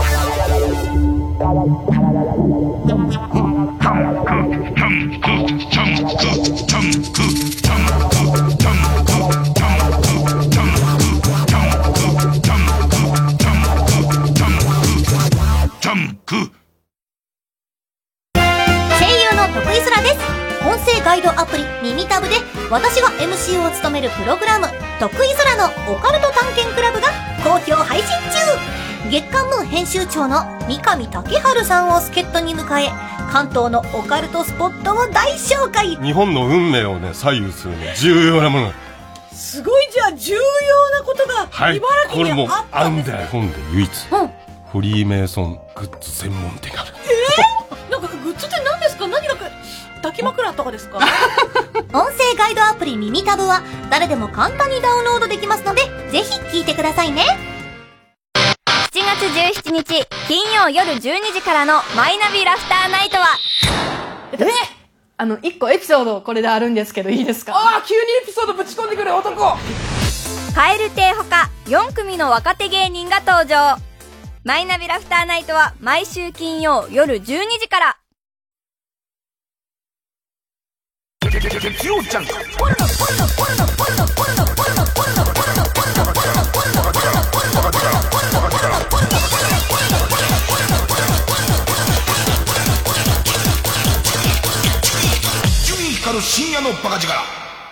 S1: 徳井空です。音声ガイドアプリ耳タブで私が エムシー を務めるプログラム徳井空のオカルト探検クラブが好評配信中。月刊ムー編集長の三上竹春さんを助っ人に迎え、関東のオカルトスポットを大紹介。
S9: 日本の運命をね左右するね重要なもの。
S1: すごい、じゃあ重要なことが茨城にあったんですね。
S9: はい、これもうアンダー日本で唯一、うん、フリーメイソングッズ専門店がある。
S1: えー、なんかグッズって何ですか？何が抱き枕とかですか？音声ガイドアプリ耳タブは誰でも簡単にダウンロードできますので、ぜひ聞いてくださいね。
S10: しちがつじゅうしちにち金曜夜じゅうにじからのマイナビラフターナイトは、
S24: えあのいっこエピソードこれであるんですけどいいですか？
S1: ああ、急にエピソードぶち込んでくる男。
S10: 蛙亭ほかよんくみの若手芸人が登場。マイナビラフターナイトは毎週金曜夜じゅうにじから。
S3: 月曜ジャンク。
S15: 伊集院光る深夜のバカ力。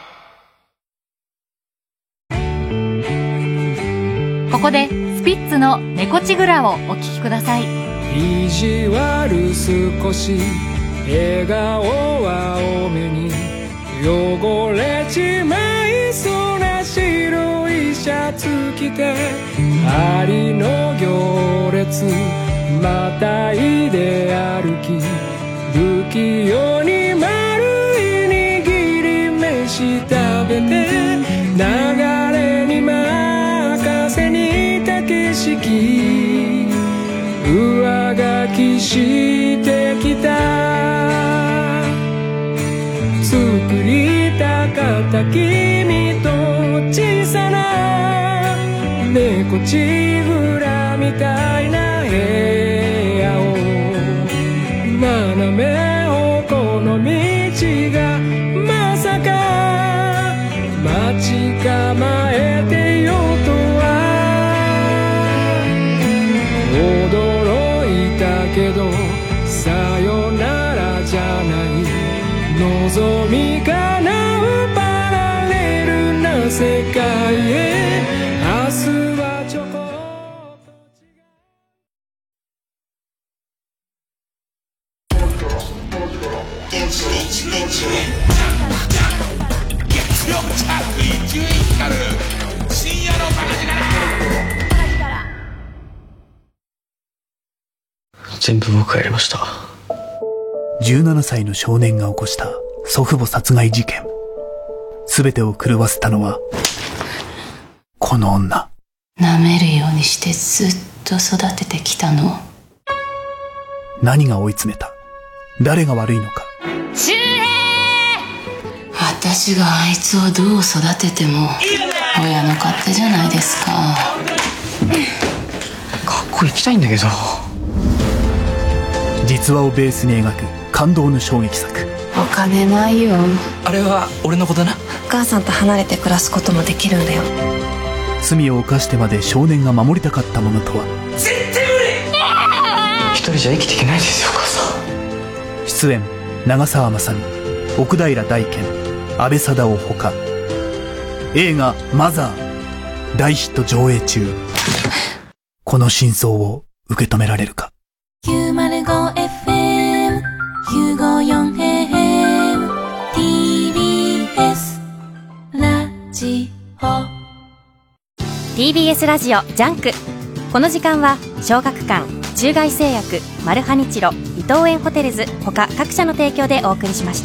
S7: ここでスピッツの猫ちぐらをお聴きください。
S25: 意地悪少し笑顔は多めに汚れちまいそうな白いシャツ着てありの行列またいで歩き不器用に丸い握り飯食べて流れに任せにた景色上書きしてきた作りたかかった君と小さな猫ちぶらみたいな部屋を斜め方向の道がまさか待ち構えてよとは驚いたけどさよならじゃない望みかなうパラレルな世界へ明日はちょこ
S15: 月曜着衣じゅういち光る深夜のバカ力。
S11: 全部僕がやりました。
S12: じゅうななさいの少年が起こした祖父母殺害事件。すべてを狂わせたのはこの女。
S13: 舐めるようにしてずっと育ててきたの。
S12: 何が追い詰めた？誰が悪いのか。
S13: 周平！私があいつをどう育てても親の勝手じゃないですか。
S11: 学校行きたいんだけど。
S12: 実話をベースに描く感動の衝撃作。
S13: お金ないよ。
S11: あれは俺の子だな。
S13: お母さんと離れて暮らすこともできるんだよ。
S12: 罪を犯してまで少年が守りたかったものとは。
S11: 絶対無理。一人じゃ生きていけないですよお母さん。
S12: 出演長澤まさみ、奥平大賢、阿部サダヲほか。映画マザー大ヒット上映中。この真相を受け止められるか。
S16: きゅうまるごエフエム きゅうごよんエフエム ティービーエス ラジオ
S6: ティービーエス ラジオジャンク。この時間は小学館、中外製薬、マルハニチロ、伊藤園ホテルズ他各社の提供でお送りしました。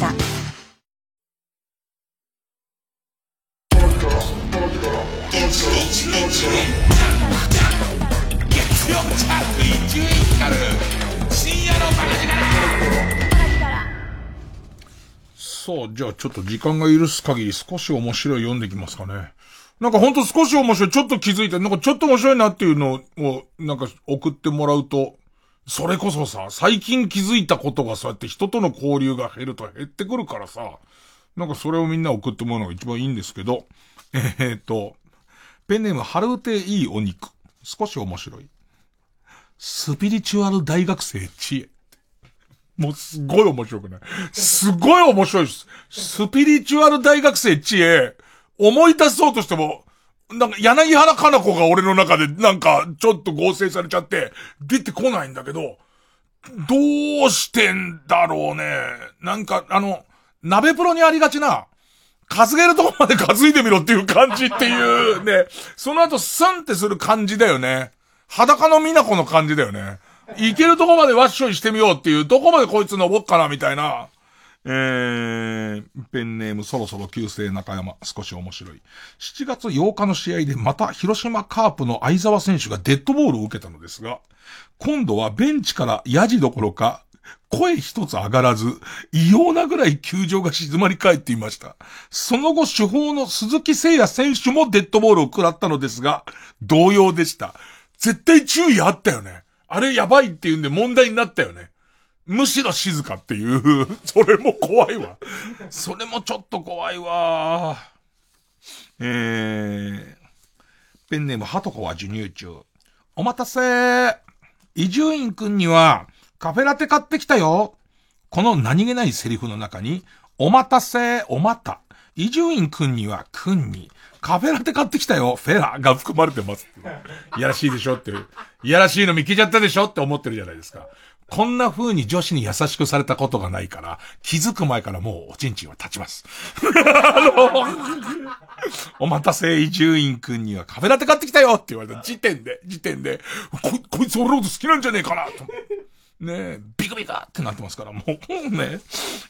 S15: 月曜着衣じゅういち光る深夜のバカ力。
S3: そう、じゃあちょっと時間が許す限り少し面白い読んでいきますかね。なんかほんと少し面白い、ちょっと気づいて、なんかちょっと面白いなっていうのを、なんか送ってもらうと、それこそさ、最近気づいたことがそうやって人との交流が減ると減ってくるからさ、なんかそれをみんな送ってもらうのが一番いいんですけど、えーっと、ペンネーム、ハルウテいいお肉。少し面白い。スピリチュアル大学生知恵。もうすごい面白くない？すごい面白いです。スピリチュアル大学生知恵。思い出そうとしても、なんか柳原かな子が俺の中でなんかちょっと合成されちゃって出てこないんだけど、どうしてんだろうね。なんかあの、鍋プロにありがちな、担げるとこまで担いでみろっていう感じっていうね、その後スンってする感じだよね。裸の美奈子の感じだよね。いけるとこまでワッショイしてみようっていう、どこまでこいつ登っかなみたいな。えー、ペンネームそろそろ旧姓中山、少し面白い。しちがつようかの試合でまた広島カープの相澤選手がデッドボールを受けたのですが、今度はベンチからヤジどころか、声一つ上がらず、異様なぐらい球場が静まり返っていました。その後主砲の鈴木誠也選手もデッドボールを食らったのですが、同様でした。絶対注意あったよね。あれやばいっていうんで問題になったよね。むしろ静かっていう、それも怖いわ。それもちょっと怖いわ。えー、ペンネームハトコは授乳中。お待たせ。伊集院くんにはカフェラテ買ってきたよ。この何気ないセリフの中に、お待たせ、おまた。伊集院くんにはくんに、カフェラテ買ってきたよ。フェラが含まれてます。いやらしいでしょっていう。いやらしいの見つけちゃったでしょって思ってるじゃないですか。こんな風に女子に優しくされたことがないから、気づく前からもうおちんちんは立ちます。あの、お待たせ伊集院くんにはカフェラテ買ってきたよって言われた時点で、時点で、こ、こいつ俺のこと好きなんじゃねえかなと。ねえ、ビクビカってなってますから、もう、ね。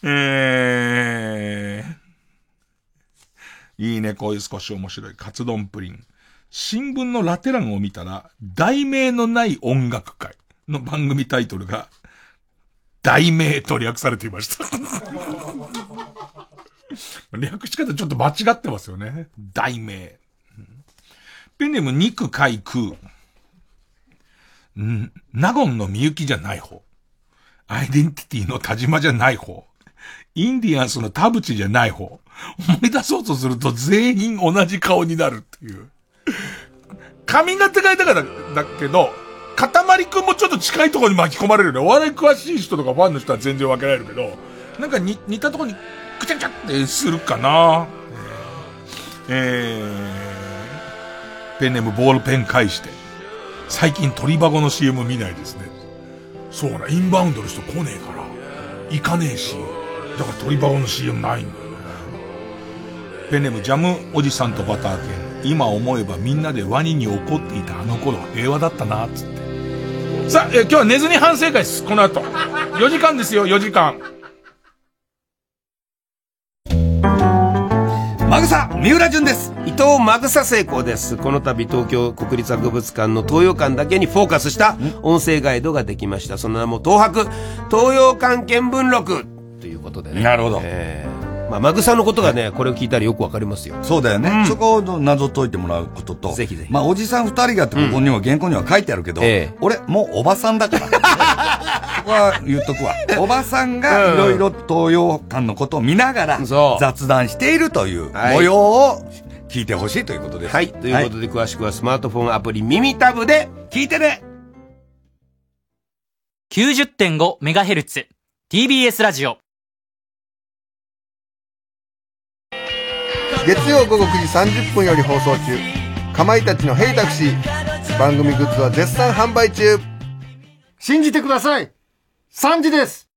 S3: えー、いいね、こういう少し面白いカツ丼プリン。新聞のラテ欄を見たら、題名のない音楽会の番組タイトルが、題名と略されていました。 略し方ちょっと間違ってますよね。題名。ペンネーム肉海空。ん、納言のみゆきじゃない方。アイデンティティの田島じゃない方。インディアンスの田淵じゃない方。思い出そうとすると全員同じ顔になるっていう。髪型がいたからだけど、かたまりくんもちょっと近いところに巻き込まれるよね。お笑い詳しい人とかファンの人は全然分けられるけど、なんかに似たところにくちゃくちゃってするかな。えー、ペンネームボールペン返して。最近鳥箱の シーエム 見ないですね。そうな、インバウンドの人来ねえから。行かねえし。だから鳥箱の シーエム ないんだよね。ペンネームジャムおじさんとバター犬。今思えばみんなでワニに怒っていたあの頃平和だったな、つって。さあ、え今日は寝ずに反省会です。この後。よじかんですよ、よじかん。
S23: マグサ三浦淳です。伊藤マグサ成功です。この度東京国立博物館の東洋館だけにフォーカスした音声ガイドができました。その名も東博東洋館見聞録ということでね。
S17: なるほど。
S23: えーまあ、マグサのことがね、これを聞いたらよくわかりますよ。
S17: そうだよね。うん、そこを謎解いてもらうことと。
S23: ぜひぜひ。
S17: まあ、おじさん二人がってここには、うん、原稿には書いてあるけど、ええ、俺、もうおばさんだから。そこは言っとくわ。おばさんがいろいろ東洋館のことを見ながら、雑談しているという模様を聞いてほしいということです。
S23: はい。ということで、詳しくはスマートフォンアプリ耳タブで聞いてね。
S18: きゅうじゅってんごメガヘルツ ティービーエス ラジオ。
S19: 月曜午後くじさんじゅっぷんより放送中、かまいたちのヘイタクシー。番組グッズは絶賛販売中。
S20: 信じてください。さんじです。